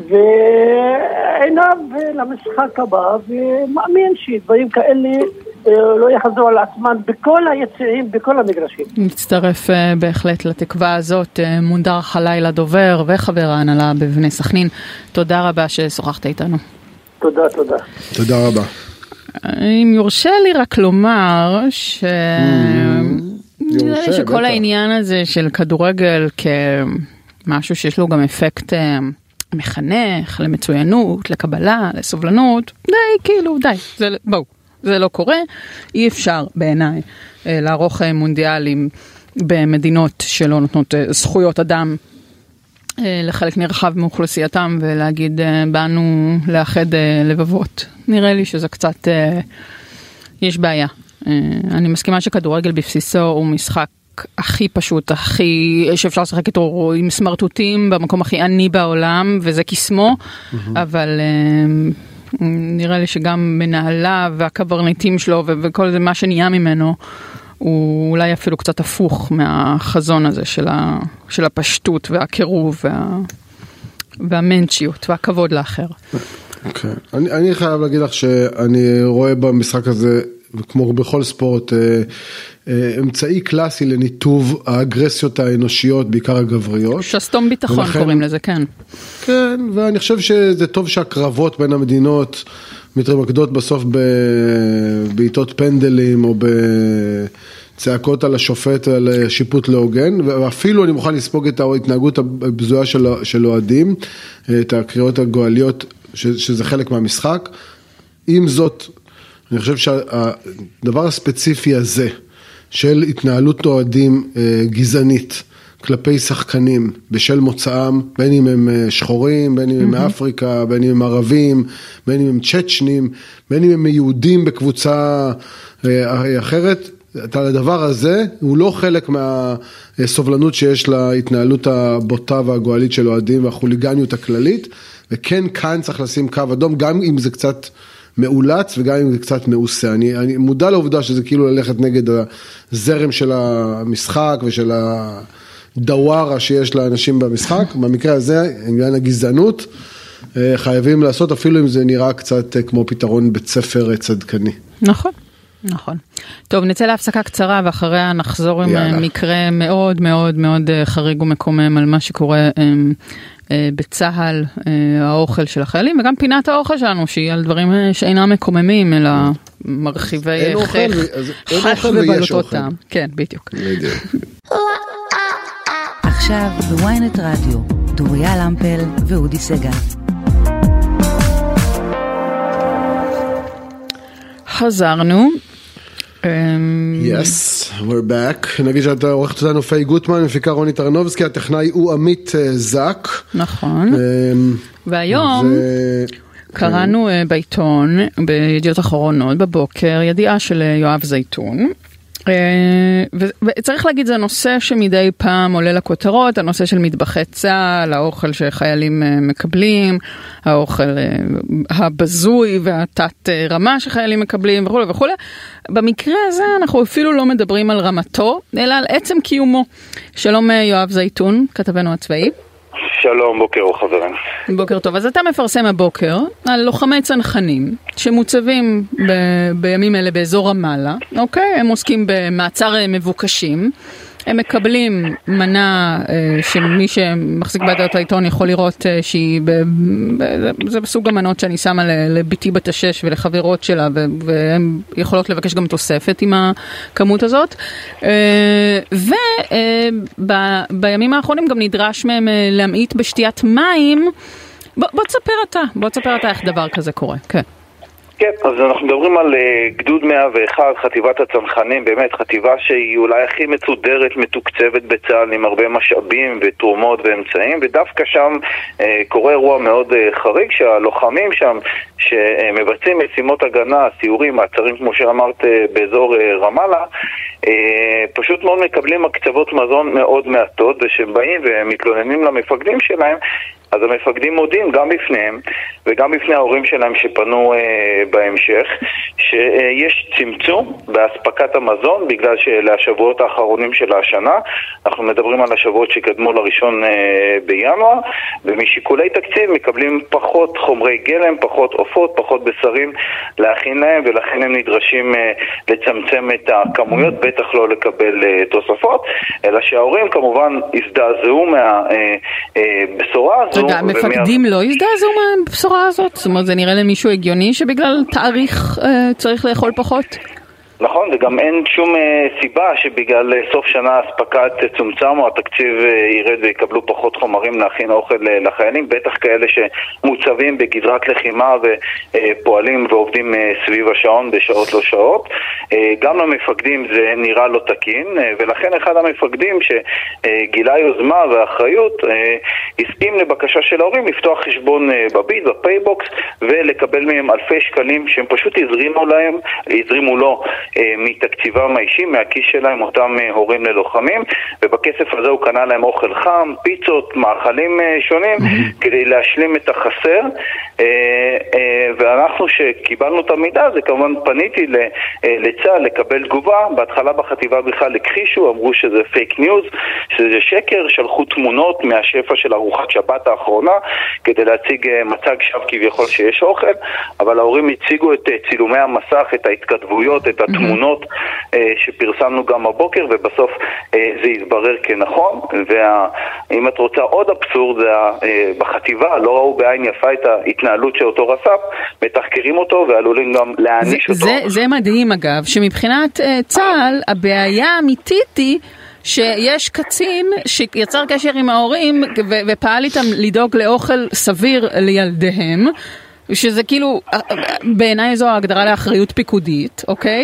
ועיניו למשחק הבא, ומאמין שדברים כאלה לא יחזרו על עצמן בכל היציעים, בכל המגרשים. מצטרף בהחלט לתקווה הזאת. מונדר חלילה דובר וחבר ההנהלה בבני סכנין, תודה רבה ששוחחת איתנו. תודה, תודה. תודה רבה. אם יורשה לי רק לומר ש... נראה לי שכל העניין הזה של כדורגל כמשהו שיש לו גם אפקט מחנך למצוינות, לקבלה, לסובלנות, די, כאילו, די, זה, בואו, זה לא קורה. אי אפשר בעיניי לערוך מונדיאלים במדינות שלא נותנות זכויות אדם לחלק נרחב מאוכלוסייתם ולהגיד באנו לאחד לבבות. נראה לי שזה קצת, יש בעיה. אני מסכימה שכדורגל בבסיסו הוא משחק הכי פשוט, הכי, שאפשר לשחק איתו עם סמרטוטים במקום הכי עני בעולם, וזה קסמו, אבל נראה לי שגם מנהליו והקברניטים שלו וכל זה מה שנהיה ממנו, הוא אולי אפילו קצת הפוך מהחזון הזה של, ה, של הפשטות והקירוב וה, והמנצ'יות והכבוד לאחר. אוקיי. אני, אני חייב להגיד לך שאני רואה במשחק הזה, כמו בכל ספורט, אמצעי קלאסי לניתוב האגרסיות האנושיות, בעיקר הגבריות. שסתום ביטחון ולכן, קוראים לזה, כן. כן, ואני חושב שזה טוב שהקרבות בין המדינות מתמקדות בסוף בעיטות פנדלים או בצעקות על השופט על שיפוט לא הוגן, ואפילו אני מוכן לספוג את ההתנהגות הבזויה של, של אוהדים, את הקריאות הגואליות, שזה חלק מהמשחק. עם זאת, אני חושב שהדבר הספציפי הזה, של התנהלות אוהדים גזענית, כלפי שחקנים בשל מוצאם, בין אם הם שחורים, בין אם הם מאפריקה, בין אם הם ערבים, בין אם הם צ'צ'נים, בין אם הם יהודים בקבוצה אחרת, על הדבר הזה הוא לא חלק מהסובלנות שיש להתנהלות הבוטה והגואלית של אוהדים והחוליגניות הכללית, וכן כאן צריך לשים קו אדום, גם אם זה קצת מאולץ וגם אם זה קצת מעושה. אני, אני מודע לעובדה שזה כאילו ללכת נגד הזרם של המשחק ושל הדווארה שיש לאנשים במשחק. במקרה הזה, עניין הגזענות, חייבים לעשות, אפילו אם זה נראה קצת כמו פתרון בית ספר צדקני. נכון, נכון. טוב, נצא להפסקה קצרה ואחריה נחזור עם מקרה מאוד מאוד מאוד חריג ומקומם על מה שקורה בצהל, האוכל של החיילים, וגם פינת האוכל שלנו, שהיא על דברים שאינם מקוממים, אלא מרחיבי חך ובלוטות טעם. כן, בדיוק. עכשיו בוויינט רדיו, דוריה למפל ואודי סגל. חזרנו. Yes, we're back. נגיד שאתה עורכת אותנו פי גוטמן, מפיקה רוני טרנובסקי, הטכנאי הוא עמית זק. נכון. והיום קראנו בעיתון, בידיעות אחרונות, בבוקר, ידיעה של יואב זייתון. וצריך להגיד, זה נושא שמדי פעם עולה לכותרות, הנושא של מטבחי צה"ל, האוכל שחיילים מקבלים, האוכל הבזוי והתת רמה שחיילים מקבלים וכו' וכו'. במקרה הזה אנחנו אפילו לא מדברים על רמתו, אלא על עצם קיומו. שלום יואב זייתון, כתבנו הצבאי. שלום, בוקר אור חברים. בוקר טוב. אז אתה מפרסם הבוקר על לוחמי צנחנים שמוצבים ב- בימים אלה באזור רמאללה, אוקיי? הם עוסקים במעצר מבוקשים. הם מקבלים מנה אה, שמי שמחזיק בידיות העיתון יכול לראות אה, שהיא, ב, ב, זה בסוג המנות שאני שמה לביתי בת השש ולחברות שלה, והן יכולות לבקש גם תוספת עם הכמות הזאת. אה, ובימים האחרונים גם נדרש מהם אה, להמעיט בשתיית מים. בוא, בוא תספר אתה, בוא תספר אתה איך דבר כזה קורה. כן. כן, אז אנחנו מדברים על uh, גדוד מאה ואחת, חטיבת הצנחנים, באמת חטיבה שהיא אולי הכי מצודרת, מתוקצבת בצה"ל עם הרבה משאבים ותרומות ואמצעים, ודווקא שם uh, קורה אירוע מאוד uh, חריג שהלוחמים שם שמבצעים משימות הגנה, סיורים, מעצרים כמו שאמרת uh, באזור uh, רמאללה, uh, פשוט מאוד מקבלים הקצוות מזון מאוד מעטות, ושהם באים ומתלוננים למפקדים שלהם, אז המפקדים מודים גם בפניהם וגם בפני ההורים שלהם שפנו אה, בהמשך שיש צמצום בהספקת המזון בגלל שאלה השבועות האחרונים של השנה. אנחנו מדברים על השבועות שקדמו לראשון אה, בינואר, ומשיקולי תקציב מקבלים פחות חומרי גלם, פחות עופות, פחות בשרים להכין להם, ולכן הם נדרשים אה, לצמצם את הכמויות, בטח לא לקבל אה, תוספות, אלא שההורים כמובן הזדעזעו מהבשורה אה, אה, הזו. רגע, המפקדים לא הזדעזעו מהבשורה הזאת? זאת אומרת, זה נראה למישהו הגיוני שבגלל תאריך אה, צריך לאכול פחות? נכון, וגם אין שום אה, סיבה שבגלל אה, סוף שנה הספקת צומצם או התקציב אה, ירד ויקבלו פחות חומרים להכין אוכל אה, לחיילים, בטח כאלה שמוצבים בגזרת לחימה ופועלים אה, ועובדים אה, סביב השעון בשעות לא שעות. אה, גם למפקדים זה נראה לא תקין, אה, ולכן אחד המפקדים שגילה יוזמה ואחריות אה, הסכים לבקשה של ההורים לפתוח חשבון אה, בביט, בפייבוקס, ולקבל מהם אלפי שקלים שהם פשוט הזרימו להם, הזרימו לו מתקציבם האישי, מהכיס שלהם, אותם הורים ללוחמים, ובכסף הזה הוא קנה להם אוכל חם, פיצות, מאכלים שונים, כדי להשלים את החסר. ואנחנו שקיבלנו את המידע הזה, כמובן פניתי לצה"ל לקבל תגובה. בהתחלה בחטיבה בכלל הכחישו, אמרו שזה פייק ניוז, שזה שקר, שלחו תמונות מהשפע של ארוחת שבת האחרונה כדי להציג מצג שווא כביכול שיש אוכל, אבל ההורים הציגו את צילומי המסך, את ההתכתבויות, את התמונות שפרסמנו גם הבוקר, ובסוף זה יתברר כנכון. ואם את רוצה עוד אבסורד, זה בחטיבה לא ראו בעין יפה את ההתנהלות של אותו רס"פ, מתחקרים אותו ועלולים גם להעניש אותו. זה, זה מדהים אגב, שמבחינת צה"ל הבעיה האמיתית היא שיש קצין שיצר קשר עם ההורים ו- ופעל איתם לדאוג לאוכל סביר לילדיהם, שזה כאילו, בעיניי זו ההגדרה לאחריות פיקודית, אוקיי?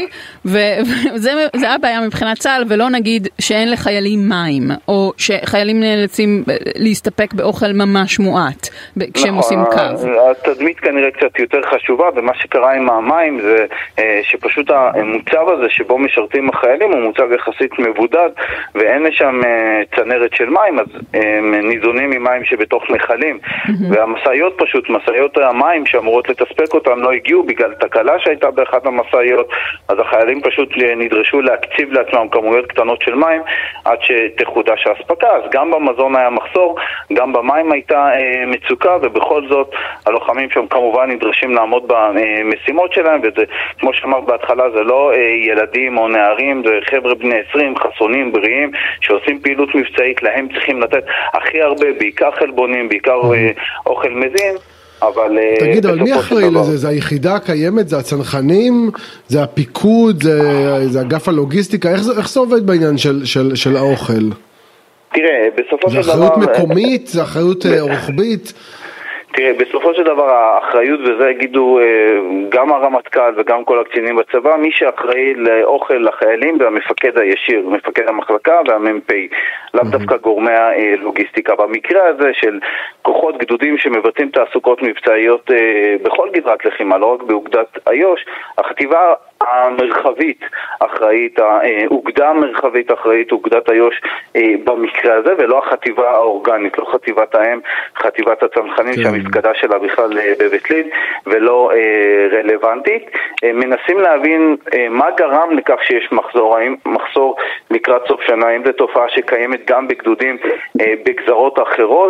וזה הבעיה מבחינת צה"ל, ולא נגיד שאין לחיילים מים, או שחיילים נאלצים להסתפק באוכל ממש מועט, כשהם עושים קו. התדמית כנראה קצת יותר חשובה, ומה שקרה עם המים זה שפשוט המוצב הזה שבו משרתים החיילים הוא מוצב יחסית מבודד, ואין לשם צנרת של מים, אז הם ניזונים ממים שבתוך מחלים, והמסעיות פשוט, מסעיות המים שאמורות לתספק אותם לא הגיעו בגלל תקלה שהייתה באחת המסעיות, אז החיילים פשוט נדרשו להקציב לעצמם כמויות קטנות של מים עד שתחודש ההספקה. אז גם במזון היה מחסור, גם במים הייתה אה, מצוקה, ובכל זאת הלוחמים שם כמובן נדרשים לעמוד במשימות שלהם, וזה כמו שאמרת בהתחלה, זה לא אה, ילדים או נערים, זה חבר'ה בני עשרים, חסונים, בריאים, שעושים פעילות מבצעית, להם צריכים לתת הכי הרבה, בעיקר חלבונים, בעיקר אה, אוכל מזין. אבל תגיד, אבל מי אחראי לזה? זה היחידה הקיימת? זה הצנחנים? זה הפיקוד? זה, זה אגף הלוגיסטיקה? איך זה, איך זה עובד בעניין של, של, של האוכל? תראה, בסופו של דבר... זה אחריות מקומית? זה אחריות רוחבית? תראה, בסופו של דבר האחריות, וזה יגידו גם הרמטכ"ל וגם כל הקצינים בצבא, מי שאחראי לאוכל לחיילים והמפקד הישיר, מפקד המחלקה והמ"פ, לאו דווקא גורמי הלוגיסטיקה. במקרה הזה של כוחות גדודים שמבצעים תעסוקות מבצעיות בכל גזרת לחימה, לא רק באוגדת איו"ש, החטיבה המרחבית אחראית, האוגדה המרחבית אחראית, אוגדת איו"ש במקרה הזה, ולא החטיבה האורגנית, לא חטיבת האם, חטיבת הצנחנים כן. שהמפקדה שלה בכלל בבית ליד ולא רלוונטית. מנסים להבין מה גרם לכך שיש מחזור, האם מחסור לקראת סוף שנה, האם זו תופעה שקיימת גם בגדודים בגזרות אחרות,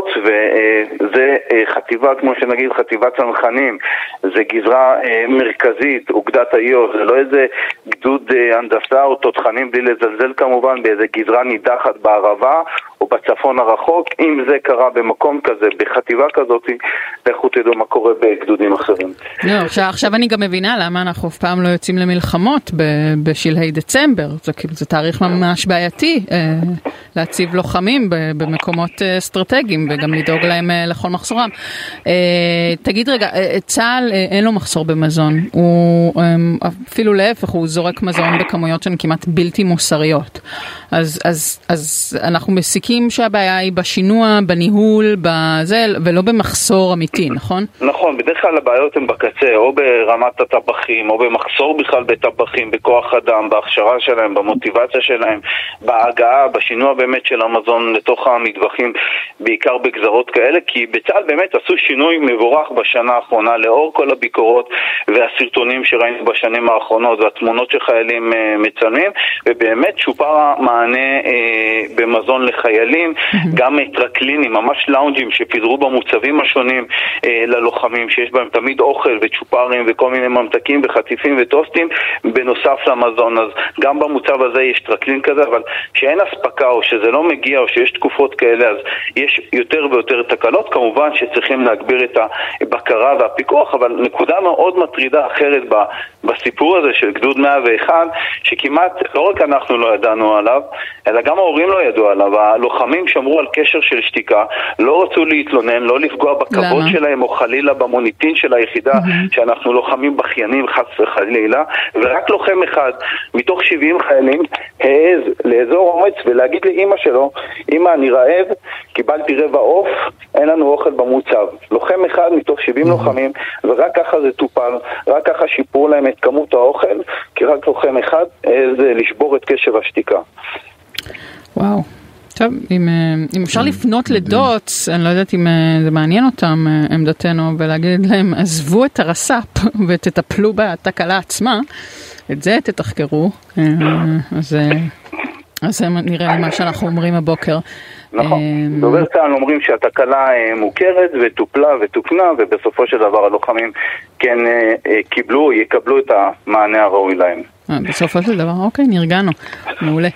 וזה חטיבה, כמו שנגיד חטיבת צנחנים, זה גזרה מרכזית, אוגדת איו"ש, זה לא איזה גדוד הנדסה או תותחנים בלי לזלזל כמובן באיזה גזרה נידחת בערבה או בצפון הרחוק. אם זה קרה במקום כזה, בחטיבה כזאת, לכו תדעו מה קורה בגדודים אחרים. לא, עכשיו, עכשיו אני גם מבינה למה אנחנו אף פעם לא יוצאים למלחמות בשלהי דצמבר. זה כאילו, זה תאריך ממש בעייתי להציב לוחמים במקומות אסטרטגיים וגם לדאוג להם לכל מחסורם. תגיד רגע, צה"ל אין לו מחסור במזון, הוא אפילו להפך, הוא זורק מזון בכמויות שהן כמעט בלתי מוסריות. אז, אז, אז אנחנו מסיקים שהבעיה היא בשינוע, בניהול, בזה, ולא במחסור אמיתי, נכון? נכון, בדרך כלל הבעיות הן בקצה, או ברמת הטבחים, או במחסור בכלל בטבחים, בכוח אדם, בהכשרה שלהם, במוטיבציה שלהם, בהגעה, בשינוע באמת של המזון לתוך המטבחים, בעיקר בגזרות כאלה, כי בצה"ל באמת עשו שינוי מבורך בשנה האחרונה, לאור כל הביקורות והסרטונים שראינו בשנים האחרונות, והתמונות שחיילים מצלמים, ובאמת שופר המענה במזון לחיילים, גם טרקלינים, ממש לאונג'ים שפיזרו במוצבים השונים ללוחמים, שיש בהם תמיד אוכל וצ'ופרים וכל מיני ממתקים וחטיפים וטוסטים בנוסף למזון. אז גם במוצב הזה יש טרקלין כזה, אבל שאין הספקה או שזה לא מגיע או שיש תקופות כאלה, אז יש יותר ויותר תקלות. כמובן שצריכים להגביר את הבקרה והפיקוח, אבל נקודה מאוד מטרידה אחרת בסיפור הזה של גדוד מאה ואחת, שכמעט לא רק אנחנו לא ידענו עליו, אלא גם ההורים לא ידעו עליו. הלוחמים שמרו על קשר של שתיקה, לא רצו להתלונן, לא לפגוע בכבוד שלהם או חלילה במוניטין של היחידה, mm-hmm. שאנחנו לוחמים בחיינים חס וחלילה, ורק לוחם אחד מתוך שבעים חיילים העז לאזור אומץ ולהגיד לאמא שלו, אמא אני רעב, קיבלתי רבע עוף, אין לנו אוכל במוצב. לוחם אחד מתוך שבעים mm-hmm. לוחמים, ורק ככה זה טופל, רק ככה שיפרו להם את כמות האוכל, כי רק לוחם אחד העז לשבור את קשב השתיקה. וואו. טוב, אם, אם אפשר לפנות לדוץ, אני לא יודעת אם זה מעניין אותם עמדתנו, ולהגיד להם, עזבו את הרס"פ ותטפלו בתקלה עצמה, את זה תתחקרו, אז, אז נראה לי מה שאנחנו אומרים הבוקר. נכון, דובר צה"ל אומרים שהתקלה מוכרת וטופלה ותוקנה, ובסופו של דבר הלוחמים כן קיבלו, יקבלו את המענה הראוי להם. בסופו של דבר, אוקיי, נרגענו, מעולה.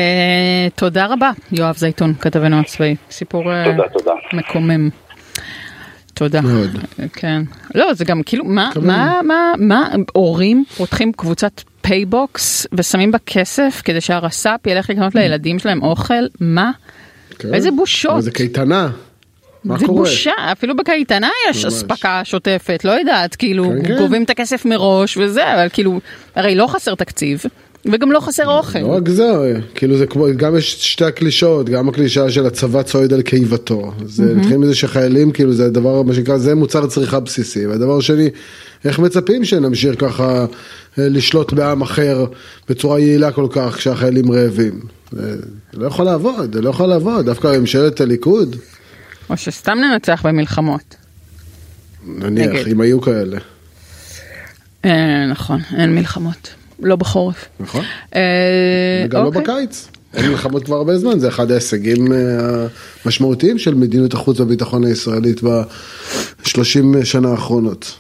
תודה רבה, יואב זייתון, כתבנו הצבאי, סיפור מקומם. תודה. מאוד. כן. לא, זה גם כאילו, מה, מה, מה, מה, הורים פותחים קבוצת פייבוקס ושמים בה כסף כדי שהרס"פ ילך לקנות לילדים שלהם אוכל? מה? איזה בושות. זה קייטנה. זה בושה, אפילו בקייטנה יש הספקה שוטפת, לא יודעת, כאילו גובים את הכסף מראש וזה, אבל כאילו, הרי לא חסר תקציב, וגם לא חסר אוכל. לא רק זה, כאילו זה כמו, גם יש שתי הקלישאות, גם הקלישה של הצבא צועד על קיבתו, זה נתחיל מזה שחיילים, כאילו זה הדבר, מה שנקרא, זה מוצר צריכה בסיסי, והדבר השני, איך מצפים שנמשיך ככה לשלוט בעם אחר בצורה יעילה כל כך כשהחיילים רעבים? זה לא יכול לעבוד, זה לא יכול לעבוד, דווקא ממשלת הליכוד. או שסתם ננצח במלחמות. נניח, אם היו כאלה. נכון, אין מלחמות. לא בחורף. נכון. וגם לא בקיץ. אין מלחמות כבר הרבה זמן. זה אחד ההישגים המשמעותיים של מדיניות החוץ והביטחון הישראלית בשלושים שנה האחרונות.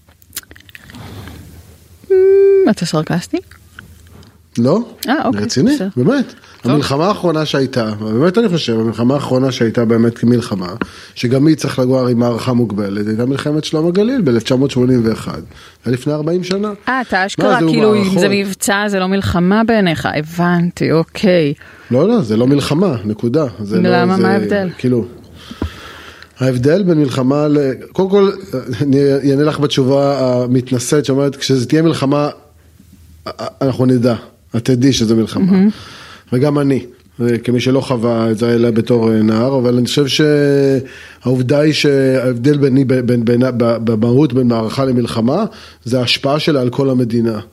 אתה סרקסטי? לא, רציני, באמת. המלחמה האחרונה שהייתה, באמת אני חושב, המלחמה האחרונה שהייתה באמת כמלחמה, שגם היא צריך לגור עם מערכה מוגבלת, הייתה מלחמת שלום הגליל ב-אלף תשע מאות שמונים ואחת, לפני ארבעים שנה. אה, אתה אשכרה, כאילו אם זה מבצע, זה לא מלחמה בעיניך, הבנתי, אוקיי. לא, לא, זה לא מלחמה, נקודה. למה, מה ההבדל? כאילו, ההבדל בין מלחמה ל... קודם כל, אני אענה לך בתשובה המתנשאת, שאומרת, כשזה תהיה מלחמה, אנחנו נדע. את תדעי שזה מלחמה. Mm-hmm. וגם אני, כמי שלא חווה את זה אלא בתור נער, אבל אני חושב שהעובדה היא שההבדל ביני, בין, בין, במהות בין מערכה למלחמה, זה ההשפעה שלה על כל המדינה.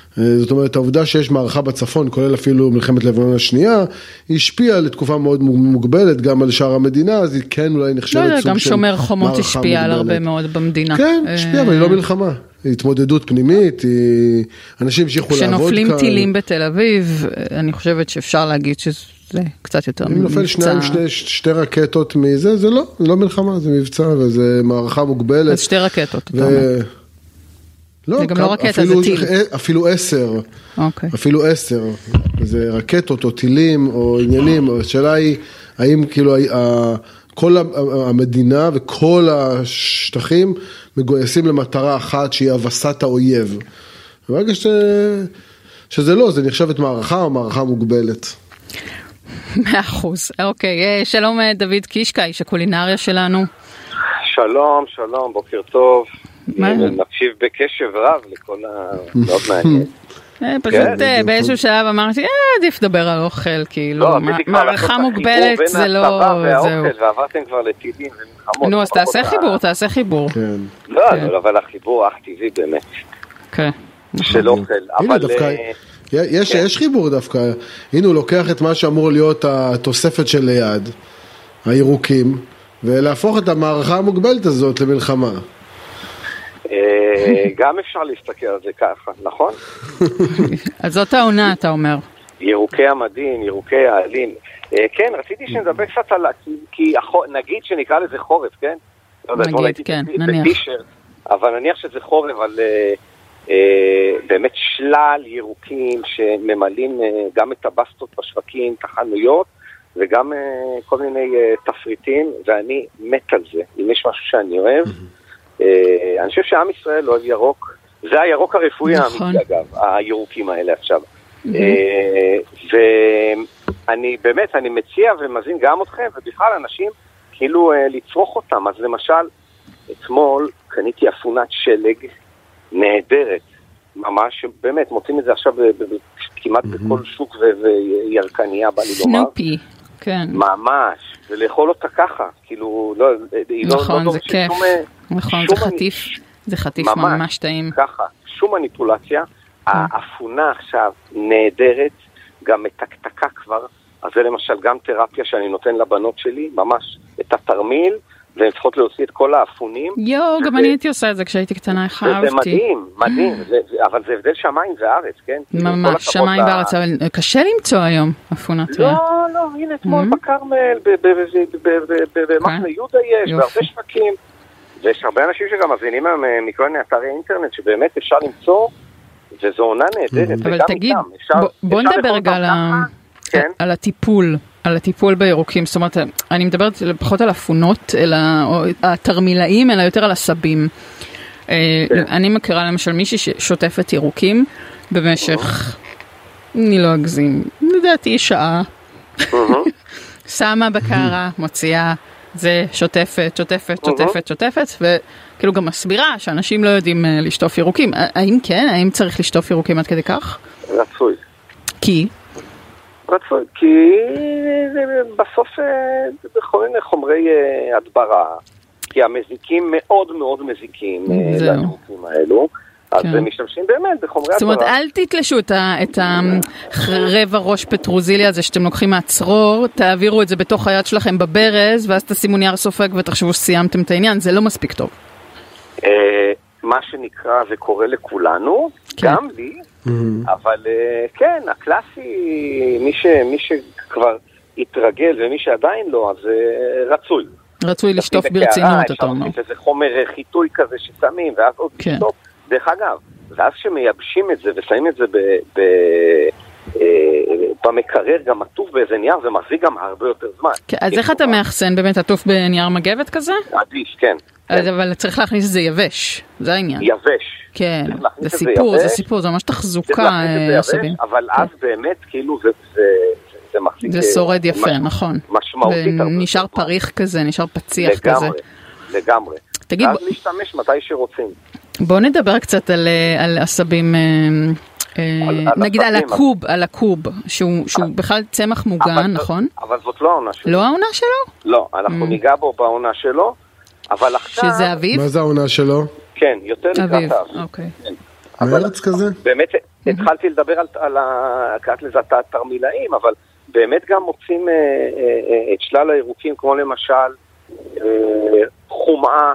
זאת אומרת, העובדה שיש מערכה בצפון, כולל אפילו מלחמת לבנון השנייה, היא השפיעה לתקופה מאוד מוגבלת גם על שאר המדינה, אז היא כן אולי נחשבת סוג של מערכה מוגבלת. גם שומר חומות השפיעה על הרבה מאוד במדינה. כן, השפיעה, אבל היא לא מלחמה. היא התמודדות פנימית, היא... אנשים המשיכו לעבוד כאן. כשנופלים טילים בתל אביב, אני חושבת שאפשר להגיד שזה קצת יותר מבצע. אם נופל שניים, שני, שתי רקטות מזה, זה לא, זה לא מלחמה, זה מבצע, וזה מערכה מוגבלת. אז שתי רקטות, ו... אתה אומר. לא, זה גם לא רקטה, אפילו, זה טיל. אפילו עשר, אוקיי. אפילו עשר, זה רקטות או טילים או עניינים, השאלה היא, האם כאילו כל המדינה וכל השטחים מגויסים למטרה אחת שהיא הבסת האויב. ברגע ש... שזה לא, זה נחשבת מערכה או מערכה מוגבלת. מאה אחוז, אוקיי. שלום דוד קישקה, איש הקולינריה שלנו. שלום, שלום, בוקר טוב. נקשיב בקשב רב לכל ה... מאוד מעניין. פשוט באיזשהו שלב אמרתי, עדיף לדבר על אוכל, כאילו, מערכה מוגבלת זה לא... ועברתם כבר לטילים ומלחמות. נו, אז תעשה חיבור, תעשה חיבור. לא, אבל החיבור אך טבעי באמת. כן. של אוכל. הנה דווקא, יש חיבור דווקא. הנה הוא לוקח את מה שאמור להיות התוספת של ליד, הירוקים, ולהפוך את המערכה המוגבלת הזאת למלחמה. גם אפשר להסתכל על זה ככה, נכון? אז זאת העונה, אתה אומר. ירוקי המדין, ירוקי העלים. כן, רציתי שנדבר קצת על... כי נגיד שנקרא לזה חורף, כן? נגיד, כן, נניח. אבל נניח שזה חורף, אבל באמת שלל ירוקים שממלאים גם את הבסטות בשווקים, כחנויות, וגם כל מיני תפריטים, ואני מת על זה. אם יש משהו שאני אוהב, אני חושב שעם ישראל לא אוהב ירוק, זה הירוק הרפואי האמיתי אגב, הירוקים האלה עכשיו. ואני באמת, אני מציע ומזין גם אתכם, ובכלל אנשים כאילו לצרוך אותם. אז למשל, אתמול קניתי אפונת שלג נהדרת, ממש, באמת, מוצאים את זה עכשיו כמעט בכל שוק וירקניה, בא לי לומר. סנופי. כן. ממש, ולאכול אותה ככה, כאילו, לא, נכון, לא, זה כיף, נכון, זה חטיף, זה חטיף ממש טעים. ככה, שום מניפולציה, האפונה עכשיו נהדרת, גם מתקתקה כבר, אז זה למשל גם תרפיה שאני נותן לבנות שלי, ממש את התרמיל, והן צריכות להוציא את כל האפונים. יו, גם אני הייתי עושה את זה כשהייתי קטנה, איך אהבתי. זה מדהים, מדהים, אבל זה הבדל שמיים וארץ, כן? ממש, שמיים וארץ, אבל קשה למצוא היום אפונת. לא, לא, הנה אתמול בקרמל, במחנה יהודה יש, בהרבה שווקים, ויש הרבה אנשים שגם מבינים מכל מיני אתרי אינטרנט, שבאמת אפשר למצוא, וזו עונה נהדרת. אבל תגיד, בוא נדבר רגע על הטיפול. על הטיפול בירוקים, זאת אומרת, אני מדברת פחות על אפונות, אלא התרמילאים, אלא יותר על הסבים. אני מכירה למשל מישהי ששוטפת ירוקים במשך, אני לא אגזים, לדעתי שעה. שמה בקרה, מוציאה, זה שוטפת, שוטפת, שוטפת, שוטפת, וכאילו גם מסבירה שאנשים לא יודעים לשטוף ירוקים. האם כן? האם צריך לשטוף ירוקים עד כדי כך? רצוי. כי? רצוי, כי בסוף בכל מיני חומרי הדברה, כי המזיקים מאוד מאוד מזיקים לירוקים האלו, אז הם משתמשים באמת בחומרי הדברה. זאת אומרת, אל תתלשו את הרבע ראש פטרוזיליה הזה שאתם לוקחים מהצרור, תעבירו את זה בתוך היד שלכם בברז, ואז תשימו נייר סופג ותחשבו שסיימתם את העניין, זה לא מספיק טוב. מה שנקרא, זה קורה לכולנו, גם לי, אבל כן, הקלאסי, מי שכבר התרגל ומי שעדיין לא, אז רצוי. רצוי לשטוף ברצינות, אתה אומר. זה חומר חיטוי כזה ששמים, ואז עוד לשטוף. דרך אגב, ואז שמייבשים את זה ושמים את זה במקרר, גם עטוף באיזה נייר, זה מחזיק גם הרבה יותר זמן. אז איך אתה מאחסן באמת עטוף בנייר מגבת כזה? עדיף, כן. אבל צריך להכניס את זה יבש, זה העניין. יבש. כן, זה סיפור, זה סיפור, זה ממש תחזוקה. אבל אז באמת, כאילו, זה מחזיק... זה שורד יפה, נכון. משמעותית. ונשאר פריך כזה, נשאר פציח כזה. לגמרי, לגמרי. תגיד, אז להשתמש מתי שרוצים. בוא נדבר קצת על עשבים, נגיד על הקוב, על הקוב, שהוא בכלל צמח מוגן, נכון? אבל זאת לא העונה שלו. לא העונה שלו? לא, אנחנו ניגע בו בעונה שלו. אבל עכשיו... שזה אביב? מה זה העונה שלו? כן, יותר לקראת האביב. אוקיי. מרץ כזה? באמת, התחלתי לדבר על, על הקראת לזה התרמילאים, אבל באמת גם מוצאים את שלל הירוקים, כמו למשל חומאה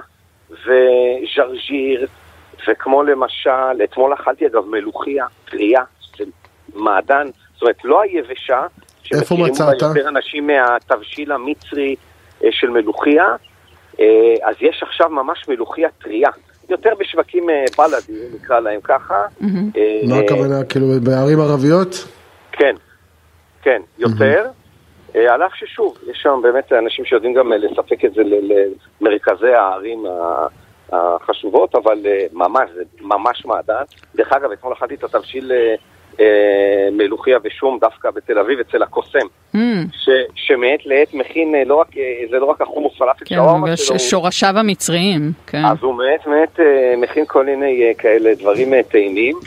וז'רג'יר, וכמו למשל, אתמול אכלתי אגב מלוכיה, טריה, של מעדן, זאת אומרת לא היבשה, איפה מצאת? יותר אנשים מהתבשיל המצרי של מלוכיה, אז יש עכשיו ממש מלוכיה טריה, יותר בשווקים בלדים, נקרא להם ככה. מה הכוונה, כאילו בערים ערביות? כן, כן, יותר. על אף ששוב, יש שם באמת אנשים שיודעים גם לספק את זה למרכזי הערים החשובות, אבל ממש, זה ממש מעדן. דרך אגב, אתמול אכלתי את התבשיל מלוכיה ושום דווקא בתל אביב אצל הקוסם, שמעת לעת מכין, זה לא רק החומוס פלאפל שווארמה שלו, שורשיו המצריים, אז הוא מעט מעט מכין כל מיני כאלה דברים טעימים,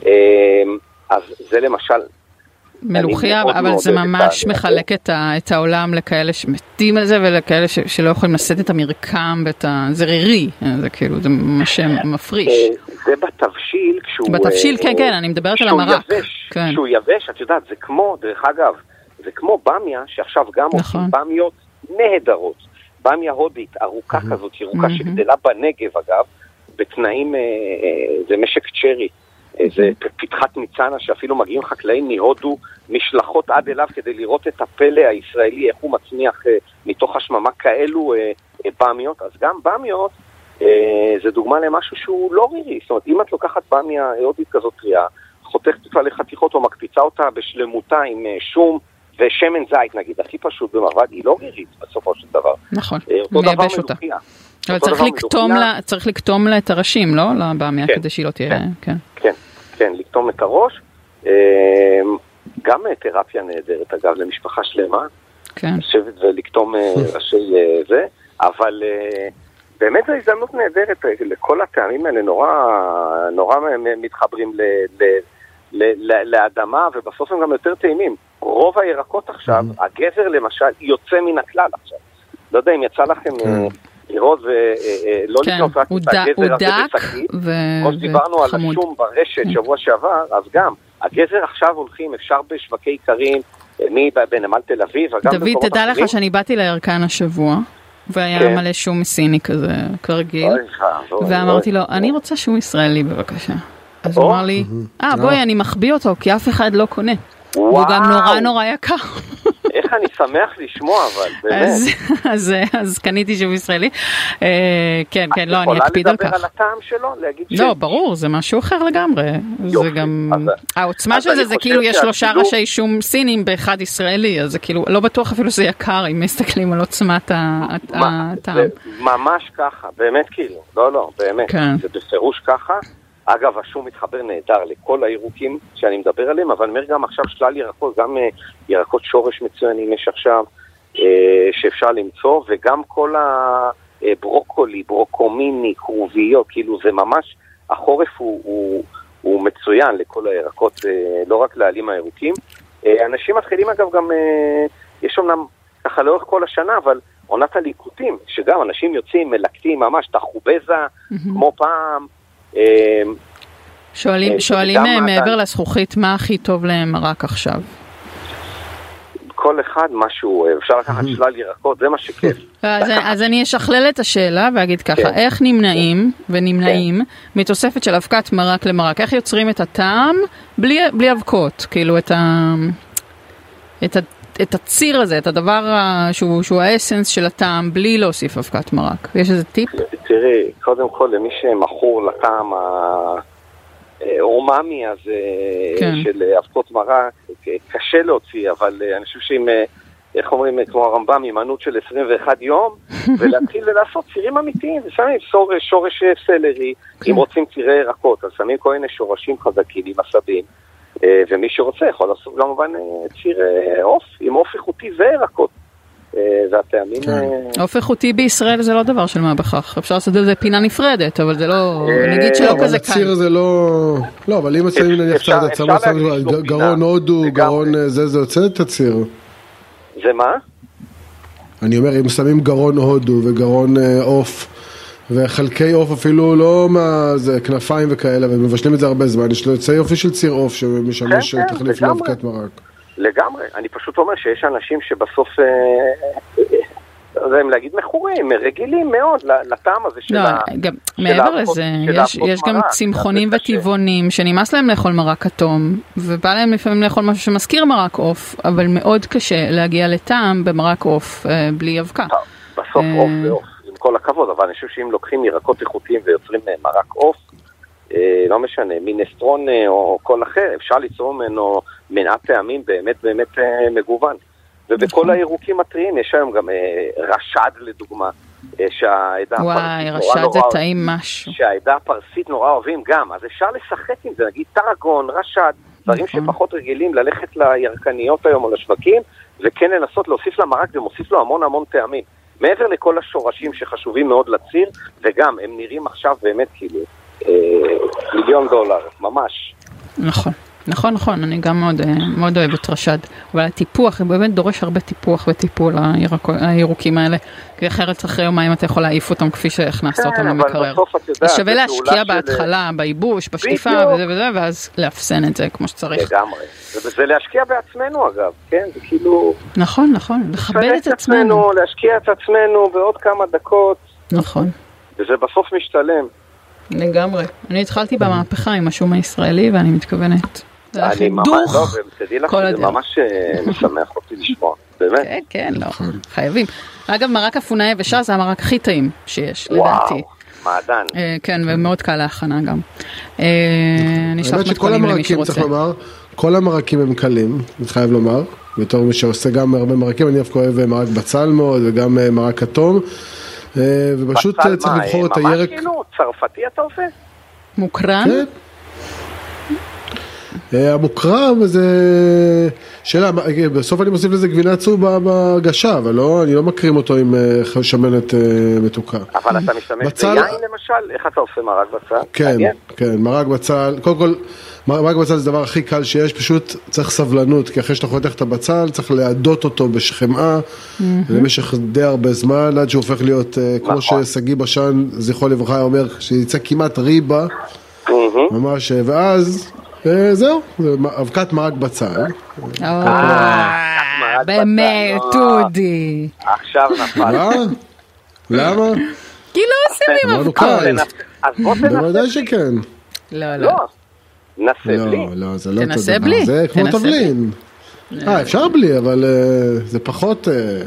אז זה למשל מלוכיה, אבל זה ממש מחלק את העולם לכאלה שמתים על זה ולכאלה שלא יכולים לשאת את המרקם זה רירי, זה כאילו, זה ממש מפריש. זה בתבשיל, בתבשיל, כן, כן, אני מדברת על המרק. כשהוא יבש, את יודעת, זה כמו, דרך אגב, זה כמו במיה, שעכשיו גם עושים במיות נהדרות. במיה הודית, ארוכה כזאת, ירוקה שגדלה בנגב, אגב, בתנאים, זה משק צ'רי. זה פתחת ניצנה שאפילו מגיעים חקלאים מהודו משלחות עד אליו כדי לראות את הפלא הישראלי, איך הוא מצמיח מתוך השממה כאלו במיות. אז גם במיות זה דוגמה למשהו שהוא לא רירי. זאת אומרת, אם את לוקחת במיה הודית כזאת טריה, חותכת אותה לחתיכות או מקפיצה אותה בשלמותה עם שום ושמן זית נגיד, הכי פשוט במרבד, היא לא רירית בסופו של דבר. נכון, מייבש אותה. אבל צריך לקטום לה, צריך לקטום לה את הראשים, לא? לבמיה, כדי שהיא לא תהיה, כן. כן, כן, לקטום את הראש. גם תרפיה נהדרת, אגב, למשפחה שלמה. כן. לשבת ולקטום ראשי זה, אבל באמת זו הזדמנות נהדרת, לכל הטעמים האלה נורא, נורא מתחברים לאדמה, ובסוף הם גם יותר טעימים. רוב הירקות עכשיו, הגזר למשל, יוצא מן הכלל עכשיו. לא יודע אם יצא לכם לראות ולא לקנות רק את הגזר הזה בשקית. כמו שדיברנו על השום ברשת שבוע שעבר, אז גם, הגזר עכשיו הולכים, אפשר בשווקי עיקרים, מי בנמל תל אביב, דוד, תדע לך שאני באתי לירקן השבוע, והיה מלא שום סיני כזה, כרגיל, ואמרתי לו, אני רוצה שום ישראלי בבקשה. אז הוא אמר לי, אה בואי אני מחביא אותו, כי אף אחד לא קונה. הוא גם נורא נורא יקר. איך אני שמח לשמוע, אבל באמת. אז קניתי שום ישראלי. כן, כן, לא, אני אקפיד על כך. את יכולה לדבר על הטעם שלו? לא, ברור, זה משהו אחר לגמרי. זה גם... העוצמה של זה, זה כאילו יש שלושה ראשי שום סינים באחד ישראלי, אז זה כאילו, לא בטוח אפילו שזה יקר, אם מסתכלים על עוצמת הטעם. ממש ככה, באמת כאילו. לא, לא, באמת. זה בפירוש ככה. אגב, השום מתחבר נהדר לכל הירוקים שאני מדבר עליהם, אבל אומר גם עכשיו שלל ירקות, גם ירקות שורש מצוינים יש עכשיו שאפשר למצוא, וגם כל הברוקולי, ברוקומיני, קרוביות, כאילו זה ממש, החורף הוא, הוא, הוא מצוין לכל הירקות, לא רק לעלים הירוקים. אנשים מתחילים אגב גם, יש אומנם ככה לאורך כל השנה, אבל עונת הליקוטים, שגם אנשים יוצאים, מלקטים ממש, תחובזה, כמו פעם, שואלים, שואלים מעבר לזכוכית, מה הכי טוב להם רק עכשיו? כל אחד משהו, אפשר לקחת שלל ירקות, זה מה שכיף. אז אני אשכלל את השאלה ואגיד ככה, איך נמנעים ונמנעים מתוספת של אבקת מרק למרק? איך יוצרים את הטעם בלי אבקות? כאילו את ה... את הציר הזה, את הדבר שהוא, שהוא האסנס של הטעם, בלי להוסיף אבקת מרק. יש איזה טיפ? תראי, קודם כל, למי שמכור לטעם האוממי הזה כן. של אבקות מרק, קשה להוציא, אבל אני חושב שאם, איך אומרים, כמו הרמב"ם, הימנעות של עשרים ואחד יום, ולהתחיל ולעשות צירים אמיתיים, ושמים שורש, שורש סלרי, כן. אם רוצים צירי ירקות, אז שמים כל מיני שורשים חזקים עם עשבים, ומי שרוצה יכול לעשות כמובן ציר אוף, עם אוף איכותי וירקות. והטעמים... אוף איכותי בישראל זה לא דבר של מה בכך. אפשר לעשות את זה פינה נפרדת, אבל זה לא... נגיד שלא כזה כאן. הציר זה לא... לא, אבל אם מצאים נניח את הצמא, גרון הודו, גרון זה, זה יוצא את הציר. זה מה? אני אומר, אם שמים גרון הודו וגרון אוף, וחלקי עוף אפילו לא מה, זה כנפיים וכאלה, ומבשלים את זה הרבה זמן, יש לו יוצא יופי של ציר עוף שמשמש כן, תחליף כן, לאבקת מרק. לגמרי, אני פשוט אומר שיש אנשים שבסוף, הם להגיד מכורים, רגילים מאוד לטעם הזה של לא, ה... גם, מעבר לזה, יש, יש גם צמחונים וטבעונים שנמאס להם לאכול מרק כתום, ובא להם לפעמים לאכול משהו שמזכיר מרק עוף, אבל מאוד קשה להגיע לטעם במרק עוף בלי אבקה. בסוף עוף ועוף, עם כל הכבוד, אבל אני חושב שאם לוקחים ירקות איכותיים ויוצרים מרק עוף, לא משנה, מינסטרון או כל אחר, אפשר ליצור ממנו מנעת טעמים באמת באמת מגוון. ובכל הירוקים הטריים יש היום גם רשד לדוגמה, שהעדה וואי, רשד זה טעים משהו. שהעדה הפרסית נורא אוהבים גם, אז אפשר לשחק עם זה, נגיד טרגון, רשד, דברים שפחות רגילים ללכת לירקניות היום או לשווקים, וכן לנסות להוסיף למרק ומוסיף לו המון המון טעמים. מעבר לכל השורשים שחשובים מאוד לציר, וגם הם נראים עכשיו באמת כאילו מיליון דולר, ממש. נכון, נכון, נכון, אני גם מאוד, מאוד אוהבת רשד, אבל הטיפוח, באמת דורש הרבה טיפוח וטיפול הירוקים האלה, כי אחרת אחרי יומיים אתה יכול להעיף אותם כפי שהכנסת אותם למקרר. אז שווה להשקיע בהתחלה, בייבוש, בשטיפה וזה וזה, ואז לאפסן את זה כמו שצריך. לגמרי, וזה להשקיע בעצמנו אגב, כן, זה כאילו... נכון, נכון, לכבד את עצמנו. להשקיע את עצמנו בעוד כמה דקות. נכון. וזה בסוף משתלם. לגמרי. אני התחלתי במהפכה עם השום הישראלי, ואני מתכוונת. אני ממש, לא, ותדעי לך, זה ממש משמח אותי לשמוע. באמת? כן, כן, לא. חייבים. אגב, מרק אפונה יבשה זה המרק הכי טעים שיש, לדעתי. וואו, מעדן. כן, ומאוד קל להכנה גם. אני אשלח מתכונים למי שרוצה. כל המרקים הם קלים, אני חייב לומר. בתור מי שעושה גם הרבה מרקים, אני אוהב אוהב מרק בצל מאוד, וגם מרק כתום. ובפשוט צריך לבחור את הירק. ממש כאילו, צרפתי אתה עושה? מוקרן? כן. המוקרם זה... שאלה, בסוף אני מוסיף לזה גבינה צהובה בגשה, אבל לא, אני לא מקרים אותו עם שמנת מתוקה. אבל אתה משתמש ביין למשל? איך אתה עושה מרק בצל? כן, כן, מרק בצל. קודם כל, מרק בצל זה הדבר הכי קל שיש, פשוט צריך סבלנות, כי אחרי שאתה חותך את הבצל, צריך להדות אותו בשחמאה, למשך די הרבה זמן, עד שהוא הופך להיות, כמו שסגי בשן, זכרו לברכה, אומר, שיצא כמעט ריבה, ממש, ואז... זהו, אבקת מרק בצל. באמת, טודי. עכשיו נפל. למה? כי לא עושים עם אבקות. אז בוא תנסה. בוודאי שכן. לא, לא. נסה בלי. לא, זה לא תנסה בלי. זה כמו תבלין. אה, אפשר בלי, אבל זה פחות...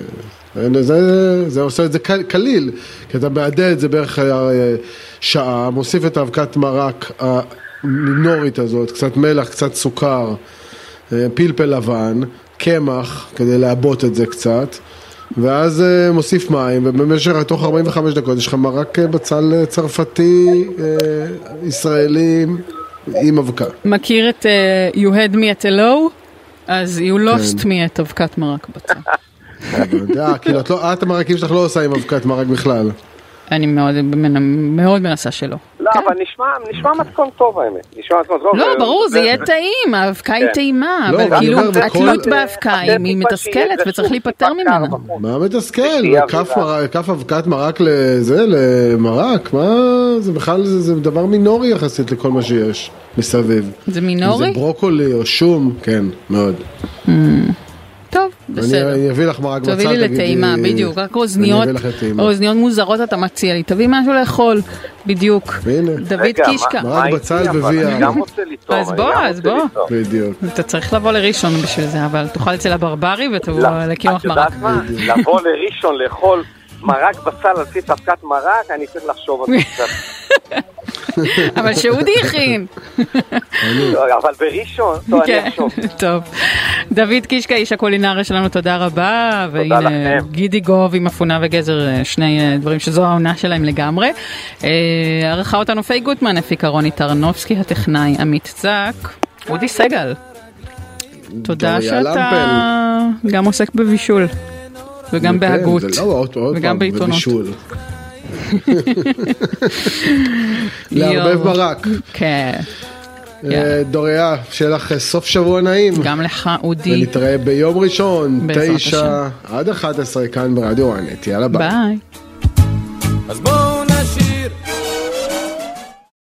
זה עושה את זה קליל, כי אתה מעדה את זה בערך שעה, מוסיף את האבקת מרק המינורית הזאת, קצת מלח, קצת סוכר, פלפל לבן, קמח, כדי לעבות את זה קצת, ואז מוסיף מים, ובמשך תוך ארבעים וחמש דקות יש לך מרק בצל צרפתי, ישראלי, עם אבקה. מכיר את You had me at hello? אז you lost me את אבקת מרק בצל. כאילו, את המרקים שלך לא עושה עם אבקת מרק בכלל. אני מאוד, מאוד מנסה שלא. לא, אבל נשמע מתכון טוב האמת. לא, ברור, זה יהיה טעים, האבקה היא טעימה, אבל כאילו התלות באבקה היא מתסכלת וצריך להיפטר ממנה. מה מתסכל? כף אבקת מרק לזה, למרק, מה? זה בכלל, זה דבר מינורי יחסית לכל מה שיש מסביב. זה מינורי? זה ברוקולי או שום, כן, מאוד. טוב, בסדר. אני אביא לך מרק בצל. תביא לי לטעימה, בדיוק. רק אוזניות, אוזניות מוזרות אתה מציע לי. תביא משהו לאכול, בדיוק. דוד קישקה. מרק בצל וויה. אני גם רוצה לטעום. אז בוא, אז בוא. בדיוק. אתה צריך לבוא לראשון בשביל זה, אבל תאכל אצל הברברי ותבוא לקיוח מרק. את יודעת מה? לבוא לראשון לאכול מרק בצל על בסיס אבקת מרק, אני צריך לחשוב על זה קצת. אבל שאודי הכין. אבל בראשון, טוב, אני אחשוב. טוב. דוד קישקה, איש הקולינריה שלנו, תודה רבה. תודה לכם. גידי גוב עם אפונה וגזר, שני דברים שזו העונה שלהם לגמרי. ערכה אותנו פי גוטמן, הפיקה רוני טרנובסקי, הטכנאי עמית צק. אודי סגל. תודה שאתה גם עוסק בבישול. וגם בהגות. וגם בעיתונות. לערבב ברק. כן. דוריה, שיהיה לך סוף שבוע נעים. גם לך, אודי. ונתראה ביום ראשון, תשע עד אחת עשרה כאן ברדיו וואנט. יאללה ביי. ביי.